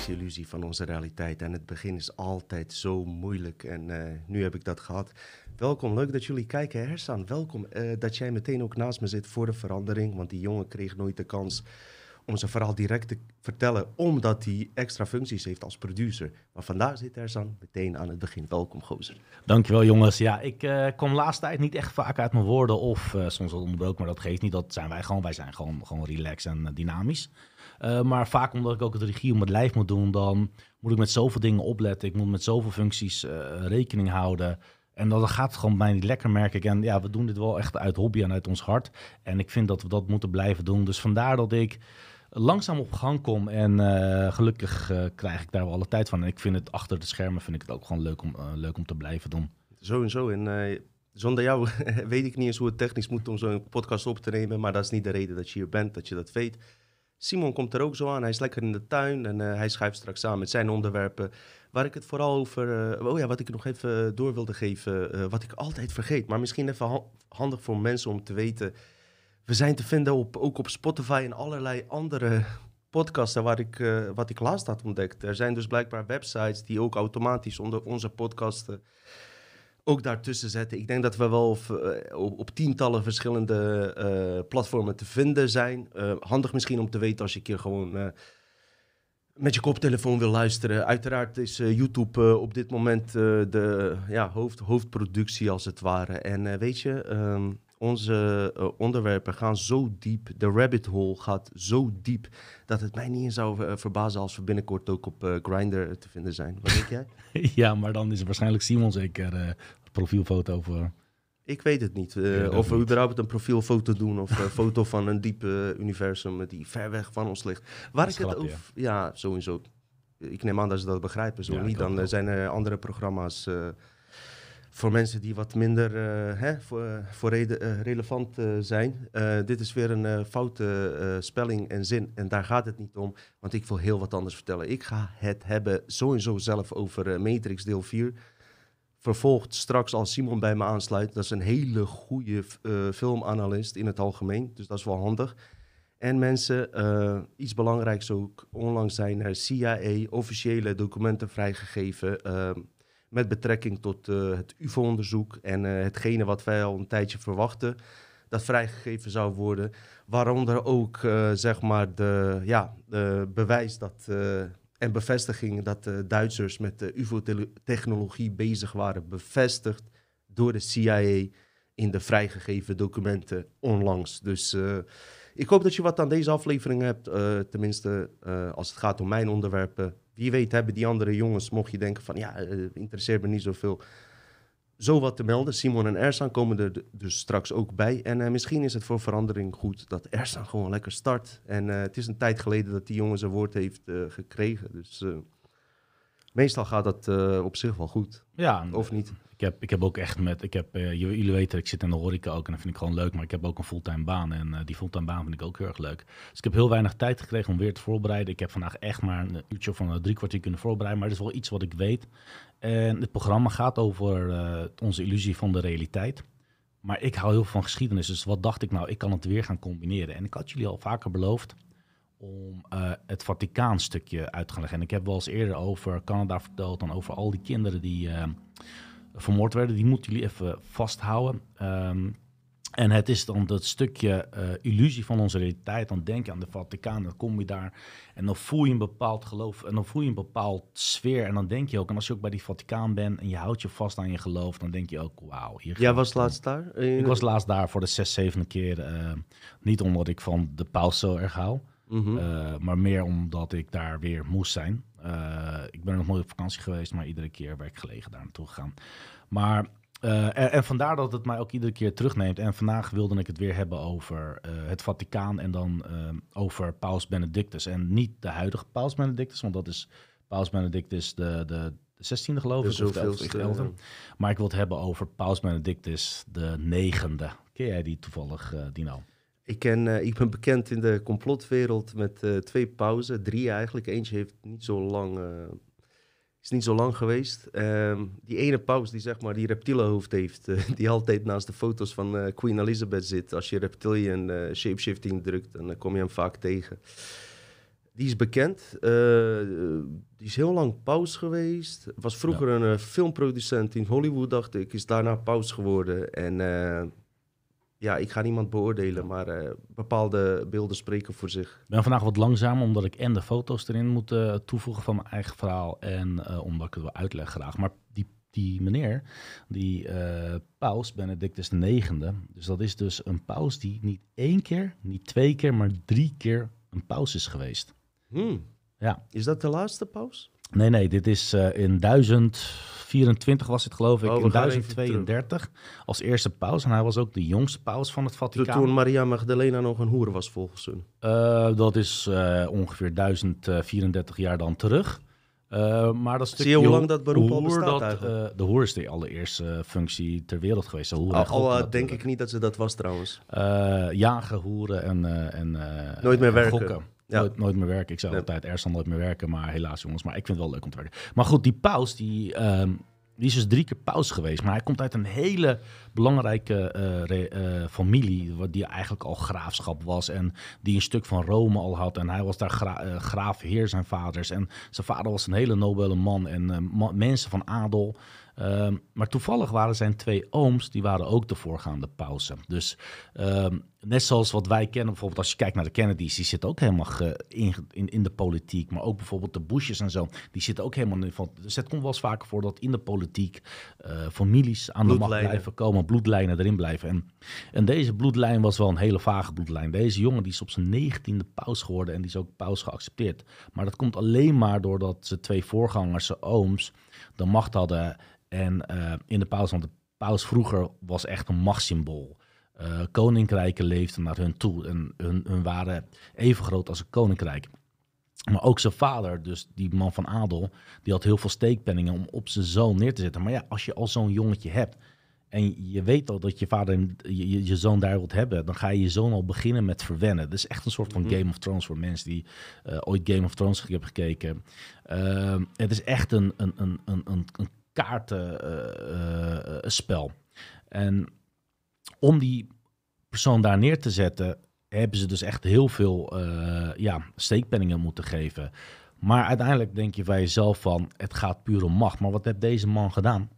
deze illusie van onze realiteit. En het begin is altijd zo moeilijk. En nu heb ik dat gehad. Welkom, leuk dat jullie kijken. Hersan, welkom dat jij meteen ook naast me zit voor de verandering. Want die jongen kreeg nooit de kans om zijn verhaal direct te vertellen, omdat hij extra functies heeft als producer. Maar vandaar zit Hersan meteen aan het begin. Welkom, gozer. Dankjewel, jongens. Ja, ik kom laatst tijd niet echt vaak uit mijn woorden of soms wel onderbroken, maar dat geeft niet. Dat zijn wij gewoon. Wij zijn gewoon relaxed en dynamisch. Maar vaak omdat ik ook het regie om het lijf moet doen, dan moet ik met zoveel dingen opletten. Ik moet met zoveel functies rekening houden. En dan gaat het gewoon bij mij niet lekker, merk ik. En ja, we doen dit wel echt uit hobby en uit ons hart. En ik vind dat we dat moeten blijven doen. Dus vandaar dat ik langzaam op gang kom. En gelukkig krijg ik daar wel alle tijd van. En ik vind het achter de schermen vind ik het ook gewoon leuk om te blijven doen. Sowieso. En zonder jou weet ik niet eens hoe het technisch moet om zo'n podcast op te nemen. Maar dat is niet de reden dat je hier bent, dat je dat weet. Simon komt er ook zo aan. Hij is lekker in de tuin en hij schuift straks aan met zijn onderwerpen. Waar ik het vooral over... wat ik nog even door wilde geven. Wat ik altijd vergeet. Maar misschien even handig voor mensen om te weten. We zijn te vinden ook op Spotify en allerlei andere podcasten wat ik laatst had ontdekt. Er zijn dus blijkbaar websites die ook automatisch onder onze podcasten ook daartussen zetten. Ik denk dat we wel op tientallen verschillende platformen te vinden zijn. Handig misschien om te weten als je een keer gewoon met je koptelefoon wil luisteren. Uiteraard is YouTube op dit moment de hoofdproductie als het ware. En weet je, onze onderwerpen gaan zo diep. De rabbit hole gaat zo diep dat het mij niet eens zou verbazen als we binnenkort ook op Grindr te vinden zijn. Wat denk jij? Ja, maar dan is er waarschijnlijk Simon zeker profielfoto voor. Ik weet het niet. Of we überhaupt een profielfoto doen of een foto van een diep universum die ver weg van ons ligt. Waar ik het over... Ja, sowieso. Ik neem aan dat ze dat begrijpen. Zo niet, dan zijn er andere programma's voor mensen die wat minder relevant zijn. Dit is weer een foute spelling en zin. En daar gaat het niet om, want ik wil heel wat anders vertellen. Ik ga het hebben sowieso zelf over Matrix deel 4. Vervolgd straks als Simon bij me aansluit. Dat is een hele goede filmanalist in het algemeen. Dus dat is wel handig. En mensen, iets belangrijks ook. Onlangs zijn er CIA officiële documenten vrijgegeven met betrekking tot het UFO-onderzoek en hetgene wat wij al een tijdje verwachten, dat vrijgegeven zou worden. Waaronder ook de bewijs dat en bevestiging dat de Duitsers met de UFO-technologie bezig waren, bevestigd door de CIA in de vrijgegeven documenten onlangs. Dus ik hoop dat je wat aan deze aflevering hebt, tenminste als het gaat om mijn onderwerpen. Wie weet hebben die andere jongens, mocht je denken van interesseert me niet zoveel, zo wat te melden. Simon en Ersan komen er dus straks ook bij. En misschien is het voor verandering goed dat Ersan gewoon lekker start. En het is een tijd geleden dat die jongen zijn woord heeft gekregen. Dus meestal gaat dat op zich wel goed. Ja, of niet? Ik heb ook echt jullie weten, ik zit in de horeca ook en dat vind ik gewoon leuk. Maar ik heb ook een fulltime baan en die fulltime baan vind ik ook heel erg leuk. Dus ik heb heel weinig tijd gekregen om weer te voorbereiden. Ik heb vandaag echt maar een uurtje of 3 kwartier kunnen voorbereiden. Maar het is wel iets wat ik weet. En het programma gaat over onze illusie van de realiteit. Maar ik hou heel veel van geschiedenis. Dus wat dacht ik nou? Ik kan het weer gaan combineren. En ik had jullie al vaker beloofd om het Vaticaanstukje uit te gaan leggen. En ik heb wel eens eerder over Canada verteld, dan over al die kinderen die vermoord werden. Die moeten jullie even vasthouden. En het is dan dat stukje illusie van onze realiteit. Dan denk je aan de Vaticaan, dan kom je daar en dan voel je een bepaald geloof en dan voel je een bepaald sfeer. En dan denk je ook, en als je ook bij die Vaticaan bent en je houdt je vast aan je geloof, dan denk je ook, wauw. Jij was laatst daar? Ik was laatst daar voor de 6-7e keer. Niet omdat ik van de paus zo erg hou, maar meer omdat ik daar weer moest zijn. Ik ben nog nooit op vakantie geweest, maar iedere keer werkgelegen daar naartoe gegaan. Maar en vandaar dat het mij ook iedere keer terugneemt. En vandaag wilde ik het weer hebben over het Vaticaan en dan over Paus Benedictus. En niet de huidige Paus Benedictus, want dat is Paus Benedictus de 16e geloof ik, of de 11e. Maar ik wil het hebben over Paus Benedictus de 9e. Ken jij die toevallig, Dino? Ik ben bekend in de complotwereld met 2 pausen, 3 eigenlijk. Eentje heeft niet zo lang... is niet zo lang geweest. Die ene paus die zeg maar die reptielenhoofd heeft, die altijd naast de foto's van Queen Elizabeth zit. Als je reptilian shapeshifting drukt, dan kom je hem vaak tegen. Die is bekend. Die is heel lang paus geweest. Was vroeger een filmproducent in Hollywood, dacht ik. Is daarna paus geworden. En ik ga niemand beoordelen, maar bepaalde beelden spreken voor zich. Ik ben vandaag wat langzamer, omdat ik en de foto's erin moet toevoegen van mijn eigen verhaal. En omdat ik het wil uitleggen graag. Maar die meneer, die paus Benedictus IX, dus dat is dus een paus die niet 1 keer, niet 2 keer, maar 3 keer een paus is geweest. Ja. Is dat de laatste paus? Nee, dit is in 1024 was het, geloof ik, in 1032 als eerste paus. En hij was ook de jongste paus van het Vaticaan. Toen Maria Magdalena nog een hoer was, volgens hun. Dat is ongeveer 1034 jaar dan terug. Maar dat zie je hoe lang dat beroep al bestaat eigenlijk? De hoer is de allereerste functie ter wereld geweest. Denk ik niet dat ze dat was trouwens. Jagen, hoeren en nooit meer werken. Gokken. Ja. Nooit meer werken. Ik zei altijd, er zal nooit meer werken. Maar helaas jongens, maar ik vind het wel leuk om te werken. Maar goed, die paus, die is dus 3 keer paus geweest. Maar hij komt uit een hele belangrijke familie, die eigenlijk al graafschap was. En die een stuk van Rome al had. En hij was daar graafheer, zijn vaders. En zijn vader was een hele nobele man. En mensen van adel. Maar toevallig waren zijn 2 ooms, die waren ook de voorgaande pausen. Dus net zoals wat wij kennen, bijvoorbeeld als je kijkt naar de Kennedys, die zitten ook helemaal in de politiek. Maar ook bijvoorbeeld de Bushes en zo, die zitten ook helemaal in. Dus het komt wel eens vaker voor dat in de politiek families aan de macht blijven komen, bloedlijnen erin blijven. En deze bloedlijn was wel een hele vage bloedlijn. Deze jongen die is op zijn 19e paus geworden en die is ook paus geaccepteerd. Maar dat komt alleen maar doordat zijn 2 voorgangers, zijn ooms, de macht hadden. En in de paus, want de paus vroeger was echt een machtssymbool. Koninkrijken leefden naar hun toe en hun waren even groot als een koninkrijk. Maar ook zijn vader, dus die man van adel, die had heel veel steekpenningen om op zijn zoon neer te zetten. Maar ja, als je al zo'n jongetje hebt en je weet al dat je vader je zoon daar wilt hebben, dan ga je je zoon al beginnen met verwennen. Dat is echt een soort van Game of Thrones voor mensen die ooit Game of Thrones hebben gekeken. Het is echt een kaartenspel. En om die persoon daar neer te zetten, hebben ze dus echt heel veel steekpenningen moeten geven. Maar uiteindelijk denk je bij jezelf van, het gaat puur om macht. Maar wat heeft deze man gedaan?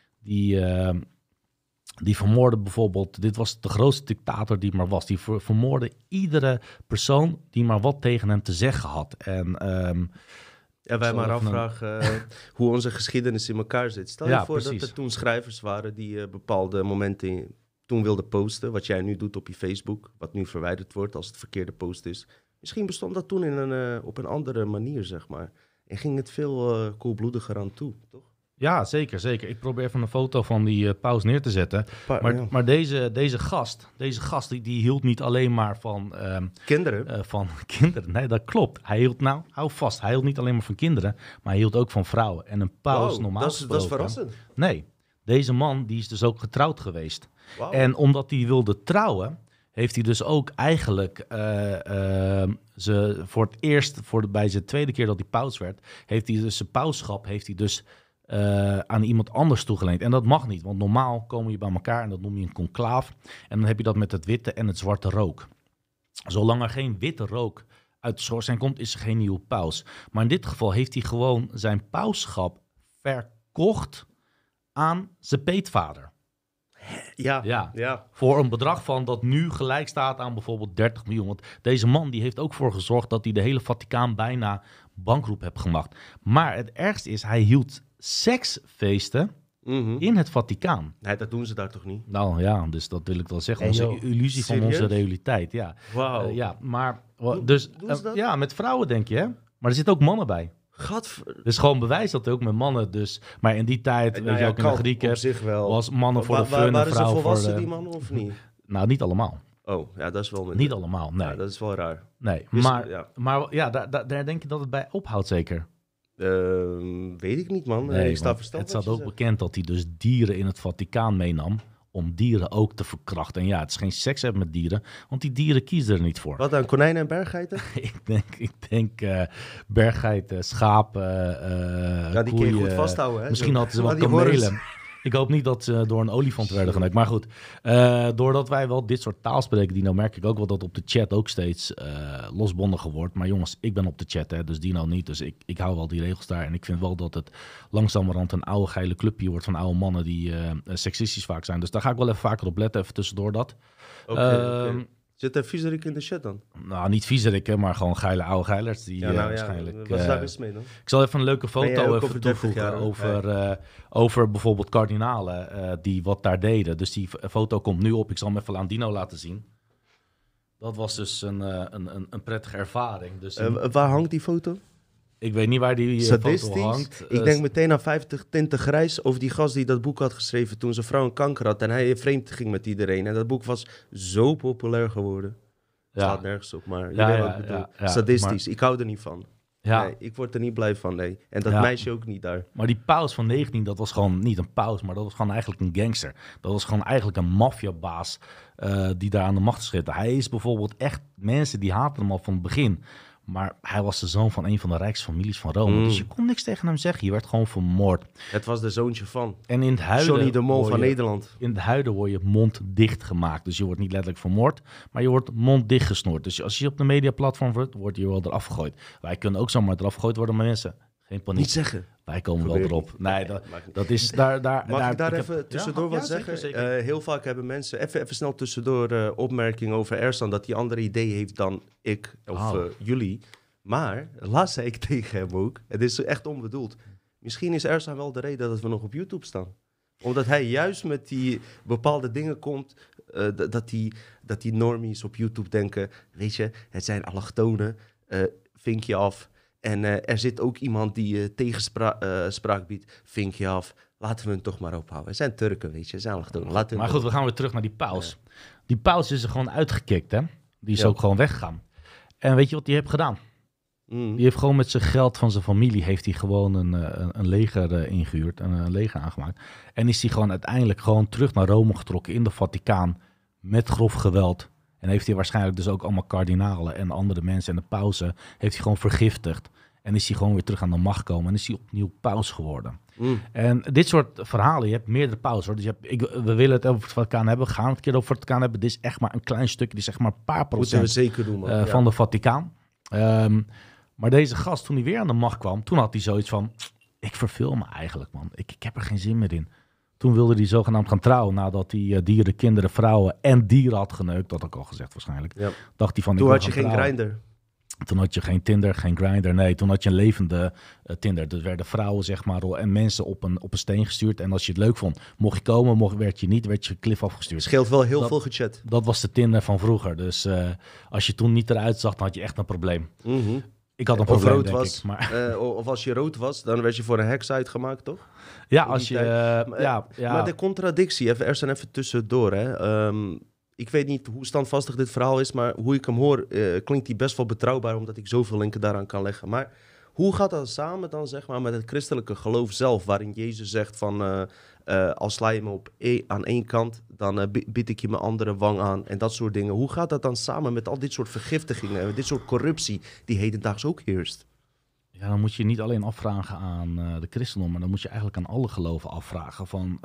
Die vermoordde bijvoorbeeld, dit was de grootste dictator die maar was. Die vermoordde iedere persoon die maar wat tegen hem te zeggen had. En wij maar afvragen hoe onze geschiedenis in elkaar zit. Stel je voor dat er toen schrijvers waren die bepaalde momenten toen wilden posten. Wat jij nu doet op je Facebook, wat nu verwijderd wordt als het verkeerde post is. Misschien bestond dat toen op een andere manier, zeg maar. En ging het veel koelbloediger aan toe, toch? Ja, zeker, zeker. Ik probeer even een foto van die paus neer te zetten. Maar deze gast die hield niet alleen maar van kinderen. Van kinderen. Nee, dat klopt. Hij hield, hou vast, hij hield niet alleen maar van kinderen, maar hij hield ook van vrouwen. En een paus normaal gesproken. Dat is verrassend. Nee, deze man die is dus ook getrouwd geweest. Wow. En omdat hij wilde trouwen, heeft hij dus ook eigenlijk voor het eerst, bij zijn tweede keer dat hij paus werd, heeft hij dus zijn pauschap aan iemand anders toegeleend. En dat mag niet, want normaal komen je bij elkaar en dat noem je een conclaaf. En dan heb je dat met het witte en het zwarte rook. Zolang er geen witte rook uit de schoorsteen komt, is er geen nieuwe paus. Maar in dit geval heeft hij gewoon zijn pauschap verkocht aan zijn peetvader. Ja. Voor een bedrag van dat nu gelijk staat aan bijvoorbeeld 30 miljoen. Want deze man die heeft ook voor gezorgd dat hij de hele Vaticaan bijna bankroet heeft gemaakt. Maar het ergste is, hij hield seksfeesten in het Vaticaan. Nee, dat doen ze daar toch niet? Nou ja, dus dat wil ik wel zeggen. Onze illusie van onze realiteit, ja. Wauw. Maar dus met vrouwen denk je, hè? Maar er zitten ook mannen bij. Dus gewoon bewijs dat ook met mannen dus. Maar in die tijd, weet je ook in de Grieken, was mannen voor de fun en vrouwen voor de... Waren ze volwassen, die mannen, of niet? Nou, niet allemaal. Oh, ja, dat is wel... Niet allemaal, nee. Ja, dat is wel raar. Nee, maar daar denk je dat het bij ophoudt zeker? Weet ik niet, man. Nee, ik sta verstand. Het staat ook bekend dat hij dus dieren in het Vaticaan meenam om dieren ook te verkrachten. En ja, het is geen seks hebben met dieren, want die dieren kiezen er niet voor. Wat dan, konijnen en berggeiten? ik denk berggeiten, schapen, die koeien. kun je goed vasthouden, hè? Misschien hadden ze wel kamelen. Ik hoop niet dat ze door een olifant werden geneukt. Maar goed, doordat wij wel dit soort taal spreken, Dino, merk ik ook wel dat op de chat ook steeds losbondiger wordt. Maar jongens, ik ben op de chat, hè, dus Dino niet. Dus ik hou wel die regels daar. En ik vind wel dat het langzamerhand een oude geile clubje wordt van oude mannen die seksistisch vaak zijn. Dus daar ga ik wel even vaker op letten, even tussendoor dat. Oké. Zit er viezerik in de chat dan? Nou, niet viezerikken, maar gewoon geile oude geilers. Die waarschijnlijk... Wat is daar mis mee dan? Ik zal even een leuke foto even over 30 toevoegen jaar, over bijvoorbeeld kardinalen die wat daar deden. Dus die foto komt nu op. Ik zal hem even aan Dino laten zien. Dat was dus een prettige ervaring. Dus Waar hangt die foto? ik weet niet waar die foto hangt. Ik denk meteen aan 50 tinten grijs over die gast die dat boek had geschreven toen zijn vrouw een kanker had en hij vreemd ging met iedereen. En dat boek was zo populair geworden. Staat nergens op, maar je weet wat ik bedoel. Sadistisch, maar, ik hou er niet van. Ja. Nee, ik word er niet blij van, nee. En dat meisje ook niet daar. Maar die paus van 19, dat was gewoon niet een paus, maar dat was gewoon eigenlijk een gangster. Dat was gewoon eigenlijk een maffiabaas die daar aan de macht zit. Hij is bijvoorbeeld echt, mensen die haten hem al van het begin. Maar hij was de zoon van een van de rijkste families van Rome. Dus je kon niks tegen hem zeggen. Je werd gewoon vermoord. Het was de zoontje van en in het huiden Johnny de Mol van Nederland. In het huiden word je mond dicht gemaakt. Dus je wordt niet letterlijk vermoord, maar je wordt mond dicht gesnoerd. Dus als je op de mediaplatform wordt je wel eraf gegooid. Wij kunnen ook zomaar eraf gegooid worden, maar mensen, geen paniek. Niet zeggen. Wij komen wel erop. Nee, dat is daar. Mag ik daar even tussendoor wat zeggen? Zeker. Heel vaak hebben mensen, even snel tussendoor opmerkingen over Ersan, dat hij andere ideeën heeft dan ik of jullie. Maar, laatst zei ik tegen hem ook, het is echt onbedoeld. Misschien is Ersan wel de reden dat we nog op YouTube staan. Omdat hij juist met die bepaalde dingen komt, dat die normies op YouTube denken, weet je, het zijn allochtonen, vinkje af. En er zit ook iemand die tegenspraak biedt, vinkje af. Laten we hem toch maar ophouden. Het zijn Turken, weet je, het zijn allochtonen. Maar goed, we gaan weer terug naar die paus. Ja. Die paus is er gewoon uitgekikt, hè. Die is ook gewoon weggegaan. En weet je wat die heeft gedaan? Die heeft gewoon met zijn geld van zijn familie heeft hij gewoon een leger ingehuurd en een leger aangemaakt. En is hij gewoon uiteindelijk gewoon terug naar Rome getrokken in de Vaticaan met grof geweld. En heeft hij waarschijnlijk dus ook allemaal kardinalen en andere mensen en de pausen heeft hij gewoon vergiftigd. En is hij gewoon weer terug aan de macht gekomen en is hij opnieuw paus geworden. En dit soort verhalen, je hebt meerdere pausen. Hoor. Dus we willen het over het Vaticaan hebben, we gaan het een keer over het Vaticaan hebben. Dit is echt maar een klein stukje, dit is zeg maar een paar procent moeten we zeker doen, van de Vaticaan. Maar deze gast, toen hij weer aan de macht kwam, toen had hij zoiets van, ik verveel me eigenlijk, man. Ik heb er geen zin meer in. Toen wilde hij zogenaamd gaan trouwen nadat hij dieren, kinderen, vrouwen en dieren had geneukt. Dat had ik al gezegd waarschijnlijk. Ja. Dacht hij van, toen had je geen Grindr. Toen had je geen Tinder, geen Grindr. Nee, toen had je een levende Tinder. Er werden vrouwen zeg maar en mensen op een steen gestuurd. En als je het leuk vond, mocht je komen. Werd je niet, werd je klif afgestuurd. Scheelt wel heel veel gechat. Dat was de Tinder van vroeger. Dus als je toen niet eruit zag, dan had je echt een probleem. Ik had een probleem, rood denk was, ik. Maar... of als je rood was, dan werd je voor een heks uitgemaakt, toch? Ja, als je... Maar de contradictie, even tussendoor, hè. Ik weet niet hoe standvastig dit verhaal is, maar hoe ik hem hoor, klinkt hij best wel betrouwbaar, omdat ik zoveel linken daaraan kan leggen. Maar hoe gaat dat samen dan, zeg maar, met het christelijke geloof zelf, waarin Jezus zegt van, als sla je me aan één kant, dan bied ik je mijn andere wang aan en dat soort dingen. Hoe gaat dat dan samen met al dit soort vergiftigingen, dit soort corruptie die hedendaags ook heerst? Ja, dan moet je niet alleen afvragen aan de christendom, maar dan moet je eigenlijk aan alle geloven afvragen van...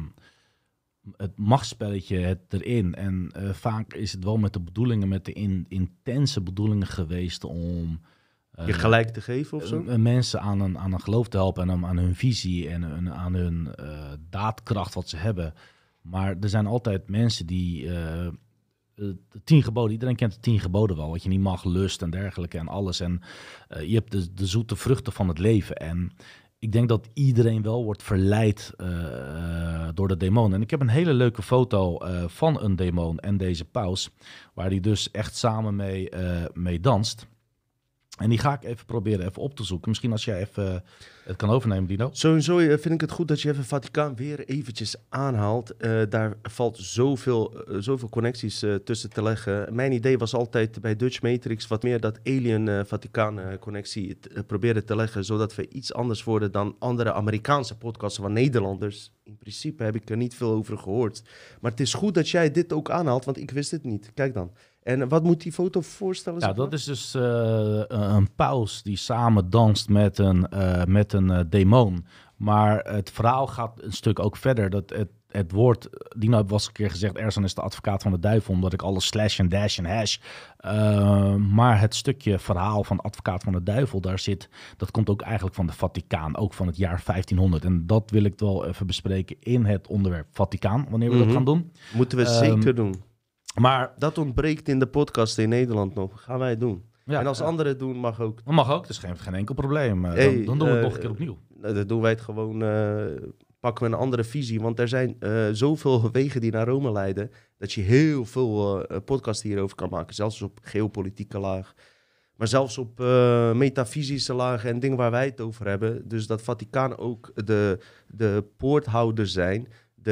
het machtsspelletje het erin. En vaak is het wel met de bedoelingen, met de intense bedoelingen geweest om... je gelijk te geven of zo? Mensen aan een geloof te helpen en aan hun visie en aan hun daadkracht wat ze hebben. Maar er zijn altijd mensen die... de 10 geboden, iedereen kent de 10 geboden wel. Wat je niet mag, lust en dergelijke en alles. En je hebt de zoete vruchten van het leven. En ik denk dat iedereen wel wordt verleid door de demon. En ik heb een hele leuke foto van een demon en deze paus, waar hij dus echt samen mee danst. En die ga ik even proberen op te zoeken. Misschien als jij even het kan overnemen, Dino. Sowieso vind ik het goed dat je even Vaticaan weer eventjes aanhaalt. Daar valt zoveel connecties tussen te leggen. Mijn idee was altijd bij Dutch Matrix wat meer dat alien-Vaticaan-connectie proberen te leggen, zodat we iets anders worden dan andere Amerikaanse podcasts van Nederlanders. In principe heb ik er niet veel over gehoord. Maar het is goed dat jij dit ook aanhaalt, want ik wist het niet. Kijk dan. En wat moet die foto voorstellen? Ja, dat is dus een paus die samen danst met een demon. Maar het verhaal gaat een stuk ook verder. Dat het woord, Dino was een keer gezegd, Ersan is de advocaat van de duivel, omdat ik alles slash en dash en hash. Maar het stukje verhaal van advocaat van de duivel, dat komt ook eigenlijk van de Vaticaan, ook van het jaar 1500. En dat wil ik wel even bespreken in het onderwerp Vaticaan, wanneer we dat gaan doen. Moeten we zeker doen. Maar dat ontbreekt in de podcast in Nederland nog. Gaan wij doen. Ja, en als anderen het doen, mag ook. Dat mag ook, dat is geen enkel probleem. Dan doen we het nog een keer opnieuw. Dan doen wij het gewoon, pakken we een andere visie. Want er zijn zoveel wegen die naar Rome leiden, dat je heel veel podcasts hierover kan maken. Zelfs op geopolitieke laag. Maar zelfs op metafysische lagen en dingen waar wij het over hebben. Dus dat Vaticaan ook de poorthouder zijn.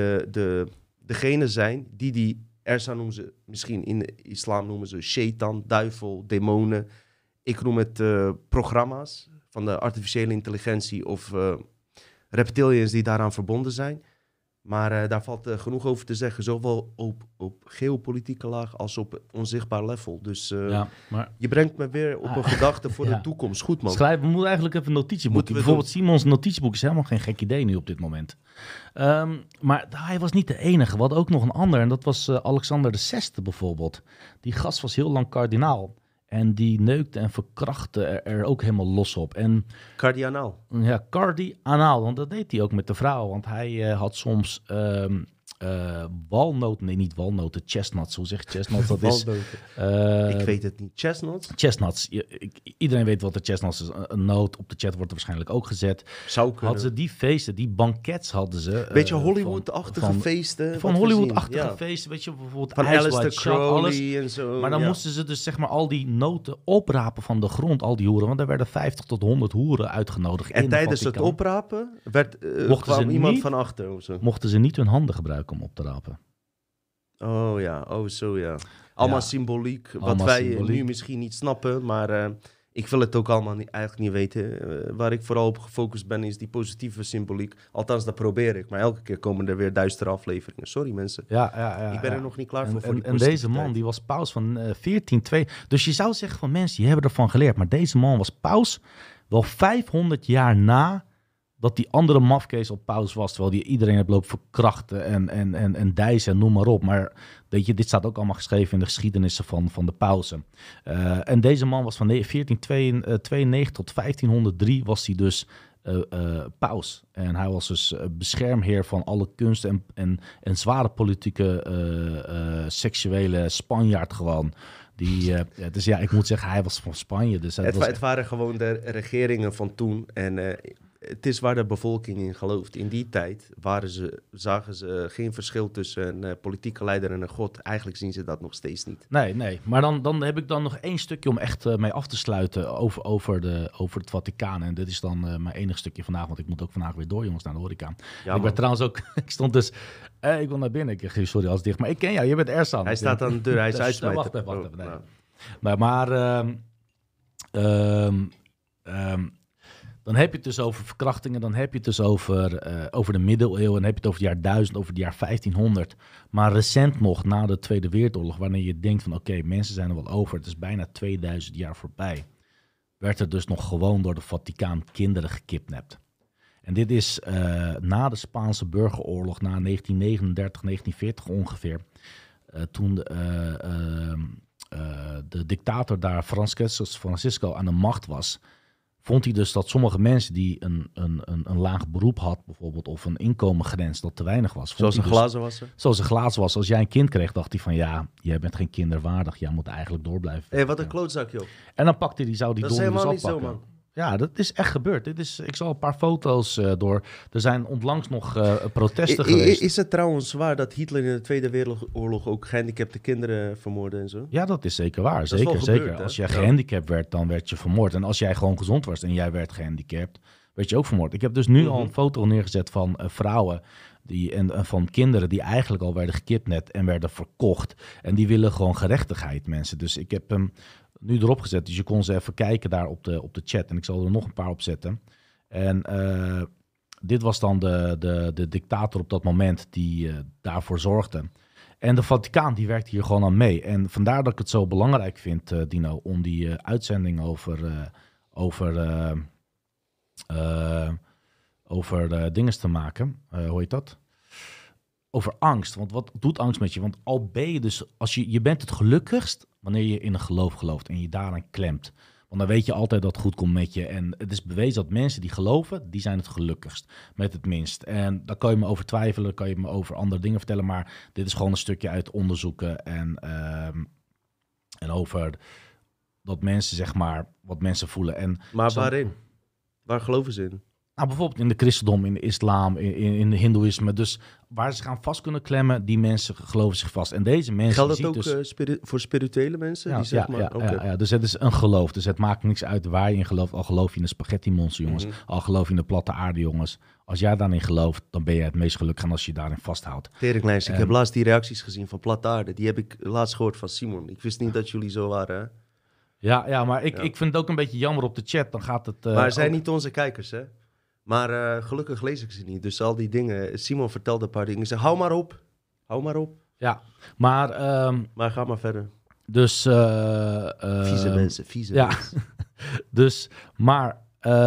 Degene zijn die Ersan noemen ze, misschien in de islam noemen ze shaitan, duivel, demonen. Ik noem het programma's van de artificiële intelligentie of reptilians die daaraan verbonden zijn. Maar daar valt genoeg over te zeggen, zowel op geopolitieke laag als op onzichtbaar level. Dus maar je brengt me weer op een gedachte voor de toekomst. Goed, man. We moeten eigenlijk even een notitieboek. Bijvoorbeeld Simons notitieboek is helemaal geen gek idee nu op dit moment. Maar hij was niet de enige. We hadden ook nog een ander en dat was Alexander VI bijvoorbeeld. Die gast was heel lang kardinaal. En die neukte en verkrachtte er ook helemaal los op. En, Cardianaal. Ja, cardianaal. Want dat deed hij ook met de vrouw. Want hij had soms walnoten. Nee, niet walnoten. Chestnuts. Hoe zeg je chestnuts? Dat is, ik weet het niet. Chestnuts? Chestnuts. Iedereen weet wat de chestnuts is. Een noot op de chat wordt er waarschijnlijk ook gezet. Zou kunnen. Hadden ze die feesten, die bankets hadden ze. Weet je, Hollywood-achtige feesten? Van Hollywood-achtige feesten. Weet je, bijvoorbeeld van Alistair Crowley en zo. Maar dan moesten ze dus zeg maar al die noten oprapen van de grond, al die hoeren. Want er werden 50 tot 100 hoeren uitgenodigd. En tijdens het oprapen kwam iemand van achter of zo. Mochten ze niet hun handen gebruiken om op te rapen. Oh ja, allemaal symboliek, wat wij nu misschien niet snappen, maar ik wil het ook allemaal eigenlijk niet weten. Waar ik vooral op gefocust ben is die positieve symboliek. Althans, dat probeer ik, maar elke keer komen er weer duistere afleveringen. Sorry mensen, ik ben er nog niet klaar voor. En deze man, die was paus van 1402. Dus je zou zeggen van mensen, die hebben ervan geleerd. Maar deze man was paus wel 500 jaar na dat die andere mafkees op paus was, terwijl die iedereen heeft lopen verkrachten en dijzen en noem maar op. Maar weet je, dit staat ook allemaal geschreven in de geschiedenissen van de pausen. En deze man was van 1492 tot 1503 was hij dus paus. En hij was dus beschermheer van alle kunst en zware politieke, seksuele Spanjaard gewoon. Dus ja, ik moet zeggen, hij was van Spanje. Dus het waren gewoon de regeringen van toen en het is waar de bevolking in gelooft. In die tijd zagen ze geen verschil tussen een politieke leider en een god. Eigenlijk zien ze dat nog steeds niet. Nee. Maar dan heb ik dan nog één stukje om echt mee af te sluiten over het Vaticaan. En dit is dan mijn enige stukje vandaag, want ik moet ook vandaag weer door, jongens, naar de horeca. Ja, ik ben trouwens ook, ik stond dus, ik wil naar binnen. Ik zeg, sorry, alles dicht. Maar ik ken jou, je bent Ersan. Hij staat aan de deur, hij is uitsmijter. Wacht even. Nee. Maar dan heb je het dus over verkrachtingen, dan heb je het dus over de middeleeuwen, dan heb je het over het jaar 1000, over het jaar 1500. Maar recent nog, na de Tweede Wereldoorlog, wanneer je denkt van oké, mensen zijn er wel over, het is bijna 2000 jaar voorbij, werd er dus nog gewoon door de Vaticaan kinderen gekidnapt. En dit is na de Spaanse burgeroorlog, na 1939, 1940 ongeveer, toen de dictator daar, Francisco, aan de macht was, vond hij dus dat sommige mensen die een laag beroep had, bijvoorbeeld, of een inkomengrens dat te weinig was. Zoals een glazenwasser? Zoals een glazenwasser. Als jij een kind kreeg, dacht hij van ja, jij bent geen kinderwaardig. Jij moet eigenlijk door blijven. Hé, wat een klootzak, joh. En dan pakte hij, zou die door dus afpakken. Dat is helemaal niet zo, man. Ja, dat is echt gebeurd. Ik zal een paar foto's door. Er zijn onlangs nog protesten geweest. Is het trouwens waar dat Hitler in de Tweede Wereldoorlog ook gehandicapte kinderen vermoordde en zo? Ja, dat is zeker waar. Zeker. Als jij gehandicact werd, dan werd je vermoord. En als jij gewoon gezond was en jij werd gehandicapt, werd je ook vermoord. Ik heb dus nu al een foto neergezet van vrouwen en van kinderen die eigenlijk al werden gekidnapt en werden verkocht. En die willen gewoon gerechtigheid, mensen. Dus ik heb hem nu erop gezet, dus je kon ze even kijken daar op de chat. En ik zal er nog een paar op zetten. En dit was dan de dictator op dat moment die daarvoor zorgde. En de Vaticaan die werkt hier gewoon aan mee. En vandaar dat ik het zo belangrijk vind, Dino, om die uitzending over over dingen te maken. Hoe heet dat? Over angst. Want wat doet angst met je? Want al ben je dus, als je bent het gelukkigst wanneer je in een geloof gelooft en je daaraan klemt. Want dan weet je altijd dat het goed komt met je. En het is bewezen dat mensen die geloven, die zijn het gelukkigst. Met het minst. En daar kan je me over twijfelen, kan je me over andere dingen vertellen. Maar dit is gewoon een stukje uit onderzoeken. En over dat mensen, zeg maar, wat mensen voelen. En maar waarin? Waar geloven ze in? Nou, bijvoorbeeld in de christendom, in de islam, in de hindoeïsme. Dus waar ze gaan vast kunnen klemmen, die mensen geloven zich vast. En deze mensen... Geldt dat ook voor spirituele mensen? Ja, dus het is een geloof. Dus het maakt niks uit waar je in gelooft. Al geloof je in de spaghetti monster, jongens. Al geloof je in de platte aarde, jongens. Als jij daarin gelooft, dan ben je het meest gelukkig als je daarin vasthoudt. Teringlijns, ik heb laatst die reacties gezien van platte aarde. Die heb ik laatst gehoord van Simon. Ik wist niet dat jullie zo waren, hè? Ja, maar ik vind het ook een beetje jammer op de chat. Dan gaat het... maar zijn niet onze kijkers, hè? Maar gelukkig lees ik ze niet. Dus al die dingen... Simon vertelde een paar dingen. Ik zeg, hou maar op. Ja, maar... maar ga maar verder. Dus... vieze mensen. mensen. Dus, maar...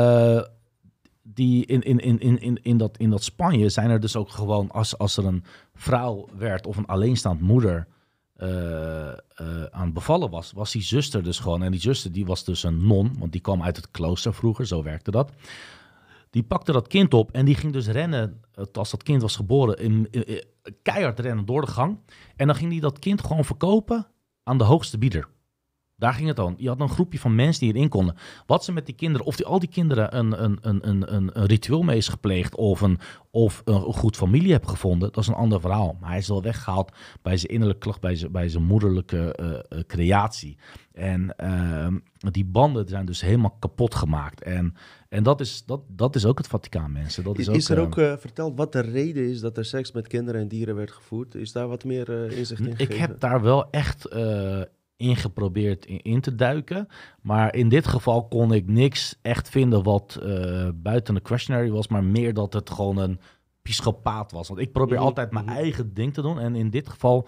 die in dat Spanje zijn er dus ook gewoon... Als er een vrouw werd of een alleenstaand moeder... aan het bevallen was die zuster dus gewoon... En die zuster die was dus een non... Want die kwam uit het klooster vroeger, zo werkte dat... Die pakte dat kind op en die ging dus rennen, als dat kind was geboren, keihard rennen door de gang. En dan ging hij dat kind gewoon verkopen aan de hoogste bieder. Daar ging het aan. Je had een groepje van mensen die erin konden. Wat ze met die kinderen, of al die kinderen een ritueel mee is gepleegd of een goed familie hebben gevonden, dat is een ander verhaal. Maar hij is wel weggehaald bij zijn innerlijke klacht, bij zijn moederlijke creatie. En die banden zijn dus helemaal kapot gemaakt. En dat is ook het Vaticaan, mensen. Dat is er ook verteld wat de reden is dat er seks met kinderen en dieren werd gevoerd? Is daar wat meer inzicht in gegeven? Ik heb daar wel echt ingeprobeerd in te duiken. Maar in dit geval kon ik niks echt vinden wat buiten de questionary was, maar meer dat het gewoon een psychopaat was. Want ik probeer altijd mijn eigen ding te doen. En in dit geval,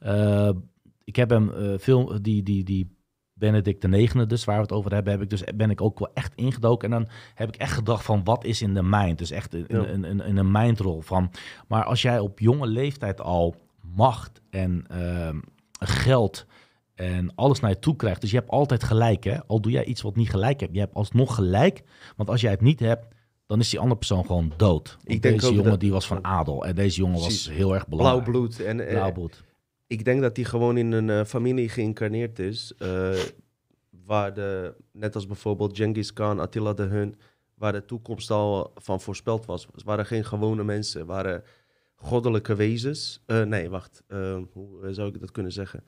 ik heb hem veel, die Benedict IX, dus waar we het over hebben, ben ik ook wel echt ingedoken. En dan heb ik echt gedacht van, wat is in de mind? Dus echt in een mindrol van. Maar als jij op jonge leeftijd al macht en geld en alles naar je toe krijgt, dus je hebt altijd gelijk, hè? Al doe jij iets wat niet gelijk hebt, je hebt alsnog gelijk. Want als jij het niet hebt, dan is die andere persoon gewoon dood. Ik denk deze jongen die was van adel en deze jongen was heel erg belangrijk. Blauw bloed. Blauw bloed. Ik denk dat hij gewoon in een familie geïncarneerd is, waar net als bijvoorbeeld Genghis Khan, Attila de Hun, waar de toekomst al van voorspeld was. Het waren geen gewone mensen, waren goddelijke wezens. Hoe zou ik dat kunnen zeggen?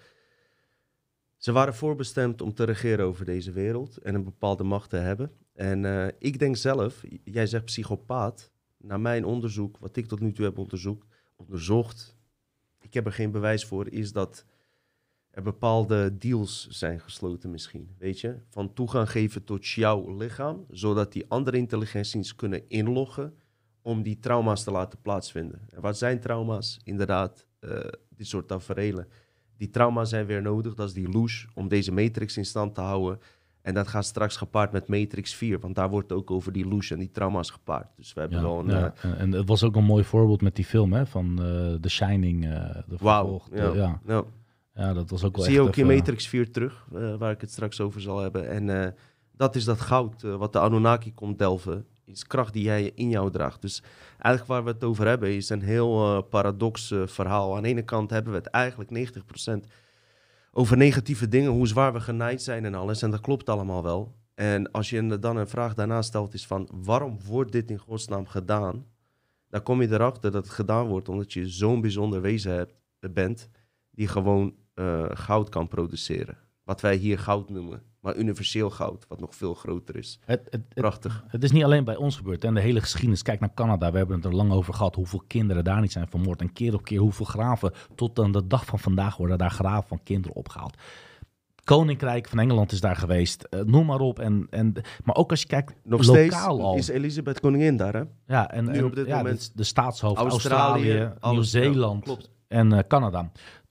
Ze waren voorbestemd om te regeren over deze wereld en een bepaalde macht te hebben. En ik denk zelf, jij zegt psychopaat, naar mijn onderzoek, wat ik tot nu toe heb onderzocht, ik heb er geen bewijs voor, is dat er bepaalde deals zijn gesloten misschien, weet je? Van toegang geven tot jouw lichaam, zodat die andere intelligenties kunnen inloggen om die trauma's te laten plaatsvinden. En wat zijn trauma's? Inderdaad, dit soort taferelen. Die trauma's zijn weer nodig, dat is die louche, om deze matrix in stand te houden. En dat gaat straks gepaard met Matrix 4, want daar wordt ook over die louche en die trauma's gepaard. Dus we hebben wel een... en het was ook een mooi voorbeeld met die film, hè, van The Shining. Wauw, ja, dat was ook wel zie je ook in Matrix 4 terug, waar ik het straks over zal hebben. En dat is dat goud wat de Anunnaki komt delven, is kracht die jij in jou draagt. Dus eigenlijk waar we het over hebben is een heel paradox verhaal. Aan de ene kant hebben we het eigenlijk 90% over negatieve dingen, hoe zwaar we genaaid zijn en alles. En dat klopt allemaal wel. En als je dan een vraag daarna stelt is van, waarom wordt dit in godsnaam gedaan? Dan kom je erachter dat het gedaan wordt omdat je zo'n bijzonder wezen bent die gewoon goud kan produceren. Wat wij hier goud noemen. Maar universeel goud, wat nog veel groter is. Prachtig. Het is niet alleen bij ons gebeurd. En de hele geschiedenis. Kijk naar Canada. We hebben het er lang over gehad. Hoeveel kinderen daar niet zijn vermoord. En keer op keer hoeveel graven. Tot aan de dag van vandaag worden daar graven van kinderen opgehaald. Koninkrijk van Engeland is daar geweest. Noem maar op. Maar ook als je kijkt nog lokaal steeds al. Is Elisabeth koningin daar, hè? Ja, en nu op dit moment de staatshoofd Australië Nieuw-Zeeland en Canada.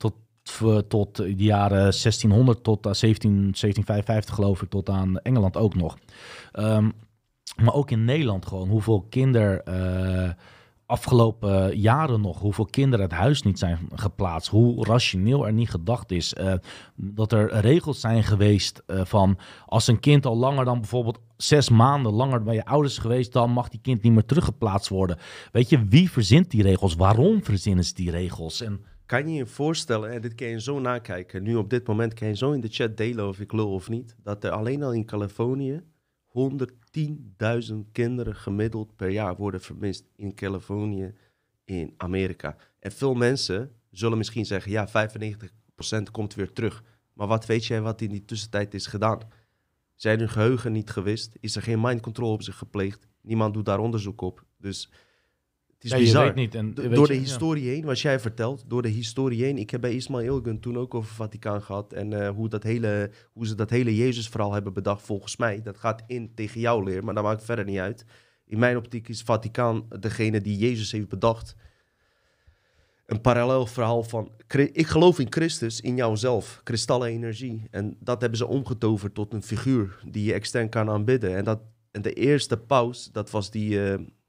Tot de jaren 1600 tot 1755 geloof ik, tot aan Engeland ook nog. Maar ook in Nederland gewoon. Hoeveel afgelopen jaren nog, hoeveel kinderen uit huis niet zijn geplaatst. Hoe rationeel er niet gedacht is. Dat er regels zijn geweest van als een kind al langer dan bijvoorbeeld 6 maanden langer bij je ouders geweest, dan mag die kind niet meer teruggeplaatst worden. Weet je, wie verzint die regels? Waarom verzinnen ze die regels? En kan je je voorstellen, en dit kan je zo nakijken, nu op dit moment kan je zo in de chat delen of ik lul of niet, dat er alleen al in Californië 110.000 kinderen gemiddeld per jaar worden vermist in Californië, in Amerika. En veel mensen zullen misschien zeggen, ja, 95% komt weer terug. Maar wat weet jij wat in die tussentijd is gedaan? Zijn hun geheugen niet gewist? Is er geen mind control op zich gepleegd? Niemand doet daar onderzoek op. Dus het is bizar. Je weet niet. En, door de historie heen, wat jij vertelt, door de historie heen. Ik heb bij Ismail Ilgun toen ook over Vaticaan gehad. En hoe ze dat hele Jezus-verhaal hebben bedacht, volgens mij. Dat gaat in tegen jouw leer, maar dat maakt verder niet uit. In mijn optiek is Vaticaan degene die Jezus heeft bedacht. Een parallel verhaal van, ik geloof in Christus, in jouzelf, kristallen energie. En dat hebben ze omgetoverd tot een figuur die je extern kan aanbidden. En de eerste paus, dat was die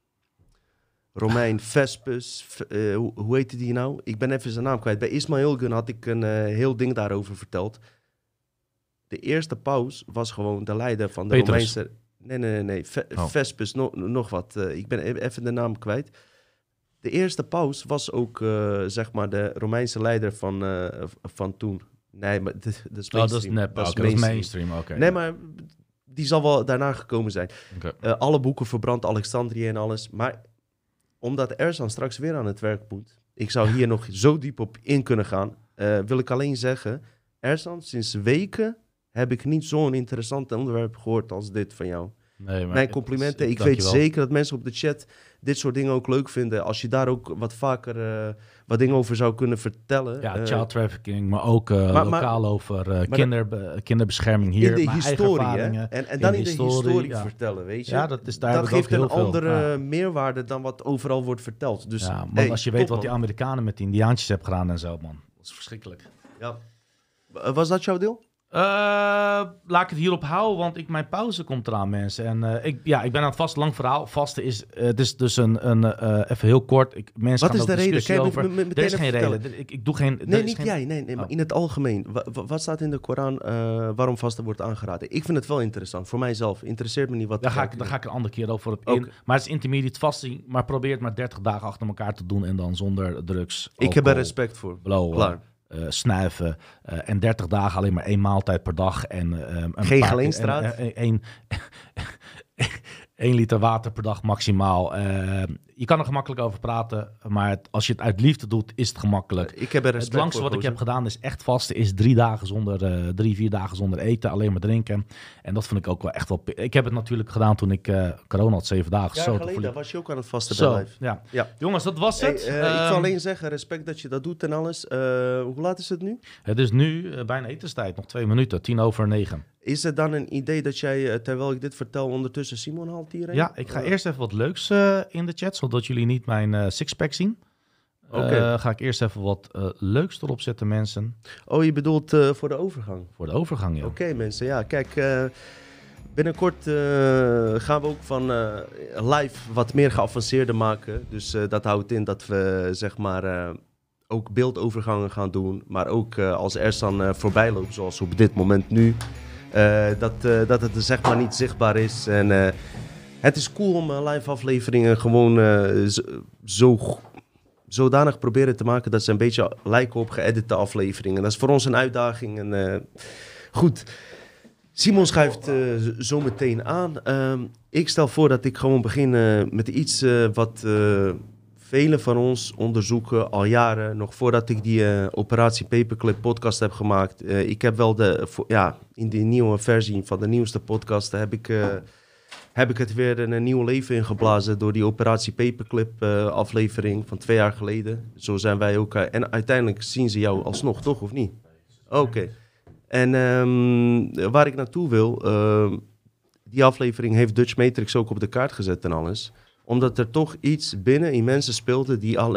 Romein Vespus, hoe heette die nou? Ik ben even zijn naam kwijt. Bij Ismail Ilgun had ik een heel ding daarover verteld. De eerste paus was gewoon de leider van de Petrus. Romeinse... Nee. Vespus, nog wat. Ik ben even de naam kwijt. De eerste paus was ook, zeg maar, de Romeinse leider van toen. Nee, maar dat is mainstream. Dat is nep. Dat is Dat is mainstream, oké. Nee, maar die zal wel daarna gekomen zijn. Okay. Alle boeken verbrand, Alexandrië en alles. Maar omdat Ersan straks weer aan het werk moet, ik zou hier nog zo diep op in kunnen gaan, wil ik alleen zeggen, Ersan, sinds weken heb ik niet zo'n interessant onderwerp gehoord als dit van jou. Nee, maar mijn complimenten. Ik weet zeker dat mensen op de chat dit soort dingen ook leuk vinden. Als je daar ook wat vaker wat dingen over zou kunnen vertellen. Ja, child trafficking, maar ook lokaal over kinderbescherming hier. In de historie, hè? En dan in de historie ja. vertellen, weet je. Ja, dat geeft een andere veel. meerwaarde dan wat overal wordt verteld. Dus, ja, man, als je weet wat die Amerikanen met die Indiaantjes hebben gedaan en zo, man. Dat is verschrikkelijk. Ja. Was dat jouw deel? Laat ik het hierop houden, want mijn pauze komt eraan, mensen. En ik ben aan het vasten, lang verhaal. Vasten is, het is dus even heel kort. Mensen wat is de reden? Kijk, over. Er is geen reden. Ik doe geen... Nee, niet jij. Nee, maar in het algemeen. Wat staat in de Koran waarom vasten wordt aangeraden? Ik vind het wel interessant. Voor mijzelf. Interesseert me niet wat... Daar ga ik een andere keer over op in. Maar het is intermediate fasting. Maar probeer het maar 30 dagen achter elkaar te doen. En dan zonder drugs, alcohol, ik heb er respect voor. Klaar. Snuiven en 30 dagen alleen maar 1 maaltijd per dag en geen Geleenstraat. 1 liter water per dag maximaal. Je kan er gemakkelijk over praten, maar als je het uit liefde doet, is het gemakkelijk. Ik heb er respect het langste voor, wat ik heb gedaan is echt vasten, is 3 dagen zonder 4 dagen zonder eten, alleen maar drinken. En dat vind ik ook wel echt wel... Ik heb het natuurlijk gedaan toen ik corona had, 7 dagen. Ja, geleden was je ook aan het vasten bij live. Ja. Jongens, dat was het. Ik zal alleen zeggen, respect dat je dat doet en alles. Hoe laat is het nu? Het is nu bijna etenstijd, nog 2 minuten, 9:10. Is er dan een idee dat jij, terwijl ik dit vertel, ondertussen Simon haalt hierheen? Ja, ik ga eerst even wat leuks in de chat, zodat jullie niet mijn sixpack zien. Ga ik eerst even wat leuks erop zetten, mensen. Oh, je bedoelt voor de overgang? Voor de overgang, ja. Oké, mensen. Ja, kijk, binnenkort gaan we ook van live wat meer geavanceerder maken. Dus dat houdt in dat we, zeg maar... ook beeldovergangen gaan doen, maar ook als Ersan voorbij loopt, zoals op dit moment nu... dat het zeg maar niet zichtbaar is. En het is cool om live afleveringen gewoon zodanig proberen te maken dat ze een beetje lijken op geëdite afleveringen. Dat is voor ons een uitdaging. En, goed, Simon schuift zo meteen aan. Ik stel voor dat ik gewoon begin met iets wat... velen van ons onderzoeken al jaren, nog voordat ik die Operatie Paperclip podcast heb gemaakt. Ik heb wel in die nieuwe versie van de nieuwste podcast heb ik het weer een nieuw leven ingeblazen door die Operatie Paperclip aflevering van 2 jaar geleden. Zo zijn wij ook. En uiteindelijk zien ze jou alsnog, toch? Of niet? Oké. En waar ik naartoe wil, die aflevering heeft Dutch Matrix ook op de kaart gezet en alles. Omdat er toch iets binnen in mensen speelde die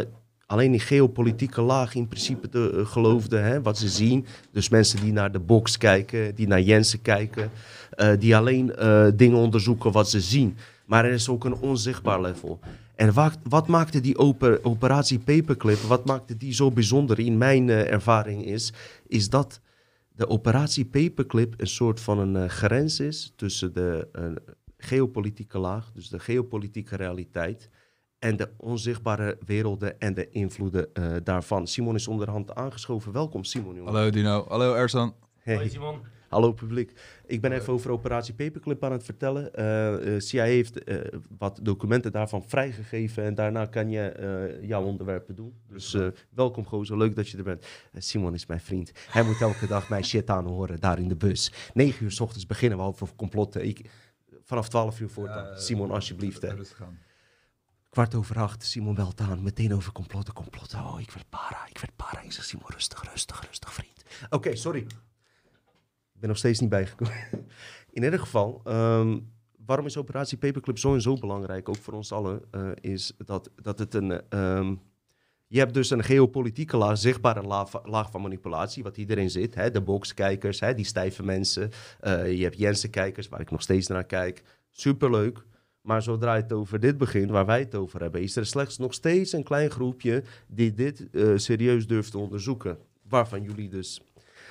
alleen die geopolitieke laag in principe geloofden, hè, wat ze zien. Dus mensen die naar de box kijken, die naar Jensen kijken, die alleen dingen onderzoeken wat ze zien. Maar er is ook een onzichtbaar level. En wat maakte die operatie Paperclip, wat maakte die zo bijzonder in mijn ervaring is dat de operatie Paperclip een soort van een grens is tussen de geopolitieke laag, dus de geopolitieke realiteit, en de onzichtbare werelden en de invloeden daarvan. Simon is onderhand aangeschoven. Welkom Simon, jongen. Hallo Dino. Hallo Ersan. Hey. Hoi Simon. Hallo publiek. Ik ben even over operatie Paperclip aan het vertellen. CIA heeft wat documenten daarvan vrijgegeven en daarna kan je jouw onderwerpen doen. Dus welkom gozer, leuk dat je er bent. Simon is mijn vriend. Hij moet elke dag mijn shit aanhoren daar in de bus. 9 uur 's ochtends beginnen we over complotten. Vanaf 12 uur voortaan. Simon, alsjeblieft. Rustig aan. 7:15, Simon belt aan. Meteen over complotten. Oh, ik werd para. Ik zeg, Simon, rustig, vriend. Oké, sorry. Ik ben nog steeds niet bijgekomen. In ieder geval, waarom is operatie Paperclip zo en zo belangrijk, ook voor ons allen, is dat het een... je hebt dus een geopolitieke laag, zichtbare laag van manipulatie, wat iedereen zit. Hè? De boxkijkers, hè? Die stijve mensen. Je hebt Jensen-kijkers, waar ik nog steeds naar kijk. Superleuk. Maar zodra het over dit begint, waar wij het over hebben, is er slechts nog steeds een klein groepje die dit serieus durft te onderzoeken. Waarvan jullie dus.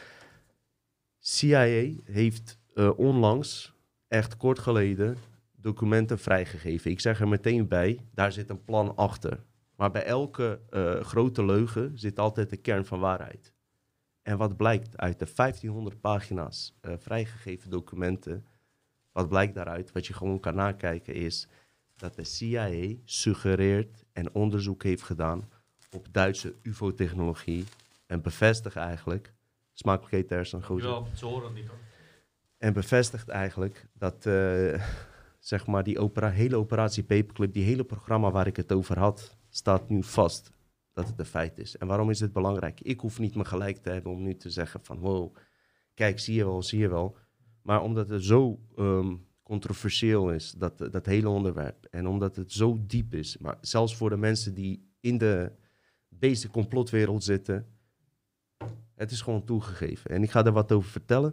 CIA heeft onlangs, echt kort geleden, documenten vrijgegeven. Ik zeg er meteen bij, daar zit een plan achter. Maar bij elke grote leugen zit altijd de kern van waarheid. En wat blijkt uit de 1500 pagina's vrijgegeven documenten, wat blijkt daaruit, wat je gewoon kan nakijken, is dat de CIA suggereert en onderzoek heeft gedaan op Duitse UFO-technologie en bevestigt eigenlijk, smakelijk eten er zo'n gozer. Jawel, ze horen het niet hoor. En bevestigt eigenlijk dat zeg maar die hele operatie Paperclip, die hele programma waar ik het over had, staat nu vast dat het een feit is. En waarom is dit belangrijk? Ik hoef niet me gelijk te hebben om nu te zeggen van wow, kijk, zie je wel. Maar omdat het zo controversieel is, dat hele onderwerp. En omdat het zo diep is. Maar zelfs voor de mensen die in deze complotwereld zitten, het is gewoon toegegeven. En ik ga er wat over vertellen.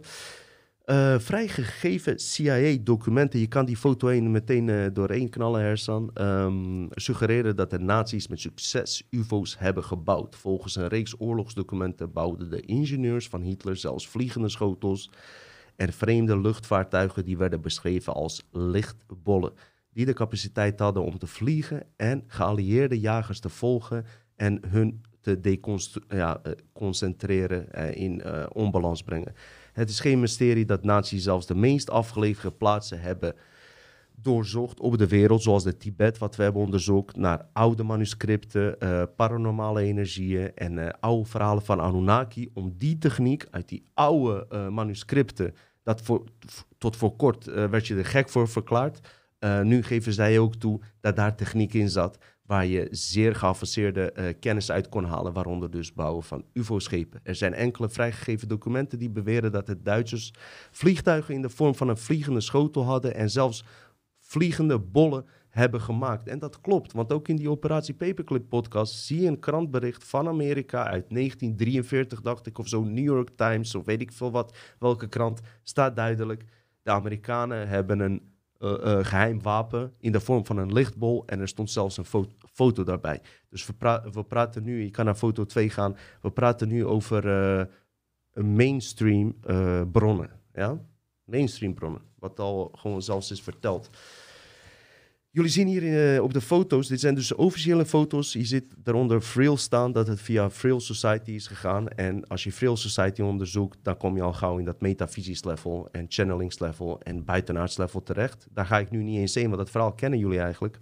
Vrijgegeven CIA-documenten, je kan die foto meteen doorheen knallen, Hersan, suggereren dat de nazi's met succes UFO's hebben gebouwd. Volgens een reeks oorlogsdocumenten bouwden de ingenieurs van Hitler zelfs vliegende schotels en vreemde luchtvaartuigen die werden beschreven als lichtbollen, die de capaciteit hadden om te vliegen en geallieerde jagers te volgen en hun te concentreren in onbalans brengen. Het is geen mysterie dat nazi's zelfs de meest afgelegen plaatsen hebben doorzocht op de wereld, zoals de Tibet, wat we hebben onderzocht, naar oude manuscripten, paranormale energieën en oude verhalen van Anunnaki, om die techniek uit die oude manuscripten, tot voor kort werd je er gek voor verklaard. Nu geven zij ook toe dat daar techniek in zat waar je zeer geavanceerde kennis uit kon halen, waaronder dus bouwen van UFO-schepen. Er zijn enkele vrijgegeven documenten die beweren dat de Duitsers vliegtuigen in de vorm van een vliegende schotel hadden en zelfs vliegende bollen hebben gemaakt. En dat klopt, want ook in die Operatie Paperclip podcast zie je een krantbericht van Amerika uit 1943, dacht ik, of zo, New York Times, of weet ik veel wat, welke krant, staat duidelijk. De Amerikanen hebben een geheim wapen in de vorm van een lichtbol en er stond zelfs een foto daarbij. Dus we praten nu, je kan naar foto 2 gaan, we praten nu over mainstream bronnen. Ja? Mainstream bronnen, wat al gewoon zelfs is verteld. Jullie zien hier op de foto's, dit zijn dus officiële foto's. Je ziet daaronder Frill staan, dat het via Frill Society is gegaan. En als je Frill Society onderzoekt, dan kom je al gauw in dat metafysisch level en channelings level en buitenaards level terecht. Daar ga ik nu niet eens heen, want dat verhaal kennen jullie eigenlijk.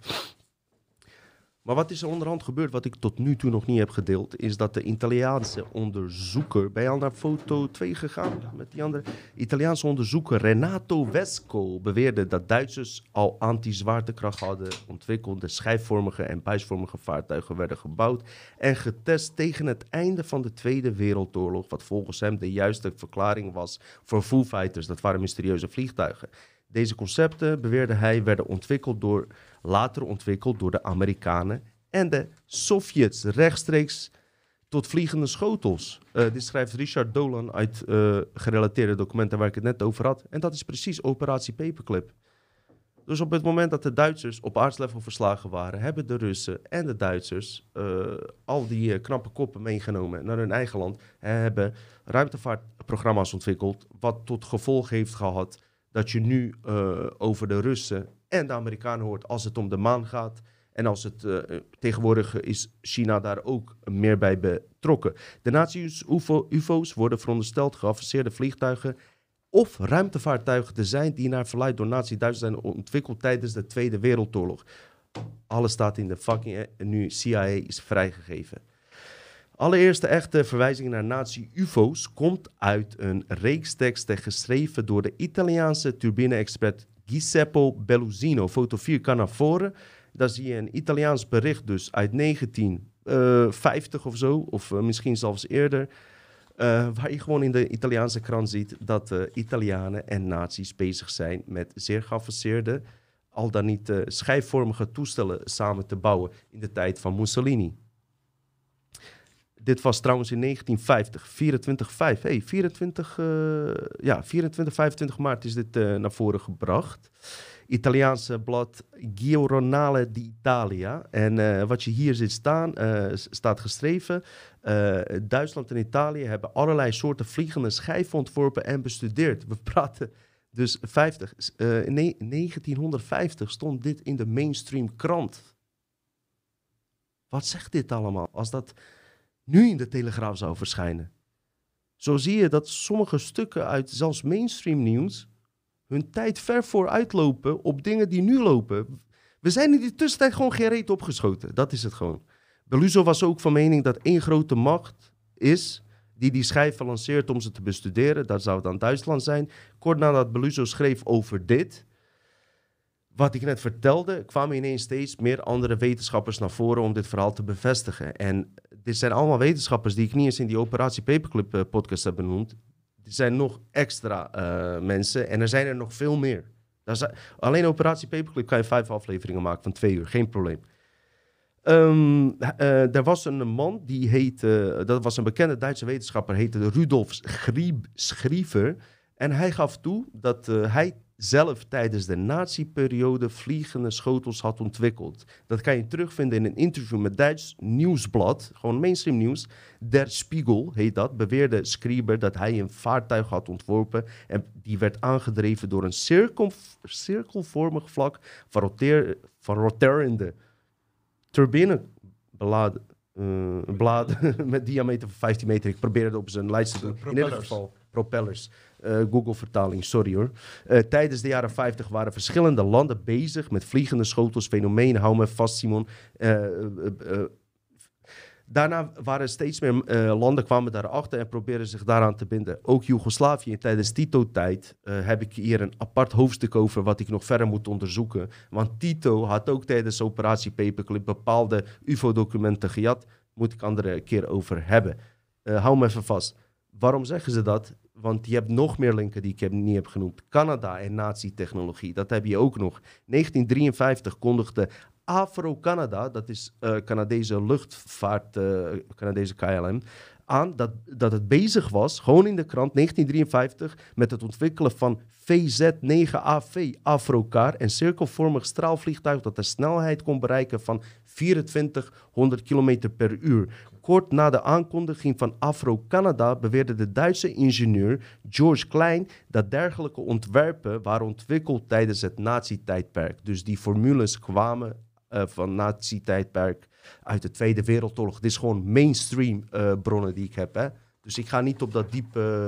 Maar wat is er onderhand gebeurd, wat ik tot nu toe nog niet heb gedeeld, is dat de Italiaanse onderzoeker, ben je al naar foto 2 gegaan met die andere? Italiaanse onderzoeker Renato Vesco beweerde dat Duitsers al anti-zwaartekracht hadden ontwikkeld. De schijfvormige en buisvormige vaartuigen werden gebouwd en getest tegen het einde van de Tweede Wereldoorlog, wat volgens hem de juiste verklaring was voor Foo Fighters. Dat waren mysterieuze vliegtuigen. Deze concepten, beweerde hij, werden later ontwikkeld door de Amerikanen en de Sovjets rechtstreeks tot vliegende schotels. Dit schrijft Richard Dolan uit gerelateerde documenten waar ik het net over had. En dat is precies operatie Paperclip. Dus op het moment dat de Duitsers op aardslevel verslagen waren, hebben de Russen en de Duitsers al die knappe koppen meegenomen naar hun eigen land. Hebben ruimtevaartprogramma's ontwikkeld, wat tot gevolg heeft gehad dat je nu over de Russen en de Amerikanen hoort als het om de maan gaat. En als het tegenwoordig is China daar ook meer bij betrokken. De nazi-UFO's worden verondersteld geavanceerde vliegtuigen of ruimtevaartuigen te zijn die naar verluidt door nazi-Duitsers zijn ontwikkeld tijdens de Tweede Wereldoorlog. Alles staat in de fucking... Nu CIA is vrijgegeven. Allereerste echte verwijzing naar nazi-UFO's komt uit een reeks teksten geschreven door de Italiaanse turbine-expert Giuseppe Belluzino. Foto 4 kan naar voren. Daar zie je een Italiaans bericht dus uit 1950 of zo, of misschien zelfs eerder, waar je gewoon in de Italiaanse krant ziet dat Italianen en nazi's bezig zijn met zeer geavanceerde, al dan niet schijfvormige toestellen samen te bouwen in de tijd van Mussolini. Dit was trouwens in 1950, 24, 25 maart is dit naar voren gebracht. Italiaanse blad Giornale d'Italia. En wat je hier ziet staan, staat geschreven. Duitsland en Italië hebben allerlei soorten vliegende schijven ontworpen en bestudeerd. We praten dus 1950 stond dit in de mainstream krant. Wat zegt dit allemaal als dat nu in de Telegraaf zou verschijnen? Zo zie je dat sommige stukken uit zelfs mainstream nieuws hun tijd ver vooruit lopen op dingen die nu lopen. We zijn in die tussentijd gewoon geen reet opgeschoten. Dat is het gewoon. Belluso was ook van mening dat één grote macht is die schijven lanceert om ze te bestuderen. Dat zou dan Duitsland zijn. Kort nadat Belluso schreef over dit, wat ik net vertelde, kwamen ineens steeds meer andere wetenschappers naar voren om dit verhaal te bevestigen. En dit zijn allemaal wetenschappers die ik niet eens in die Operatie Paperclip podcast heb benoemd. Er zijn nog extra mensen en er zijn er nog veel meer. Alleen Operatie Paperclip kan je 5 afleveringen maken van 2 uur, geen probleem. Er was een man, die heette, dat was een bekende Duitse wetenschapper, heette Rudolf Schriever. En hij gaf toe dat hij zelf tijdens de nazi-periode vliegende schotels had ontwikkeld. Dat kan je terugvinden in een interview met Duits nieuwsblad, gewoon mainstream nieuws. Der Spiegel heet dat, beweerde Schriever dat hij een vaartuig had ontworpen en die werd aangedreven door een cirkelvormig vlak van roterende turbinebladen met diameter van 15 meter. Ik probeerde het op zijn lijst te doen. In ieder geval propellers. Google-vertaling, sorry hoor. Tijdens de jaren 50 waren verschillende landen bezig met vliegende schotels, fenomenen. Hou me vast, Simon. Daarna waren steeds meer landen kwamen daarachter en probeerden zich daaraan te binden. Ook Joegoslavië tijdens Tito-tijd heb ik hier een apart hoofdstuk over wat ik nog verder moet onderzoeken. Want Tito had ook tijdens Operatie Paperclip bepaalde UFO-documenten gejat. Moet ik andere keer over hebben. Hou me even vast. Waarom zeggen ze dat? Want je hebt nog meer linken die ik niet heb genoemd. Canada en nazi-technologie, dat heb je ook nog. 1953 kondigde Avro-Canada, dat is Canadese luchtvaart, Canadese KLM, aan dat het bezig was, gewoon in de krant, 1953, met het ontwikkelen van VZ-9AV, Avrocar, een cirkelvormig straalvliegtuig dat de snelheid kon bereiken van 2400 km per uur. Kort na de aankondiging van Avro-Canada beweerde de Duitse ingenieur George Klein dat dergelijke ontwerpen waren ontwikkeld tijdens het nazi-tijdperk. Dus die formules kwamen van nazi-tijdperk uit de Tweede Wereldoorlog. Dit is gewoon mainstream bronnen die ik heb. Hè? Dus ik ga niet op dat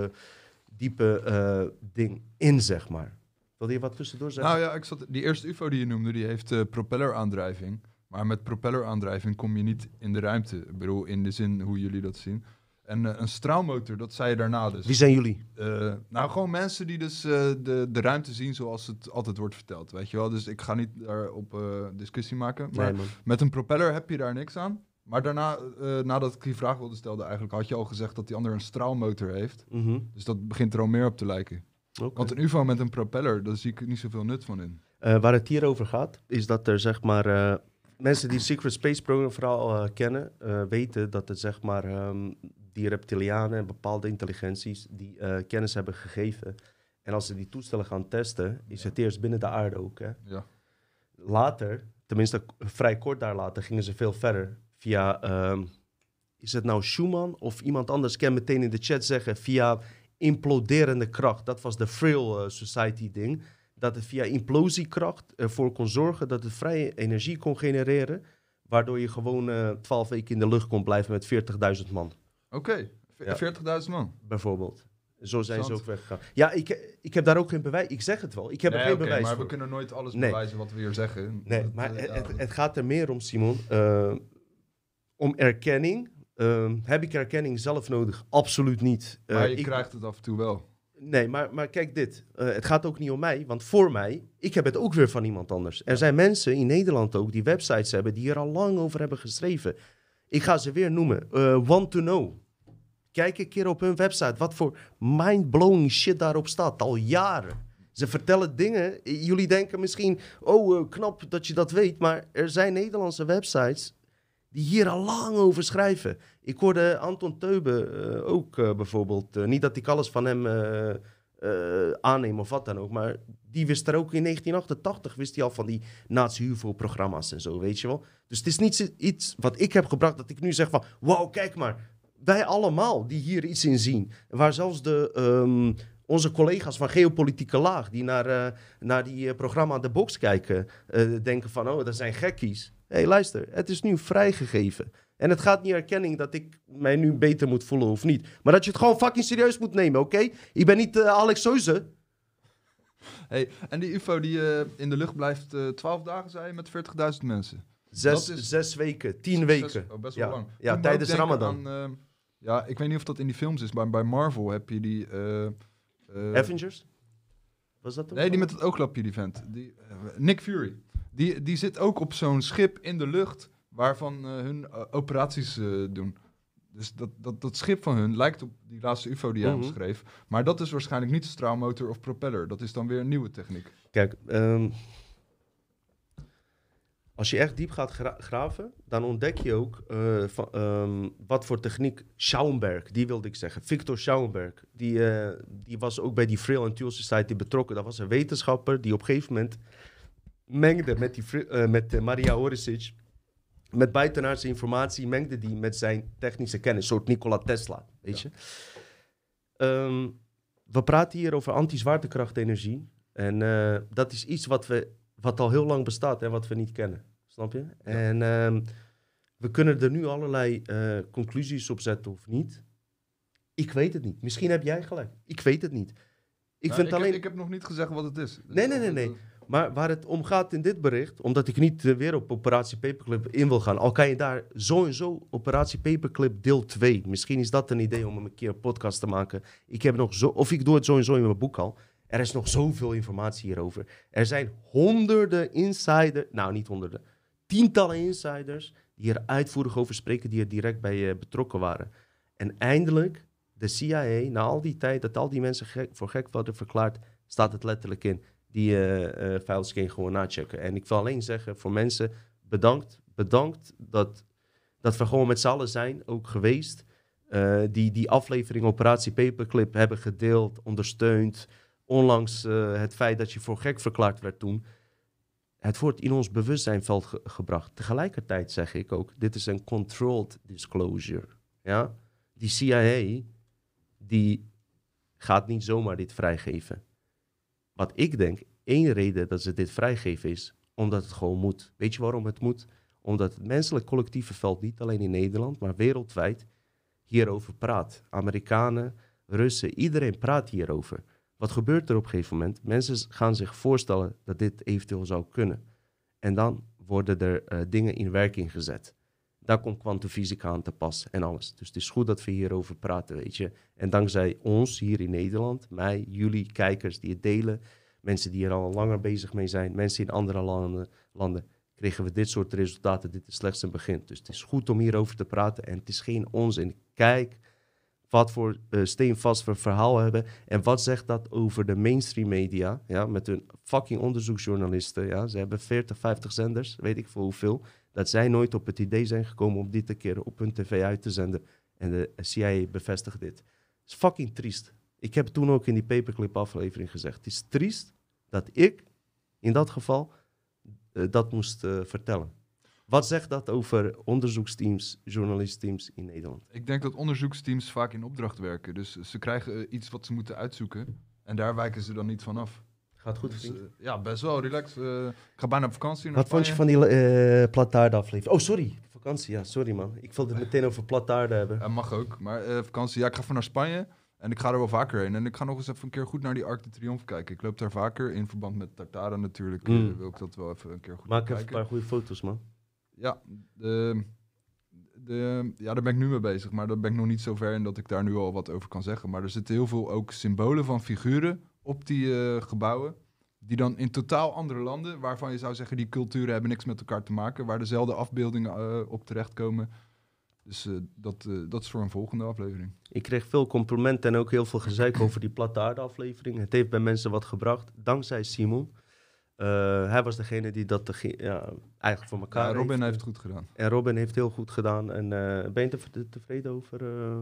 diepe ding in, zeg maar. Wil je wat tussendoor zeggen? Nou ja, die eerste UFO die je noemde, die heeft propelleraandrijving. Maar met propelleraandrijving kom je niet in de ruimte. Ik bedoel, in de zin hoe jullie dat zien. En een straalmotor, dat zei je daarna dus. Wie zijn jullie? Nou, gewoon mensen die dus de ruimte zien zoals het altijd wordt verteld, weet je wel. Dus ik ga niet daarop discussie maken. Maar Nee, met een propeller heb je daar niks aan. Maar daarna, nadat ik die vraag wilde stellen eigenlijk, had je al gezegd dat die ander een straalmotor heeft. Mm-hmm. Dus dat begint er al meer op te lijken. Okay. Want een UFO met een propeller, daar zie ik niet zoveel nut van in. Waar het hier over gaat, is dat er zeg maar mensen die Secret Space Program vooral kennen, weten dat het zeg maar die reptilianen en bepaalde intelligenties die kennis hebben gegeven. En als ze die toestellen gaan testen, is het eerst binnen de aarde ook. Hè? Ja. Later, tenminste vrij kort daar later, gingen ze veel verder via, is het nou Schumann of iemand anders kan meteen in de chat zeggen, via imploderende kracht. Dat was de Frail Society ding. Dat het via implosiekracht ervoor kon zorgen dat het vrije energie kon genereren, waardoor je gewoon 12 weken in de lucht kon blijven met 40.000 man. Oké, 40.000 man. Bijvoorbeeld. Zo zijn ze ook weggegaan. Ja, ik heb daar ook geen bewijs. Ik zeg het wel. Ik heb er geen bewijs maar voor. we kunnen nooit alles bewijzen wat we hier zeggen. Nee, maar het gaat er meer om, Simon. Om erkenning. Heb ik erkenning zelf nodig? Absoluut niet. Maar je krijgt het af en toe wel. Nee, maar kijk dit. Het gaat ook niet om mij, want voor mij, ik heb het ook weer van iemand anders. Er zijn mensen in Nederland ook die websites hebben die hier al lang over hebben geschreven. Ik ga ze weer noemen. Want to Know. Kijk een keer op hun website wat voor mind-blowing shit daarop staat. Al jaren. Ze vertellen dingen. Jullie denken misschien, knap dat je dat weet. Maar er zijn Nederlandse websites die hier al lang over schrijven. Ik hoorde Anton Teube ook bijvoorbeeld. Niet dat ik alles van hem aanneem of wat dan ook. Maar die wist er ook in 1988 wist hij al van die Nazi-UFO-programma's en zo, weet je wel. Dus het is niet iets wat ik heb gebracht dat ik nu zeg van, wow, kijk maar. Wij allemaal die hier iets in zien. Waar zelfs onze collega's van Geopolitieke Laag, die naar die programma The Box kijken, denken van, dat zijn gekkies. Hé, luister, het is nu vrijgegeven. En het gaat niet erkenning dat ik mij nu beter moet voelen of niet. Maar dat je het gewoon fucking serieus moet nemen, oké? Ik ben niet Alex Soze. Hey, en die UFO die in de lucht blijft 12 dagen, zei je, met 40.000 mensen. 6 weken, 10 weken. Best wel lang. Ja, tijdens Ramadan. Ja, ik weet niet of dat in die films is, maar bij Marvel heb je die... Avengers? Was dat Nee, die met het ooglapje, die vent. Nick Fury. Die zit ook op zo'n schip in de lucht waarvan hun operaties doen. Dus dat schip van hun lijkt op die laatste UFO die jij beschreef. Maar dat is waarschijnlijk niet straalmotor of propeller. Dat is dan weer een nieuwe techniek. Kijk, als je echt diep gaat graven, dan ontdek je ook wat voor techniek Schauenberg, die wilde ik zeggen. Victor Schauenberg, die was ook bij die Frail and Tool Society betrokken. Dat was een wetenschapper die op een gegeven moment mengde met Maria Oresic, met buitenaardse informatie, mengde die met zijn technische kennis. Een soort Nikola Tesla, weet je. We praten hier over anti-zwaartekrachtenergie. En dat is iets wat al heel lang bestaat en wat we niet kennen. Snap je? Ja. En we kunnen er nu allerlei conclusies op zetten of niet. Ik weet het niet. Misschien heb jij gelijk. Ik weet het niet. Ik heb nog niet gezegd wat het is. Nee. Maar waar het om gaat in dit bericht, omdat ik niet weer op Operatie Paperclip in wil gaan, al kan je daar sowieso Operatie Paperclip deel 2. Misschien is dat een idee om een keer een podcast te maken. Ik doe het sowieso in mijn boek al. Er is nog zoveel informatie hierover. Er zijn honderden insiders, nou niet honderden, tientallen insiders die er uitvoerig over spreken, die er direct bij betrokken waren. En eindelijk, de CIA, na al die tijd dat al die mensen voor gek worden verklaard, staat het letterlijk in. Die files kun je gewoon nachecken. En ik wil alleen zeggen, voor mensen, bedankt dat we gewoon met z'n allen zijn, ook geweest. Die aflevering Operatie Paperclip hebben gedeeld, ondersteund. Ondanks het feit dat je voor gek verklaard werd toen. Het wordt in ons bewustzijnveld gebracht. Tegelijkertijd zeg ik ook, dit is een controlled disclosure. Ja? Die CIA, die gaat niet zomaar dit vrijgeven. Wat ik denk, één reden dat ze dit vrijgeven is, omdat het gewoon moet. Weet je waarom het moet? Omdat het menselijk collectieve veld, niet alleen in Nederland, maar wereldwijd, hierover praat. Amerikanen, Russen, iedereen praat hierover. Wat gebeurt er op een gegeven moment? Mensen gaan zich voorstellen dat dit eventueel zou kunnen. En dan worden er dingen in werking gezet. Daar komt kwantumfysica aan te pas en alles. Dus het is goed dat we hierover praten, weet je. En dankzij ons hier in Nederland, mij, jullie, kijkers die het delen, mensen die er al langer bezig mee zijn, mensen in andere landen, kregen we dit soort resultaten. Dit is slechts een begin. Dus het is goed om hierover te praten en het is geen onzin. Kijk wat voor steenvast verhaal hebben. En wat zegt dat over de mainstream media? Ja, met hun fucking onderzoeksjournalisten. Ja, ze hebben 40, 50 zenders, weet ik veel hoeveel. dat zij nooit op het idee zijn gekomen om dit een keer op hun tv uit te zenden. En de CIA bevestigt dit. Het is fucking triest. Ik heb toen ook in die Paperclip aflevering gezegd. Het is triest dat ik in dat geval dat moest vertellen. Wat zegt dat over onderzoeksteams, journalistenteams in Nederland? Ik denk dat onderzoeksteams vaak in opdracht werken. Dus ze krijgen iets wat ze moeten uitzoeken. En daar wijken ze dan niet van af. Gaat goed, Dus, vriend? ja, best wel. Relax. Ik ga bijna op vakantie naar Wat vond je van Spanje. die plataardenaflevering? Oh, sorry. Vakantie, ja. Sorry, man. Ik wilde het meteen over plataarden hebben. Mag ook. Maar vakantie, ja, ik ga van naar Spanje. En ik ga er wel vaker heen. En ik ga nog eens even een keer goed naar die Arc de Triomphe kijken. Ik loop daar vaker in verband met Tartara natuurlijk. Wil ik dat wel even een keer goed Maak even kijken. een paar goede foto's, man. Ja, ja, daar ben ik nu mee bezig. Maar daar ben ik nog niet zo ver in dat ik daar nu al wat over kan zeggen. Maar er zitten heel veel ook symbolen van figuren op die gebouwen. Die dan in totaal andere landen, waarvan je zou zeggen die culturen hebben niks met elkaar te maken. Waar dezelfde afbeeldingen op terechtkomen. Dus dat is voor een volgende aflevering. Ik kreeg veel complimenten en ook heel veel gezeik over die plataardenaflevering. Het heeft bij mensen wat gebracht, dankzij Simon. Hij was degene die dat eigenlijk voor elkaar Ja, Robin heeft het goed gedaan. En Robin heeft heel goed gedaan. En ben je tevreden over...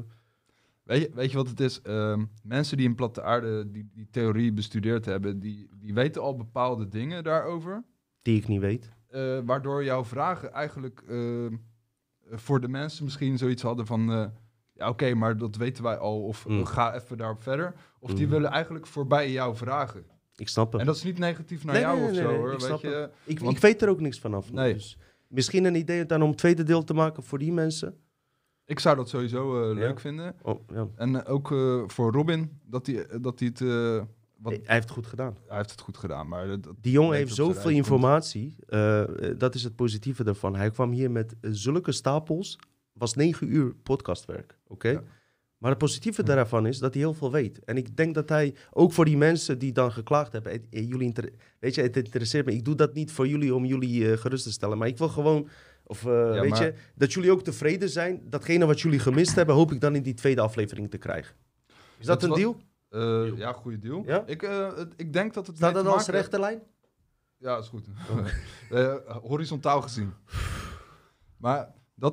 Weet je wat het is? Mensen die in platte aarde die theorie bestudeerd hebben, die weten al bepaalde dingen daarover. Die ik niet weet. Waardoor jouw vragen eigenlijk voor de mensen misschien zoiets hadden van... ja, oké, maar dat weten wij al. Of ga even daarop verder. Of die willen eigenlijk voorbij jouw vragen. Ik snap het. En dat is niet negatief naar jou of zo, hoor. Ik snap Weet je? het. Want- Ik weet er ook niks vanaf. Nee. Dus misschien een idee dan om het tweede deel te maken voor die mensen. Ik zou dat sowieso leuk vinden. Oh, ja. En ook voor Robin, dat hij het... Hij heeft het goed gedaan. Hij heeft het goed gedaan, maar... Die jongen weet heeft op zijn zoveel reis komt. informatie. Dat is het positieve ervan. Hij kwam hier met zulke stapels. Was 9 uur podcastwerk. Oké? Ja. Maar het positieve daarvan is dat hij heel veel weet. En ik denk dat hij, ook voor die mensen die dan geklaagd hebben... weet je, het interesseert me. Ik doe dat niet voor jullie om jullie gerust te stellen. Maar ik wil gewoon... weet je, dat jullie ook tevreden zijn. Datgene wat jullie gemist hebben, hoop ik dan in die tweede aflevering te krijgen. Is dat een deal? Ja, goede deal. Ja? Ik denk dat het... Staat mee dat te als maken- rechte lijn? Ja, is goed. Horizontaal gezien. Maar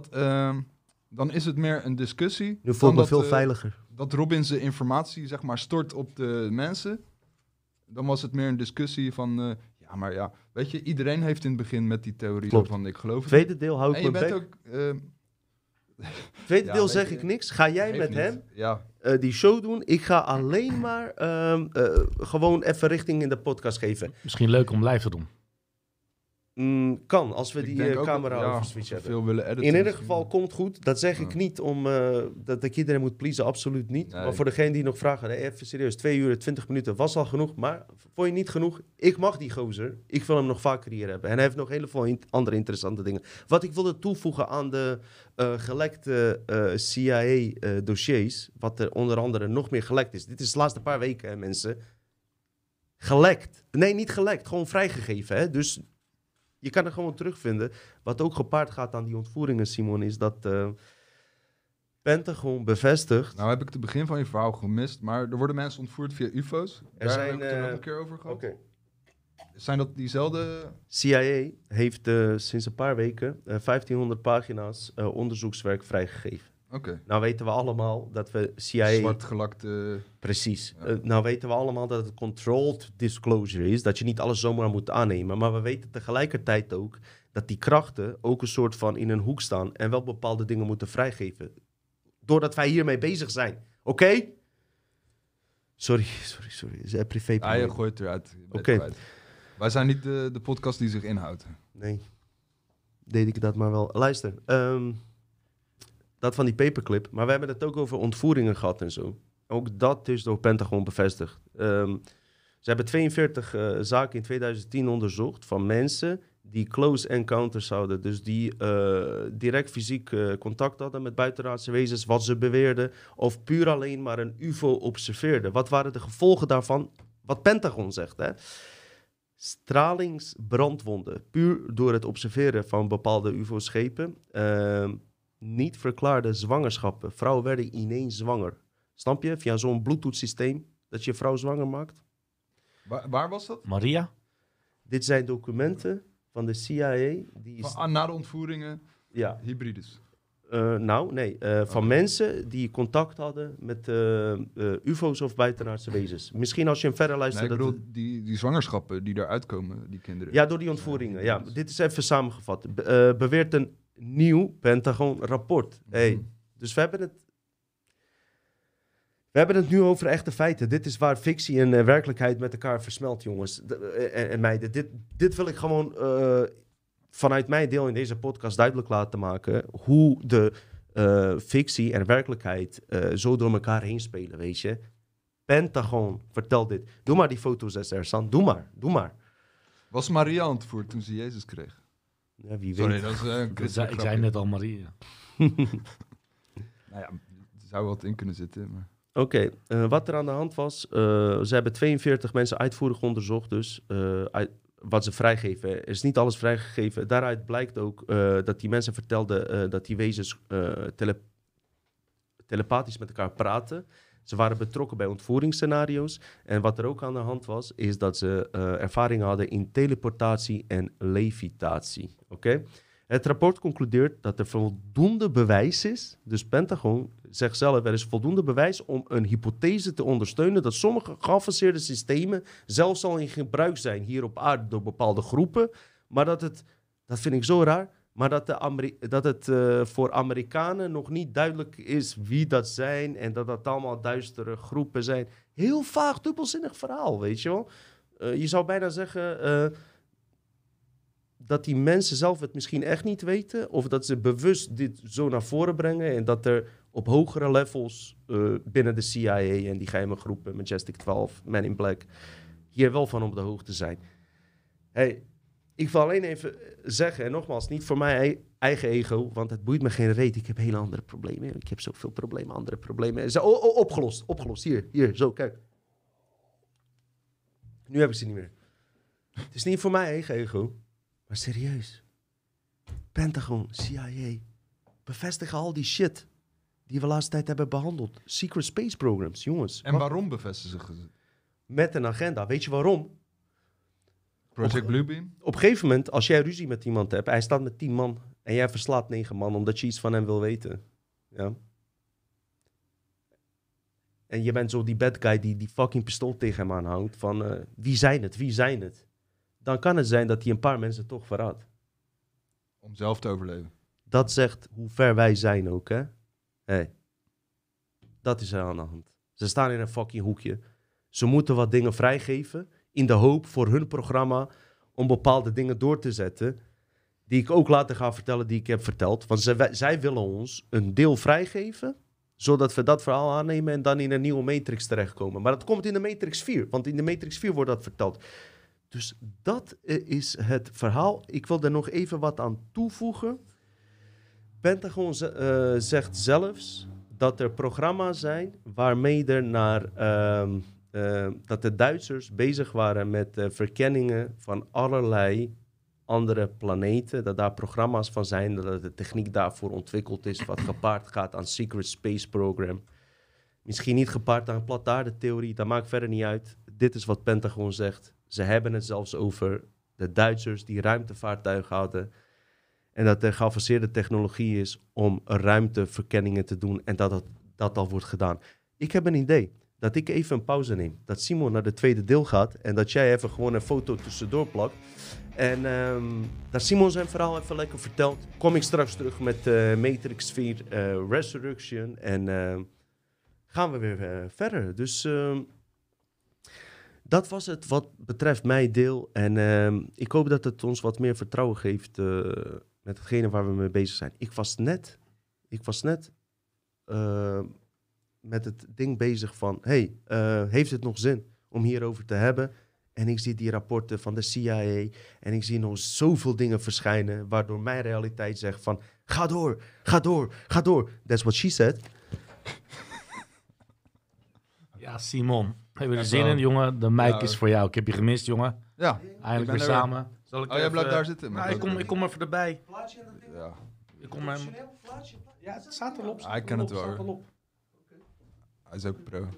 dan is het meer een discussie. Nu voel ik me dan veel dat, veiliger. Dat Robin zijn informatie, zeg maar, stort op de mensen. Dan was het meer een discussie van... ja, maar ja, weet je, iedereen heeft in het begin met die theorie Klopt. van ik geloof het. Tweede deel hou En ik je me bent bek. ook... Tweede Ja, deel weet zeg je, ik niks. Ga jij geeft met niet. hem Ja, die show doen? Ik ga alleen maar gewoon even richting in de podcast geven. Misschien leuk om live te doen. Kan, als we ik die denk ook camera dat- ja, overswitch als we hebben. veel willen editen In ieder misschien. geval komt goed. Dat zeg ik Ja. niet om dat ik iedereen moet pleasen. Absoluut niet. Nee. Maar voor degene die nog vragen, nee, even serieus. 2 uur, 20 minuten was al genoeg. Maar vond je niet genoeg? Ik mag die gozer. Ik wil hem nog vaker hier hebben. En hij heeft nog heel veel andere interessante dingen. Wat ik wilde toevoegen aan de gelekte CIA-dossiers. Wat er onder andere nog meer gelekt is. Dit is de laatste paar weken, hè, mensen. Gelekt. Nee, niet gelekt. Gewoon vrijgegeven. Hè? Dus je kan er gewoon terugvinden. Wat ook gepaard gaat aan die ontvoeringen, Simon, is dat Pentagon bevestigt. Nou heb ik het begin van je verhaal gemist, maar er worden mensen ontvoerd via UFO's. Daar zijn, hebben we het er nog een keer over gehad. Oké. Zijn dat diezelfde... CIA heeft sinds een paar weken 1500 pagina's onderzoekswerk vrijgegeven. Oké. Nou weten we allemaal dat we CIA... Zwart gelakte... Precies. Ja. Nou weten we allemaal dat het controlled disclosure is. Dat je niet alles zomaar moet aannemen. Maar we weten tegelijkertijd ook dat die krachten ook een soort van in een hoek staan. En wel bepaalde dingen moeten vrijgeven. Doordat wij hiermee bezig zijn. Oké? Sorry. Het is privé. Ah, je gooit het eruit. Je bent Oké. kwijt. Wij zijn niet de podcast die zich inhoudt. Nee. Deed ik dat maar wel. Luister. Dat van die paperclip. Maar we hebben het ook over ontvoeringen gehad en zo. Ook dat is door Pentagon bevestigd. Ze hebben 42 zaken in 2010 onderzocht van mensen die close encounters hadden. Dus die direct fysiek contact hadden met buitenaardse wezens, wat ze beweerden. Of puur alleen maar een UFO observeerden. Wat waren de gevolgen daarvan? Wat Pentagon zegt, hè? Stralingsbrandwonden. Puur door het observeren van bepaalde UFO-schepen. Niet verklaarde zwangerschappen. Vrouwen werden ineens zwanger. Snap je? Via zo'n Bluetooth-systeem dat je vrouw zwanger maakt. Waar was dat? Maria? Dit zijn documenten van de CIA. Die is, Na de ontvoeringen, ja, hybrides. van mensen die contact hadden met UFO's of buitenaardse wezens. Misschien als je hem verder Nee, luistert... ik bedoel, die zwangerschappen die eruit komen, die kinderen. Ja, door die ontvoeringen. Ja, dit is even samengevat. Beweert een nieuw Pentagon-rapport. Hey, dus we hebben het nu over echte feiten. Dit is waar fictie en werkelijkheid met elkaar versmelt, jongens en meiden. Dit wil ik gewoon vanuit mijn deel in deze podcast duidelijk laten maken. Hoe de fictie en werkelijkheid zo door elkaar heen spelen, weet je. Pentagon, vertel dit. Doe maar die foto's, Ersan. Doe maar. Was Maria ontvoerd toen ze Jezus kreeg? Ja, wie Sorry, weet. dat is een Ik christelijk zei net al Marie. Nou ja, er zou wat in kunnen zitten, maar... Oké, wat er aan de hand was, ze hebben 42 mensen uitvoerig onderzocht, dus wat ze vrijgeven. Is niet alles vrijgegeven. Daaruit blijkt ook dat die mensen vertelden dat die wezens telepathisch met elkaar praten. Ze waren betrokken bij ontvoeringsscenario's. En wat er ook aan de hand was, is dat ze ervaring hadden in teleportatie en levitatie. Oké? Het rapport concludeert dat er voldoende bewijs is. Dus Pentagon zegt zelf, er is voldoende bewijs om een hypothese te ondersteunen dat sommige geavanceerde systemen zelfs al in gebruik zijn hier op aarde door bepaalde groepen. Maar dat vind ik zo raar, maar dat het voor Amerikanen nog niet duidelijk is wie dat zijn en dat dat allemaal duistere groepen zijn. Heel vaag, dubbelzinnig verhaal, weet je wel. Je zou bijna zeggen... dat die mensen zelf het misschien echt niet weten, of dat ze bewust dit zo naar voren brengen en dat er op hogere levels binnen de CIA en die geheime groepen, Majestic 12, Men in Black, hier wel van op de hoogte zijn. Hey, ik wil alleen even zeggen, en nogmaals, niet voor mijn eigen ego, want het boeit me geen reet. Ik heb hele andere problemen. Ik heb zoveel problemen, andere problemen. Opgelost. Hier, zo, kijk. Nu heb ik ze niet meer. Het is niet voor mijn eigen ego. Maar serieus, Pentagon, CIA, bevestigen al die shit die we de laatste tijd hebben behandeld. Secret Space Programs, jongens. En waarom bevestigen ze? Met een agenda. Weet je waarom? Project Bluebeam? Op een gegeven moment, als jij ruzie met iemand hebt, hij staat met 10 man en jij verslaat 9 man omdat je iets van hem wil weten. Ja. En je bent zo die bad guy die fucking pistool tegen hem aanhoudt van wie zijn het? Dan kan het zijn dat hij een paar mensen toch verraadt. Om zelf te overleven. Dat zegt hoe ver wij zijn ook, hè? Hey, dat is er aan de hand. Ze staan in een fucking hoekje. Ze moeten wat dingen vrijgeven in de hoop voor hun programma om bepaalde dingen door te zetten die ik ook later ga vertellen die ik heb verteld. Want zij willen ons een deel vrijgeven, zodat we dat verhaal aannemen en dan in een nieuwe Matrix terechtkomen. Maar dat komt in de Matrix 4, want in de Matrix 4 wordt dat verteld. Dus dat is het verhaal. Ik wil er nog even wat aan toevoegen. Pentagon zegt zelfs dat er programma's zijn waarmee er dat de Duitsers bezig waren met verkenningen van allerlei andere planeten. Dat daar programma's van zijn, dat de techniek daarvoor ontwikkeld is, wat gepaard gaat aan Secret Space Program. Misschien niet gepaard aan plataardentheorie, dat maakt verder niet uit. Dit is wat Pentagon zegt. Ze hebben het zelfs over de Duitsers die ruimtevaartuigen hadden. En dat er geavanceerde technologie is om ruimteverkenningen te doen. En dat al wordt gedaan. Ik heb een idee. Dat ik even een pauze neem. Dat Simon naar de tweede deel gaat. En dat jij even gewoon een foto tussendoor plakt. En dat Simon zijn verhaal even lekker vertelt. Kom ik straks terug met Matrix 4 Resurrection. En gaan we weer verder. Dus... dat was het wat betreft mijn deel. En ik hoop dat het ons wat meer vertrouwen geeft met hetgene waar we mee bezig zijn. Ik was net met het ding bezig van... heeft het nog zin om hierover te hebben? En ik zie die rapporten van de CIA... en ik zie nog zoveel dingen verschijnen... waardoor mijn realiteit zegt van... ga door. That's what she said. Ja, Simon. Heb je er zin in, jongen? De mic is voor jou. Ik heb je gemist, jongen. Ja. Eindelijk weer samen. Zal ik jij blijft daar zitten? Nou, ik kom even erbij. Ja. Ik kom hem... Ja, het staat erop. Hij kan het wel. Hij is ook pro.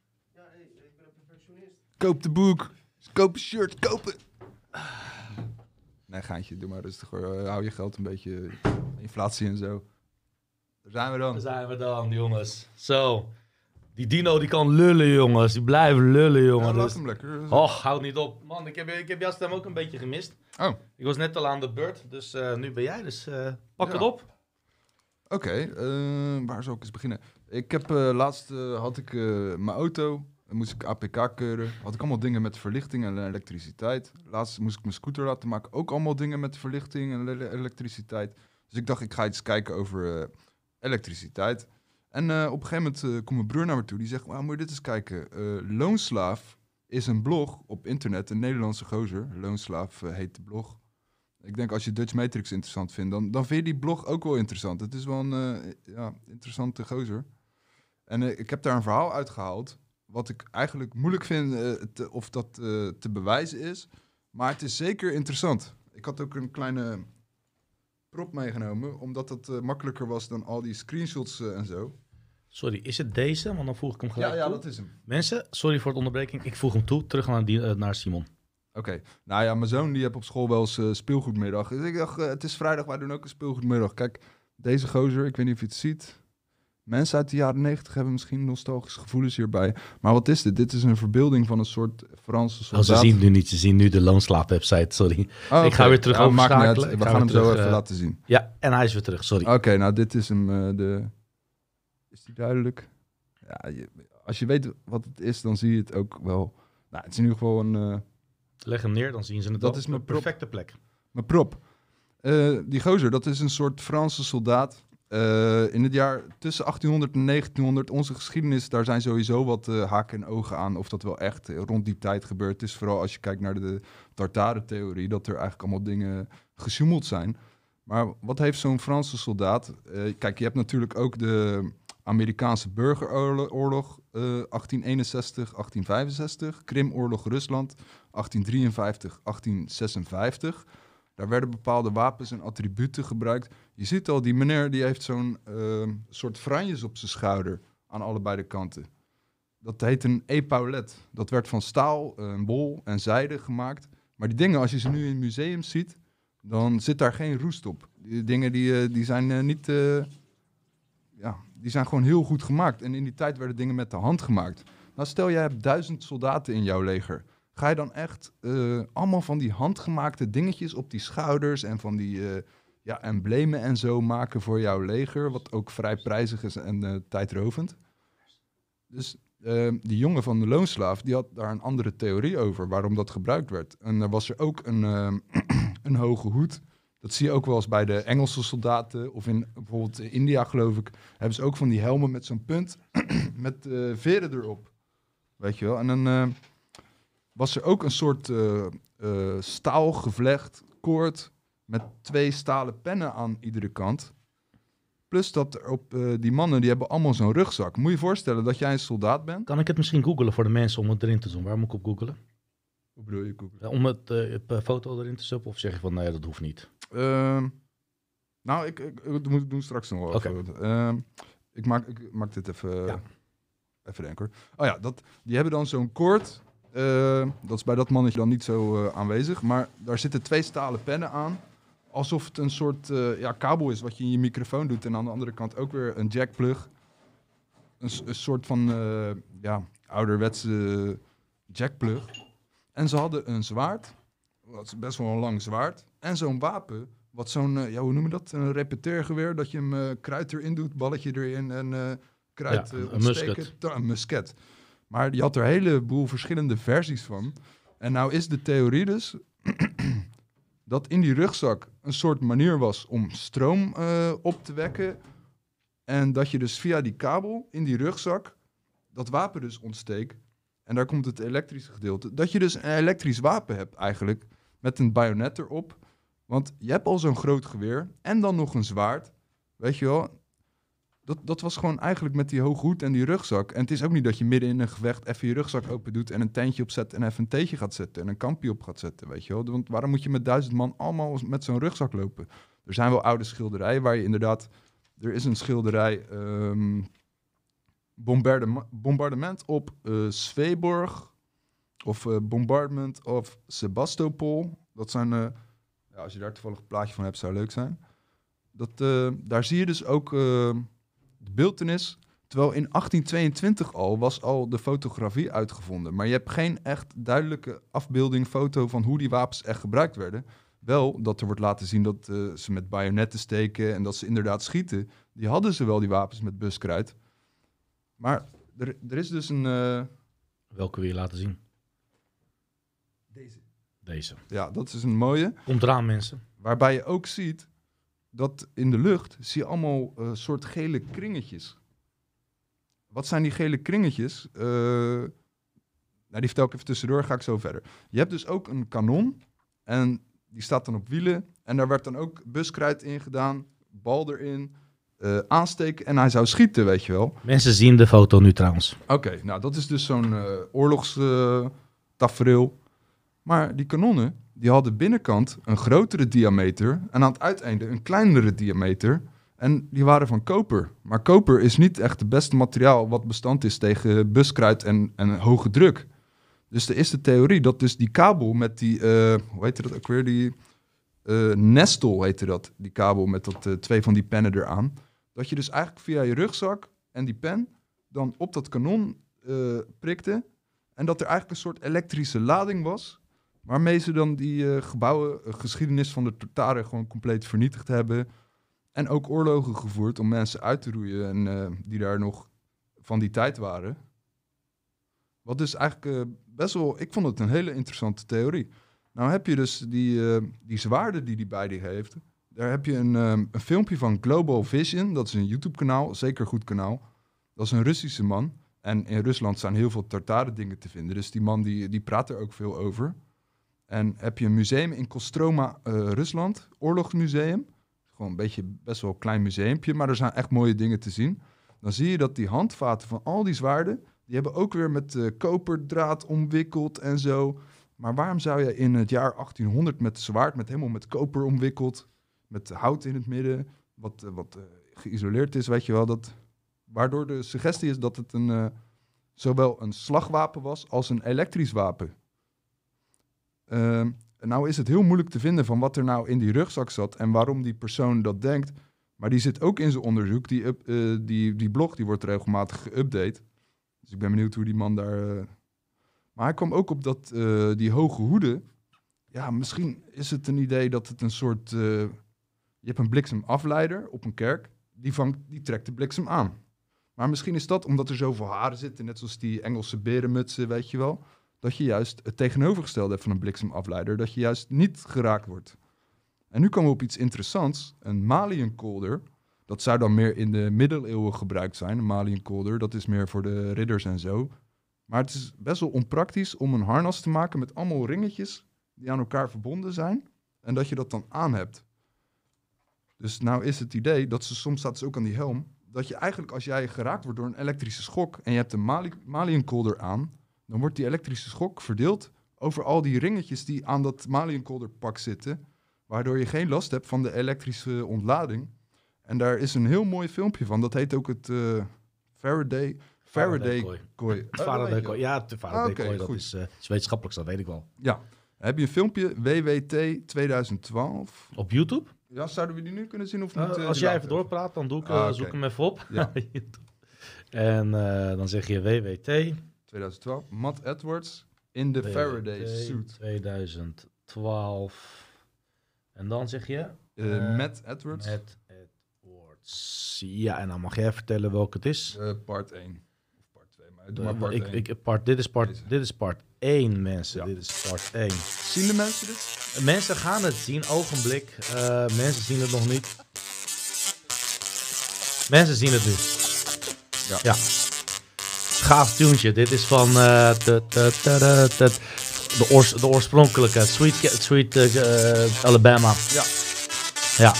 Koop de boek. Koop een shirt. Koop het. Nee, geintje, doe maar rustig hoor. Hou je geld een beetje, inflatie en zo. Daar zijn we dan. Daar zijn we dan, jongens. Zo. Die Dino die kan lullen, jongens. Die blijft lullen, jongen. Ja, laat Dus... hem lekker. Och, houd niet op. Man, ik heb jouw stem ook een beetje gemist. Oh. Ik was net al aan de beurt, dus nu ben jij. Dus pak Ja. het op. Oké, waar zou ik eens beginnen? Ik heb laatst had ik mijn auto, dan moest ik APK keuren. Had ik allemaal dingen met verlichting en elektriciteit. Laatst moest ik mijn scooter laten maken, ook allemaal dingen met verlichting en elektriciteit. Dus ik dacht, ik ga iets kijken over elektriciteit. En op een gegeven moment komt mijn broer naar me toe, die zegt, moet je dit eens kijken. Loonslaaf is een blog op internet, een Nederlandse gozer. Loonslaaf heet de blog. Ik denk als je Dutch Matrix interessant vindt, dan vind je die blog ook wel interessant. Het is wel een interessante gozer. En ik heb daar een verhaal uitgehaald, wat ik eigenlijk moeilijk vind of dat te bewijzen is. Maar het is zeker interessant. Ik had ook een kleine prop meegenomen, omdat het makkelijker was dan al die screenshots en zo. Sorry, is het deze? Want dan voeg ik hem gelijk Ja, toe. dat is hem. Mensen, sorry voor de onderbreking. Ik voeg hem toe. Terug naar Simon. Oké. Nou ja, mijn zoon die heeft op school wel eens speelgoedmiddag. Dus ik dacht, het is vrijdag, wij doen ook een speelgoedmiddag. Kijk, deze gozer, ik weet niet of je het ziet. Mensen uit de jaren 90 hebben misschien nostalgische gevoelens hierbij. Maar wat is dit? Dit is een verbeelding van een soort Franse soldaat. Ze zien nu niet. Ze zien nu de Loonslaaf-website. Sorry. Oh, Ik ga weer terug maakt niet uit. overschakelen. We gaan hem zo even laten zien. Ja, en hij is weer terug. Sorry. Oké, nou dit is hem. Is die duidelijk? Ja, als je weet wat het is, dan zie je het ook wel. Nou, het is in ieder geval een... Leg hem neer, dan zien ze het Dat al. is mijn Een perfecte plek. Mijn prop. Die gozer, dat is een soort Franse soldaat. In het jaar tussen 1800 en 1900, onze geschiedenis, daar zijn sowieso wat haken en ogen aan. Of dat wel echt rond die tijd gebeurd is. Vooral als je kijkt naar de Tartare-theorie, dat er eigenlijk allemaal dingen gesjoemeld zijn. Maar wat heeft zo'n Franse soldaat? Kijk, je hebt natuurlijk ook de Amerikaanse burgeroorlog 1861, 1865. Krimoorlog Rusland 1853, 1856. Daar werden bepaalde wapens en attributen gebruikt. Je ziet al, die meneer die heeft zo'n soort franjes op zijn schouder aan allebei de kanten. Dat heet een epaulet. Dat werd van staal, wol en zijde gemaakt. Maar die dingen, als je ze nu in museums ziet, dan zit daar geen roest op. Die dingen die zijn niet... die zijn gewoon heel goed gemaakt. En in die tijd werden dingen met de hand gemaakt. Nou, stel jij hebt 1000 soldaten in jouw leger. Ga je dan echt allemaal van die handgemaakte dingetjes op die schouders en van die emblemen en zo maken voor jouw leger, wat ook vrij prijzig is en tijdrovend. Dus die jongen van de loonslaaf, die had daar een andere theorie over waarom dat gebruikt werd. En er was er ook een hoge hoed. Dat zie je ook wel eens bij de Engelse soldaten of in bijvoorbeeld India, geloof ik, hebben ze ook van die helmen met zo'n punt met veren erop. Weet je wel? En dan was er ook een soort staal gevlecht koord met 2 stalen pennen aan iedere kant. Plus dat er op die mannen, die hebben allemaal zo'n rugzak. Moet je je voorstellen dat jij een soldaat bent? Kan ik het misschien googlen voor de mensen om het erin te doen? Waar moet ik op googlen? Hoe bedoel je, Google? Om het foto erin te stoppen of zeg je van nee, dat hoeft niet? Nou, ik moet doen straks nog wel. Oké. Ik maak dit even, even denken hoor. Oh ja, die hebben dan zo'n koord. Dat is bij dat mannetje dan niet zo aanwezig. Maar daar zitten 2 stalen pennen aan. Alsof het een soort kabel is wat je in je microfoon doet. En aan de andere kant ook weer een jackplug. Een soort van ouderwetse jackplug. En ze hadden een zwaard. Dat is best wel een lang zwaard. En zo'n wapen. Wat zo'n, hoe noem je dat? Een repeteergeweer. Dat je hem kruid erin doet, balletje erin en kruid een ontsteken. musket. Een musket. Maar die had er een heleboel verschillende versies van. En nou is de theorie dus dat in die rugzak een soort manier was om stroom op te wekken. En dat je dus via die kabel in die rugzak dat wapen dus ontsteekt. En daar komt het elektrische gedeelte. Dat je dus een elektrisch wapen hebt eigenlijk met een bajonet erop. Want je hebt al zo'n groot geweer en dan nog een zwaard. Weet je wel, dat was gewoon eigenlijk met die hoge hoed en die rugzak. En het is ook niet dat je midden in een gevecht even je rugzak open doet en een tentje opzet en even een theetje gaat zetten en een kampje op gaat zetten, weet je wel. Want waarom moet je met 1000 man allemaal met zo'n rugzak lopen? Er zijn wel oude schilderijen waar je inderdaad... Er is een schilderij, bombardement op Sveborg of Bombardment of Sebastopol. Dat zijn Ja, als je daar toevallig een plaatje van hebt, zou leuk zijn. Daar zie je dus ook de beeltenis. Terwijl in 1822 was al de fotografie uitgevonden. Maar je hebt geen echt duidelijke afbeelding, foto van hoe die wapens echt gebruikt werden. Wel dat er wordt laten zien dat ze met bajonetten steken en dat ze inderdaad schieten. Die hadden ze wel, die wapens met buskruid. Maar er is dus een... Welke wil je laten zien? Deze. Deze. Ja, dat is een mooie. Komt eraan, mensen. Waarbij je ook ziet dat in de lucht zie je allemaal soort gele kringetjes. Wat zijn die gele kringetjes? Nou, die vertel ik even tussendoor, ga ik zo verder. Je hebt dus ook een kanon en die staat dan op wielen. En daar werd dan ook buskruid in gedaan, bal erin, aansteken en hij zou schieten, weet je wel. Mensen zien de foto nu trouwens. Oké, nou dat is dus zo'n oorlogstafereel. Maar die kanonnen, die hadden binnenkant een grotere diameter en aan het uiteinde een kleinere diameter. En die waren van koper. Maar koper is niet echt het beste materiaal wat bestand is tegen buskruid en hoge druk. Dus er is de theorie dat dus die kabel met die, hoe heet dat ook weer, die nestel heette dat, die kabel met dat 2 van die pennen eraan. Dat je dus eigenlijk via je rugzak en die pen dan op dat kanon prikte. En dat er eigenlijk een soort elektrische lading was, waarmee ze dan die gebouwen, geschiedenis van de Tataren gewoon compleet vernietigd hebben. En ook oorlogen gevoerd om mensen uit te roeien en die daar nog van die tijd waren. Wat dus eigenlijk best wel, ik vond het een hele interessante theorie. Nou heb je dus die zwaarden die bij die heeft. Daar heb je een filmpje van Global Vision, dat is een YouTube-kanaal, zeker goed kanaal. Dat is een Russische man. En in Rusland zijn heel veel Tataren dingen te vinden. Dus die man die praat er ook veel over. En heb je een museum in Kostroma, Rusland, oorlogsmuseum. Gewoon een beetje best wel een klein museumpje, maar er zijn echt mooie dingen te zien. Dan zie je dat die handvaten van al die zwaarden, die hebben ook weer met koperdraad omwikkeld en zo. Maar waarom zou je in het jaar 1800 met zwaard, helemaal met koper omwikkeld, met hout in het midden, wat geïsoleerd is, weet je wel, waardoor de suggestie is dat het zowel een slagwapen was als een elektrisch wapen. Nou is het heel moeilijk te vinden van wat er nou in die rugzak zat en waarom die persoon dat denkt. Maar die zit ook in zijn onderzoek. Die blog die wordt regelmatig geüpdate. Dus ik ben benieuwd hoe die man daar... Maar hij kwam ook op dat die hoge hoeden... Ja, misschien is het een idee dat het een soort... je hebt een bliksemafleider op een kerk. Die trekt de bliksem aan. Maar misschien is dat omdat er zoveel haren zitten, net zoals die Engelse berenmutsen, weet je wel, dat je juist het tegenovergestelde hebt van een bliksemafleider, dat je juist niet geraakt wordt. En nu komen we op iets interessants, een maliënkolder. Dat zou dan meer in de middeleeuwen gebruikt zijn, een maliënkolder. Dat is meer voor de ridders en zo. Maar het is best wel onpraktisch om een harnas te maken met allemaal ringetjes die aan elkaar verbonden zijn en dat je dat dan aan hebt. Dus nou is het idee dat soms staat dus ook aan die helm, dat je eigenlijk als jij geraakt wordt door een elektrische schok en je hebt een maliënkolder aan, dan wordt die elektrische schok verdeeld over al die ringetjes die aan dat maliënkolderpak zitten, waardoor je geen last hebt van de elektrische ontlading. En daar is een heel mooi filmpje van, dat heet ook het Faraday kooi. Faraday kooi, ja, de Faraday kooi, dat goed. is wetenschappelijk, dat weet ik wel. Ja, heb je een filmpje, WWT 2012. Op YouTube? Ja, zouden we die nu kunnen zien of niet? Als jij even doorpraat, dan oké. zoek hem even op. Ja. En dan zeg je WWT. 2012, Matt Edwards in de Faraday suit. 2012. En dan zeg je? Matt Edwards. Matt Edwards. Ja, en dan mag jij vertellen welke het is. Part 1. Of part 2, maar doe maar part 1. Dit is part 1, mensen. Ja. Dit is part 1. Zien de mensen dit? Mensen gaan het zien, ogenblik. Mensen zien het nog niet. Mensen zien het nu. Ja. Gaaf tuentje. Dit is van de oorspronkelijke Sweet Alabama. Ja. Ja.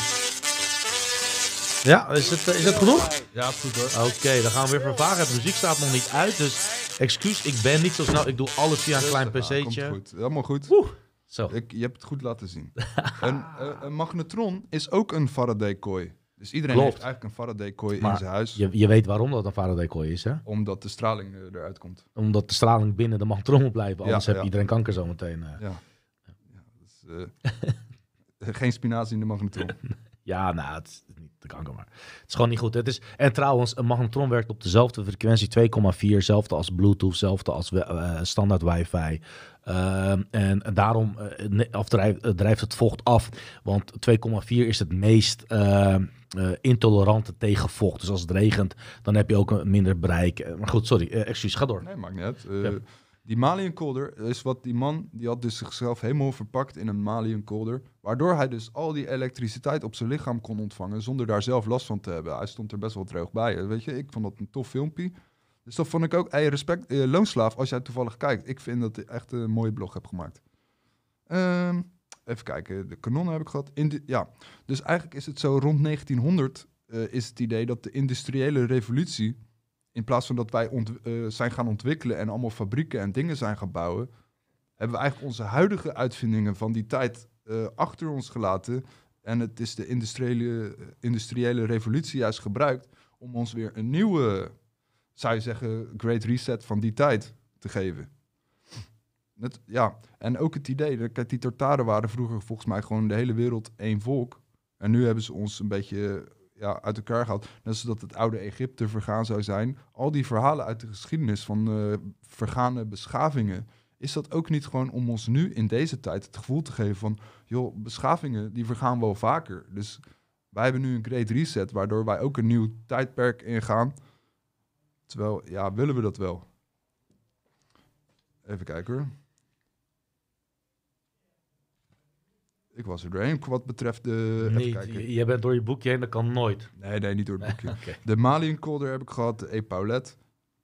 Ja, is het genoeg? Ja, goed hoor. Oké, dan gaan we weer vervagen. De muziek staat nog niet uit, dus excuus, ik ben niet zo snel. Ik doe alles via een klein pc'tje. Komt goed. Helemaal goed. Zo. Je hebt het goed laten zien. Een magnetron is ook een Faraday kooi. Dus iedereen Klopt. heeft eigenlijk een Faraday kooi Maar in zijn huis. Je weet waarom dat een Faraday kooi is, hè? Omdat de straling eruit komt. Omdat de straling binnen de magnetron moet blijven. Anders Ja, heb iedereen kanker zometeen. Ja. Geen spinazie in de magnetron. Ja, nou, het is niet de kanker, maar het is gewoon niet goed. En trouwens, een magnetron werkt op dezelfde frequentie, 2,4, hetzelfde als Bluetooth, hetzelfde als standaard wifi. En daarom drijft het vocht af, want 2,4 is het meest intolerante tegen vocht. Dus als het regent, dan heb je ook een minder bereik. Maar goed, sorry, excuus, ga door. Nee, maakt niet uit. Ja. Die Maliënkolder is wat die man, die had dus zichzelf helemaal verpakt in een Maliënkolder. Waardoor hij dus al die elektriciteit op zijn lichaam kon ontvangen zonder daar zelf last van te hebben. Hij stond er best wel droog bij. Weet je, ik vond dat een tof filmpje. Dus dat vond ik ook, respect, Loonslaaf, als jij toevallig kijkt. Ik vind dat je echt een mooie blog hebt gemaakt. Even kijken, de kanonnen heb ik gehad. Dus eigenlijk is het zo, rond 1900 is het idee dat de industriële revolutie, in plaats van dat wij zijn gaan ontwikkelen en allemaal fabrieken en dingen zijn gaan bouwen, hebben we eigenlijk onze huidige uitvindingen van die tijd achter ons gelaten. En het is de industriële revolutie juist gebruikt om ons weer een nieuwe, zou je zeggen, great reset van die tijd te geven. En ook het idee, kijk, die Tartaren waren vroeger volgens mij gewoon de hele wereld één volk. En nu hebben ze ons een beetje uit elkaar gehaald. Net zoals dat het oude Egypte vergaan zou zijn. Al die verhalen uit de geschiedenis van vergane beschavingen. Is dat ook niet gewoon om ons nu in deze tijd het gevoel te geven van, joh, beschavingen die vergaan wel vaker. Dus wij hebben nu een great reset, waardoor wij ook een nieuw tijdperk ingaan. Terwijl, willen we dat wel? Even kijken hoor. Ik was er doorheen wat betreft de... Nee, jij bent door je boekje heen, dat kan nooit. Nee, niet door het boekje. Okay. De Maliënkolder heb ik gehad, de epaulet.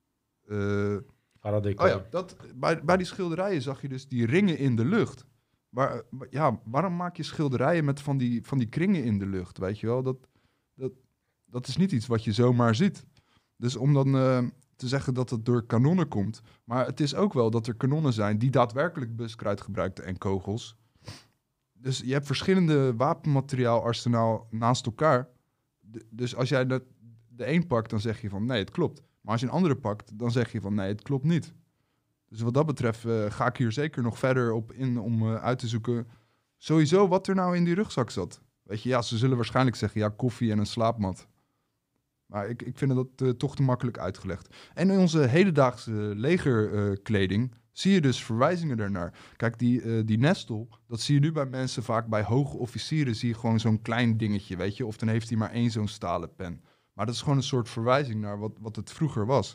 Bij die schilderijen zag je dus die ringen in de lucht. Waarom maak je schilderijen met van die kringen in de lucht, weet je wel? Dat is niet iets wat je zomaar ziet. Dus om dan te zeggen dat het door kanonnen komt. Maar het is ook wel dat er kanonnen zijn die daadwerkelijk buskruid gebruikten en kogels. Dus je hebt verschillende wapenmateriaalarsenaal naast elkaar. Dus als jij de een pakt, dan zeg je van nee, het klopt. Maar als je een andere pakt, dan zeg je van nee, het klopt niet. Dus wat dat betreft ga ik hier zeker nog verder op in om uit te zoeken sowieso wat er nou in die rugzak zat. Weet je, ze zullen waarschijnlijk zeggen koffie en een slaapmat. Maar ik vind dat toch te makkelijk uitgelegd. En in onze hedendaagse legerkleding zie je dus verwijzingen daarnaar. Kijk, die nestel, dat zie je nu bij mensen vaak bij hoge officieren, zie je gewoon zo'n klein dingetje, weet je. Of dan heeft hij maar één zo'n stalen pen. Maar dat is gewoon een soort verwijzing naar wat het vroeger was.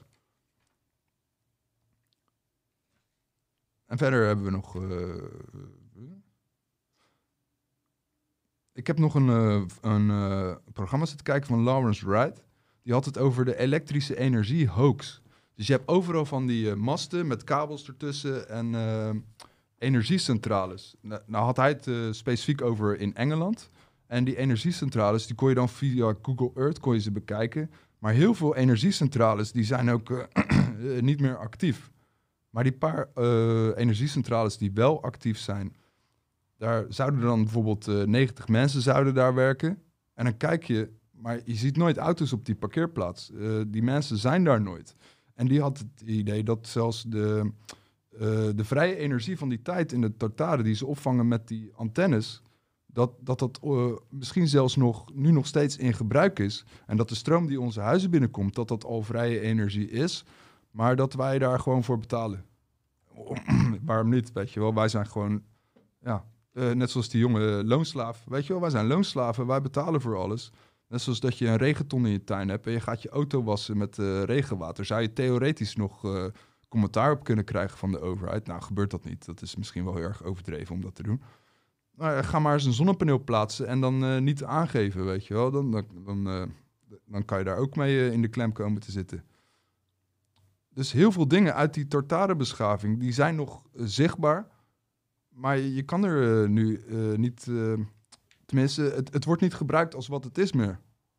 En verder hebben we nog... Ik heb nog een programma zitten kijken van Lawrence Wright. Die had het over de elektrische energie hoax. Dus je hebt overal van die masten met kabels ertussen en energiecentrales. Nou had hij het specifiek over in Engeland. En die energiecentrales, die kon je dan via Google Earth kon je ze bekijken. Maar heel veel energiecentrales, die zijn ook niet meer actief. Maar die paar energiecentrales die wel actief zijn, daar zouden dan bijvoorbeeld 90 mensen zouden daar werken. En dan kijk je, maar je ziet nooit auto's op die parkeerplaats. Die mensen zijn daar nooit. En die had het idee dat zelfs de vrije energie van die tijd in de Tartaren die ze opvangen met die antennes, dat misschien zelfs nu nog steeds in gebruik is. En dat de stroom die onze huizen binnenkomt, dat al vrije energie is. Maar dat wij daar gewoon voor betalen. Waarom niet, weet je wel? Wij zijn gewoon, net zoals die jonge loonslaaf. Weet je wel, wij zijn loonslaven, wij betalen voor alles. Net zoals dat je een regenton in je tuin hebt en je gaat je auto wassen met regenwater. Zou je theoretisch nog commentaar op kunnen krijgen van de overheid? Nou, gebeurt dat niet. Dat is misschien wel heel erg overdreven om dat te doen. Maar ga maar eens een zonnepaneel plaatsen en dan niet aangeven, weet je wel. Dan kan je daar ook mee in de klem komen te zitten. Dus heel veel dingen uit die Tartarenbeschaving, die zijn nog zichtbaar. Maar je kan er nu niet... tenminste, het wordt niet gebruikt als wat het is meer.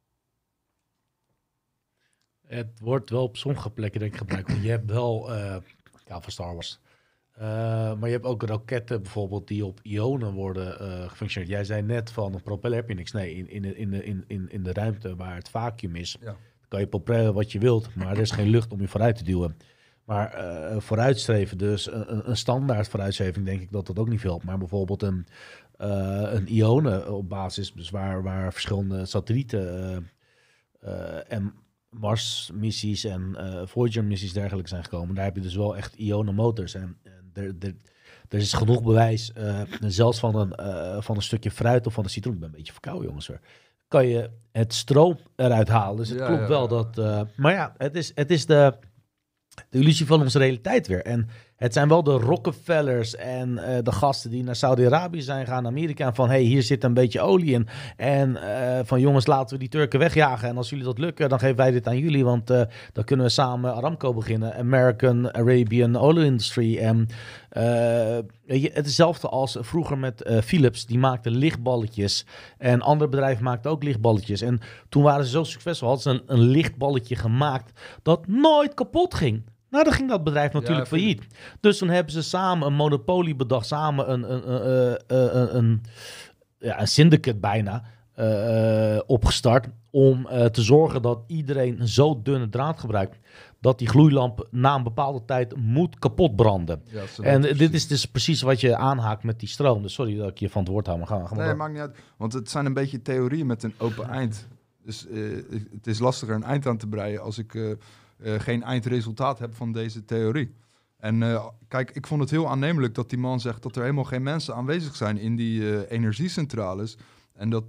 Het wordt wel op sommige plekken denk ik gebruikt. Want je hebt wel... van Star Wars. Maar je hebt ook raketten bijvoorbeeld die op ionen worden gefunctioneerd. Jij zei net van een propeller heb je niks. Nee, in de ruimte waar het vacuüm is... Ja. Kan je propellen wat je wilt, maar er is geen lucht om je vooruit te duwen. Maar vooruitstreven, dus een standaard vooruitstreving, denk ik dat dat ook niet veel helpt. Maar bijvoorbeeld een Ione op basis, dus waar verschillende satellieten en Mars-missies en Voyager-missies dergelijke zijn gekomen. Daar heb je dus wel echt Ione motors. En er is genoeg bewijs, zelfs van een stukje fruit of van een citroen. Ik ben een beetje verkouden, jongens. Hoor. Kan je het stroom eruit halen. Dus het klopt wel dat... maar ja, het is de illusie van onze realiteit weer. En het zijn wel de Rockefellers en de gasten die naar Saudi-Arabië zijn gaan, Amerika. En van, hey, hier zit een beetje olie in. En van, jongens, laten we die Turken wegjagen. En als jullie dat lukken, dan geven wij dit aan jullie. Want dan kunnen we samen Aramco beginnen. American Arabian Oil Industry. En weet je, het is hetzelfde als vroeger met Philips. Die maakte lichtballetjes. En andere bedrijven maakten ook lichtballetjes. En toen waren ze zo succesvol, hadden ze een lichtballetje gemaakt dat nooit kapot ging. Nou, dan ging dat bedrijf natuurlijk failliet. Dus toen hebben ze samen een monopolie bedacht, samen een syndicate bijna opgestart, om te zorgen dat iedereen zo dunne draad gebruikt dat die gloeilamp na een bepaalde tijd moet kapot branden. Ja, en dit is dus precies wat je aanhaakt met die stroom. Dus sorry dat ik je van het woord hou, maar gaan we Nee, maakt niet uit. Want het zijn een beetje theorieën met een open eind. Dus het is lastiger een eind aan te breien als ik geen eindresultaat heb van deze theorie. En kijk, ik vond het heel aannemelijk dat die man zegt dat er helemaal geen mensen aanwezig zijn in die energiecentrales. En dat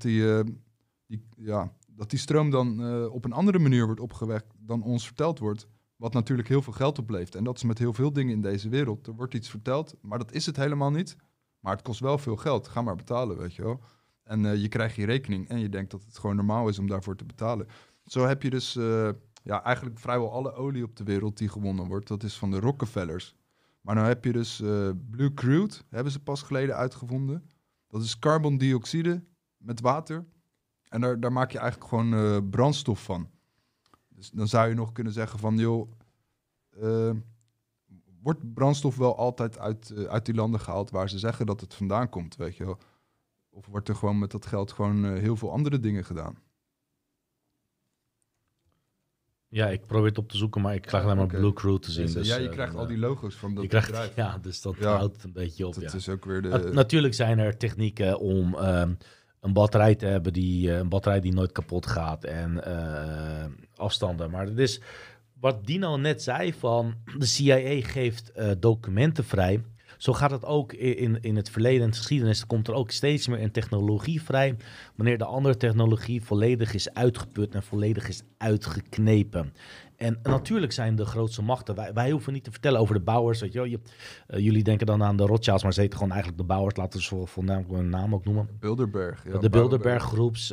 die stroom dan op een andere manier wordt opgewekt dan ons verteld wordt. Wat natuurlijk heel veel geld oplevert. En dat is met heel veel dingen in deze wereld. Er wordt iets verteld, maar dat is het helemaal niet. Maar het kost wel veel geld. Ga maar betalen, weet je wel. En je krijgt je rekening en je denkt dat het gewoon normaal is om daarvoor te betalen. Zo heb je dus eigenlijk vrijwel alle olie op de wereld die gewonnen wordt. Dat is van de Rockefellers. Maar nou heb je dus Blue Crude, hebben ze pas geleden uitgevonden. Dat is carbondioxide met water. En daar maak je eigenlijk gewoon brandstof van. Dus dan zou je nog kunnen zeggen van, joh, wordt brandstof wel altijd uit die landen gehaald waar ze zeggen dat het vandaan komt, weet je wel? Of wordt er gewoon met dat geld gewoon heel veel andere dingen gedaan? Ja, ik probeer het op te zoeken, maar ik krijg alleen maar Blue Crude te zien. Dus, je krijgt al die logo's van dat bedrijf. Ja, dus dat houdt het een beetje op. Dat is ook weer natuurlijk zijn er technieken om een batterij te hebben die nooit kapot gaat en afstanden. Maar het is wat Dino net zei van de CIA geeft documenten vrij. Zo gaat het ook in het verleden en de geschiedenis. Er komt er ook steeds meer in technologie vrij, wanneer de andere technologie volledig is uitgeput en volledig is uitgeknepen. En natuurlijk zijn de grootste machten. Wij hoeven niet te vertellen over de bouwers. Weet je wel. Jullie denken dan aan de Rothschilds, maar ze heten gewoon eigenlijk de bouwers. Laten we ze voornamelijk een naam ook noemen. Bilderberg. Ja, de Bilderberg-groeps.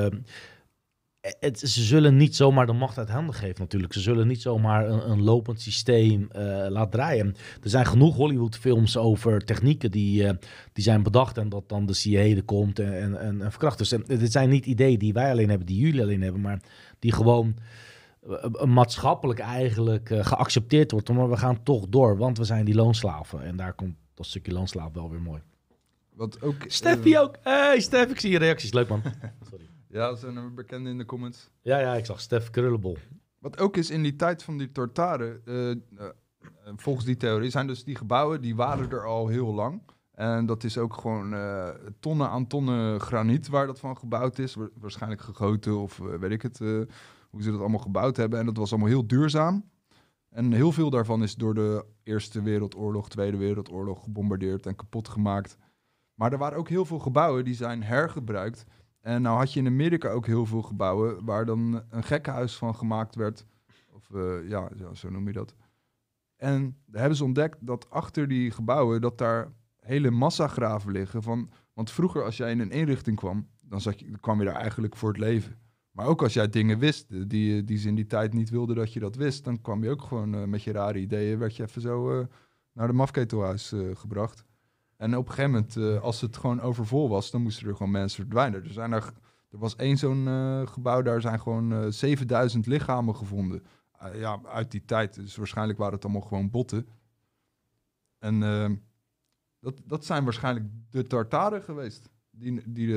Ze zullen niet zomaar de macht uit handen geven natuurlijk. Ze zullen niet zomaar een lopend systeem laten draaien. Er zijn genoeg Hollywood-films over technieken die zijn bedacht en dat dan de CIA er komt en verkracht. Dus dit zijn niet ideeën die wij alleen hebben, die jullie alleen hebben, maar die gewoon maatschappelijk eigenlijk geaccepteerd wordt. Maar we gaan toch door, want we zijn die loonslaven. En daar komt dat stukje loonslaaf wel weer mooi. Wat ook, Steffi ook. Hey Stef, ik zie je reacties. Leuk man. Sorry. Ja, dat zijn er bekende in de comments. Ja, ik zag Stef Krullenbol. Wat ook is in die tijd van die Tortaren, volgens die theorie, zijn dus die gebouwen, die waren er al heel lang. En dat is ook gewoon tonnen aan tonnen graniet waar dat van gebouwd is. Waarschijnlijk gegoten of weet ik het, hoe ze dat allemaal gebouwd hebben. En dat was allemaal heel duurzaam. En heel veel daarvan is door de Eerste Wereldoorlog, Tweede Wereldoorlog gebombardeerd en kapot gemaakt. Maar er waren ook heel veel gebouwen die zijn hergebruikt. En nou had je in Amerika ook heel veel gebouwen waar dan een gekkenhuis van gemaakt werd. Of zo noem je dat. En daar hebben ze ontdekt dat achter die gebouwen, dat daar hele massagraven liggen. Want vroeger als jij in een inrichting kwam, dan kwam je daar eigenlijk voor het leven. Maar ook als jij dingen wist die ze in die tijd niet wilden dat je dat wist, dan kwam je ook gewoon met je rare ideeën, werd je even zo naar de mafketelhuis gebracht. En op een gegeven moment, als het gewoon overvol was, dan moesten er gewoon mensen verdwijnen. Er was één zo'n gebouw, daar zijn gewoon 7000 lichamen gevonden. Uit die tijd. Dus waarschijnlijk waren het allemaal gewoon botten. En dat zijn waarschijnlijk de Tartaren geweest. Die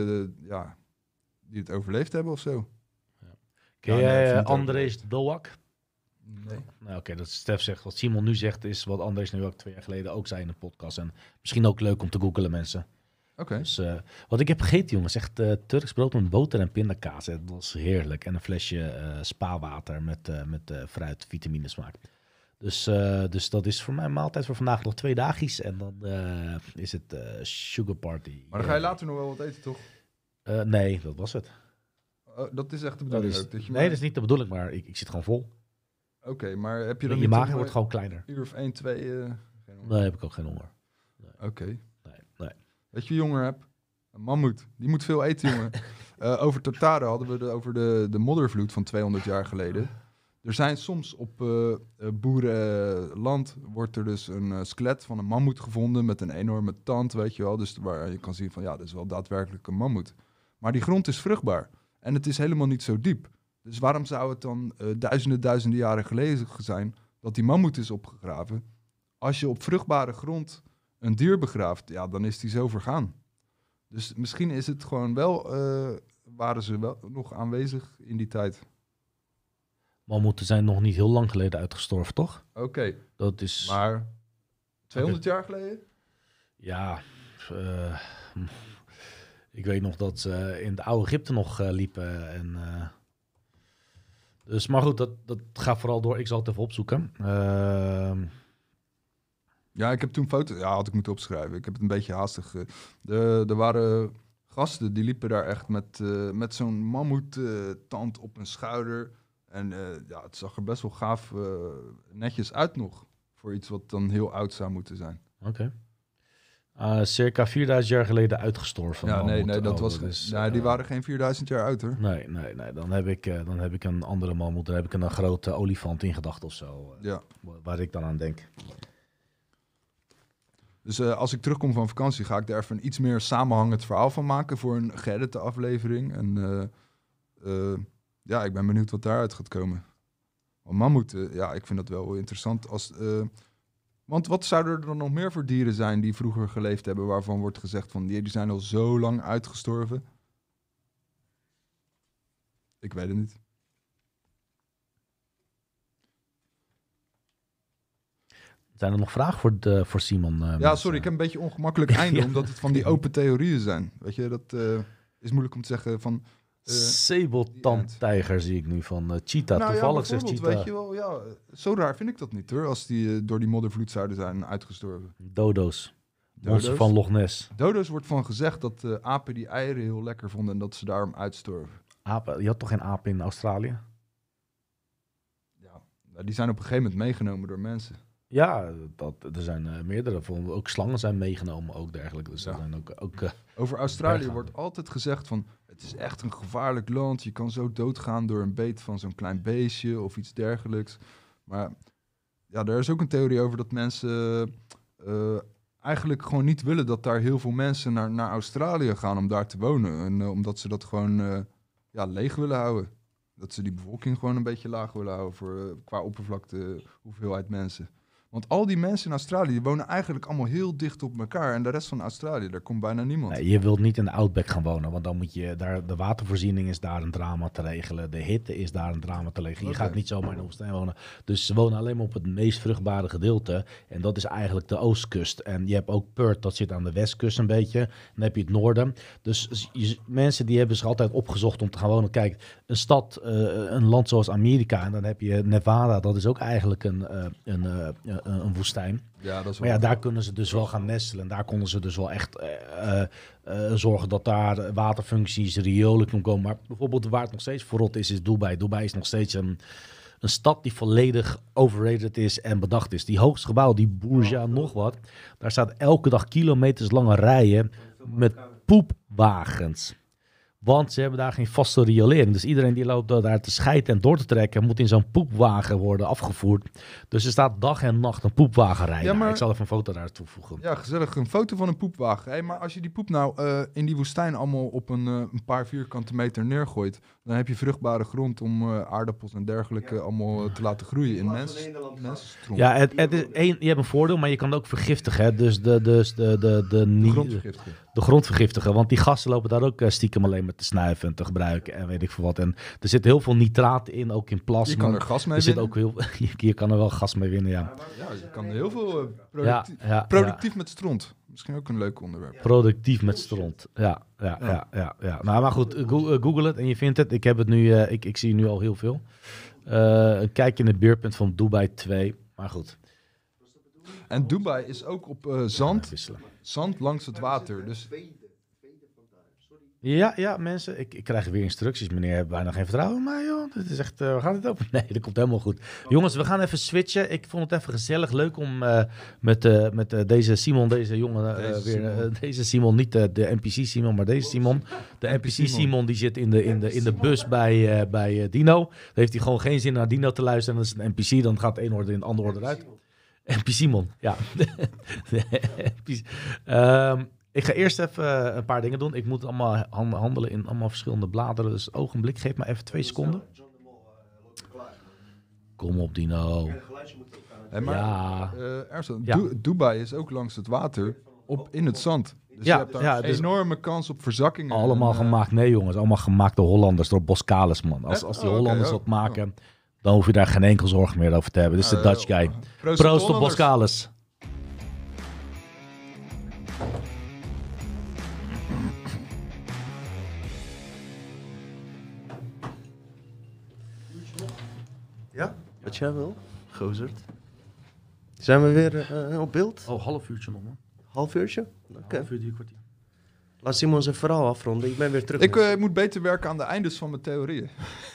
het overleefd hebben of zo. Ja. Ken jij Andres Dowak? Nee. Nou, oké, dat Stef zegt. Wat Simon nu zegt is wat Andres nu ook 2 jaar geleden ook zei in de podcast. En misschien ook leuk om te googlen, mensen. Oké. Dus, wat ik heb gegeten, jongens, echt Turks brood met boter en pindakaas. Het was heerlijk. En een flesje spaarwater met fruit, vitamine smaak. Dus dat is voor mij maaltijd voor vandaag nog 2 dagjes. En dan is het sugar party. Maar dan ga je later nog wel wat eten, toch? Nee, dat was het. Dat is echt de bedoeling ook. Dat is niet de bedoeling, maar ik zit gewoon vol. Oké, maar heb je dan Je niet maag om, wordt gewoon kleiner. een uur of 1, 2... geen honger? Nee, heb ik ook geen honger. Oké. Nee. Weet je wie jonger hebt? Een mammoet. Die moet veel eten, jongen. Over Tartaren hadden we over de moddervloed van 200 jaar geleden. Er zijn soms op boerenland wordt er dus een skelet van een mammoet gevonden met een enorme tand, weet je wel. Dus waar je kan zien van, ja, dat is wel daadwerkelijk een mammoet. Maar die grond is vruchtbaar en het is helemaal niet zo diep. Dus waarom zou het dan duizenden jaren geleden zijn dat die mammoet is opgegraven? Als je op vruchtbare grond een dier begraaft, ja, dan is die zo vergaan. Dus misschien is het gewoon wel, waren ze wel nog aanwezig in die tijd. Mammoeten zijn nog niet heel lang geleden uitgestorven, toch? Oké, Dat is... maar 200 jaar geleden? Ja, ik weet nog dat ze in de oude Egypte nog liepen. En, dus, maar goed, dat gaat vooral door. Ik zal het even opzoeken. Ja, ik heb toen foto's... Ja, had ik moeten opschrijven. Ik heb het een beetje haastig... er waren gasten die liepen daar echt met zo'n mammoet-tand op hun schouder. En ja, het zag er best wel gaaf netjes uit nog. Voor iets wat dan heel oud zou moeten zijn. Oké. Circa 4000 jaar geleden uitgestorven. Ja, nee, mammoet. dat was... Dus, die waren geen 4000 jaar oud, hoor. Nee. Dan heb ik een andere mammoet. Dan heb ik een grote olifant in gedachten of zo. Ja. Waar ik dan aan denk. Dus als ik terugkom van vakantie, ga ik daar even een iets meer samenhangend verhaal van maken voor een geëdite aflevering. En ja, ik ben benieuwd wat daaruit gaat komen. Want mammoet, ja, ik vind dat wel interessant. Want wat zouden er dan nog meer voor dieren zijn die vroeger geleefd hebben, waarvan wordt gezegd van die zijn al zo lang uitgestorven? Ik weet het niet. Zijn er nog vragen voor Simon? Ja, sorry, ik heb een beetje een ongemakkelijk einde, Ja. omdat het van die open theorieën zijn. Weet je, dat is moeilijk om te zeggen van... Sabeltandtijger zie ik nu van Cheetah. Nou Toevallig ja, zegt bijvoorbeeld, Cheetah. weet je wel, ja, zo raar vind ik dat niet, hoor, als die door die moddervloed zouden zijn uitgestorven. Dodo's. Monster van Loch Ness. Dodo's wordt van gezegd dat apen die eieren heel lekker vonden en dat ze daarom uitstorven. Apen. Je had toch geen apen in Australië? Ja, die zijn op een gegeven moment meegenomen door mensen. Ja, er zijn meerdere. Ook slangen zijn meegenomen, ook dergelijke. Dus Ja. er zijn ook Over Australië Berggaan. wordt altijd gezegd van, het is echt een gevaarlijk land. Je kan zo doodgaan door een beet van zo'n klein beestje of iets dergelijks. Maar ja, er is ook een theorie over dat mensen eigenlijk gewoon niet willen dat daar heel veel mensen naar Australië gaan om daar te wonen. En omdat ze dat gewoon leeg willen houden. Dat ze die bevolking gewoon een beetje laag willen houden voor, qua oppervlakte hoeveelheid mensen. Want al die mensen in Australië die wonen eigenlijk allemaal heel dicht op elkaar. En de rest van Australië, daar komt bijna niemand. Nee, je wilt niet in de Outback gaan wonen, want dan moet je daar, de watervoorziening is daar een drama te regelen, de hitte is daar een drama te regelen. Je Oké. gaat niet zomaar in de woestijn wonen. Dus ze wonen alleen maar op het meest vruchtbare gedeelte en dat is eigenlijk de oostkust. En je hebt ook Perth, dat zit aan de westkust een beetje. Dan heb je het noorden. Dus mensen die hebben zich altijd opgezocht om te gaan wonen. Kijk, een stad, een land zoals Amerika en dan heb je Nevada, dat is ook eigenlijk een woestijn. Ja, dat is Maar ja, daar kunnen ze dus wel gaan nestelen. Daar konden ze dus wel echt zorgen dat daar waterfuncties, riolen kunnen komen. Maar bijvoorbeeld waar het nog steeds verrot is Dubai. Dubai is nog steeds een stad die volledig overrated is en bedacht is. Die hoogste gebouw, die Burj nog wat. Daar staat elke dag kilometers lange rijen met poepwagens. Want ze hebben daar geen vaste riolering. Dus iedereen die loopt daar te scheiden en door te trekken, moet in zo'n poepwagen worden afgevoerd. Dus er staat dag en nacht een poepwagen rijden. Ja, maar- Ik zal even een foto daar toevoegen. Ja, gezellig. Een foto van een poepwagen. Hey, maar als je die poep nou in die woestijn allemaal op een paar vierkante meter neergooit, dan heb je vruchtbare grond om aardappels en dergelijke allemaal te laten groeien in mensenstroom. Ja, het is je hebt een voordeel, maar je kan het ook vergiftigen. Hè? Dus de de grond vergiftigen. de grond vergiftigen. Want die gasten lopen daar ook stiekem alleen maar te snuiven en te gebruiken en weet ik veel wat. En er zit heel veel nitraat in, ook in plas. Je kan er gas mee er zit winnen. ook je kan er wel gas mee winnen, ja. Ja, je kan heel veel Ja, productief met stront. Misschien ook een leuk onderwerp. productief met stront. Ja. Nou, maar goed, google het en je vindt het. Ik heb het nu, ik zie nu al heel veel. Een kijkje in het beerpunt van Dubai 2. Maar goed. En Dubai is ook op zand. Wisselen. Zand langs het water. Dus Ja, mensen, ik krijg weer instructies. Meneer, heeft bijna geen vertrouwen in mij, joh. Dit is echt, we gaan het over. Nee, dat komt helemaal goed. Jongens, we gaan even switchen. Ik vond het even gezellig, leuk om met deze Simon, deze jongen, deze Simon, niet de NPC Simon, maar deze Simon. De NPC Simon, die zit in de bus bij Dino. Dan heeft hij gewoon geen zin naar Dino te luisteren. En dat is een NPC, dan gaat de ene orde in de andere orde eruit. NPC Simon, ja. Ik ga eerst even een paar dingen doen. Ik moet allemaal handelen in allemaal verschillende bladeren. Dus ogenblik, geef me even 2 seconden. Kom op, Dino. Hey, maar, Ja. Ersan, Ja. Dubai is ook langs het water in het zand. Dus Ja, je hebt daar ja, dus- enorme kans op verzakkingen. Allemaal En, gemaakt. Nee, jongens. Allemaal gemaakt door Hollanders, door Boskalis, man. Als die oké, Hollanders oh, dat maken, dan hoef je daar geen enkel zorg meer over te hebben. Dit is de Dutch guy. Proost Proost op Hollanders. Boskalis. Ja, wat jij wil, gozerd. Zijn we weer op beeld? Oh, half uurtje nog, man. Half uurtje? Oké. Half uur, 3 kwartier. Laat Simon zijn verhaal afronden. Ik ben weer terug. Ik moet beter werken aan de eindes van mijn theorieën.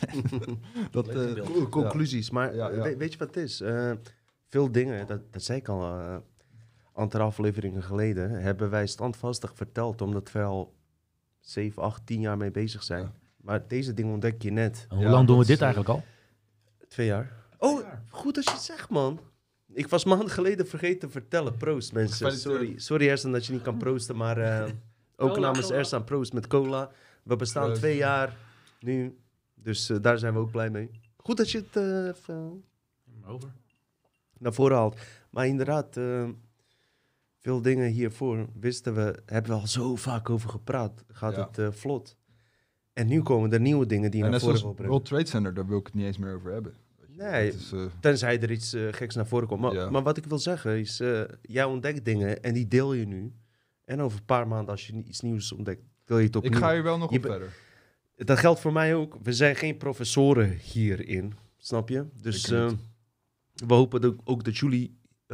Dat, Leuk beeld. Conclusies. Maar Ja, ja. Weet je wat het is? Veel dingen, dat zei ik al anderhalf afleveringen geleden, hebben wij standvastig verteld, omdat we al 7, 8, 10 jaar mee bezig zijn. Ja. Maar deze dingen ontdek je net. En hoe Ja, lang doen we dat dit is, eigenlijk al? 2 jaar. Oh, goed als je het zegt, man. Ik was maanden geleden vergeten te vertellen. Proost, mensen. Sorry Ersan, dat je niet kan proosten, maar ook Cola, namens cola. Ersan, proost met cola. We bestaan Proost. 2 jaar nu, dus daar zijn we ook blij mee. Goed dat je het even Over. naar voren haalt. Maar inderdaad, veel dingen hiervoor wisten we, hebben we al zo vaak over gepraat. Gaat Ja. het vlot. En nu komen er nieuwe dingen die En naar net voren zoals wil brengen. World Trade Center, daar wil ik het niet eens meer over hebben. Nee, Het is, tenzij er iets geks naar voren komt. Maar, Ja. maar wat ik wil zeggen is, jij ontdekt dingen en die deel je nu. En over een paar maanden, als je iets nieuws ontdekt, deel je het opnieuw. ik ga hier wel nog Je op be- verder. Dat geldt voor mij ook. We zijn geen professoren hierin, snap je? Dus Zeker niet. we hopen ook dat jullie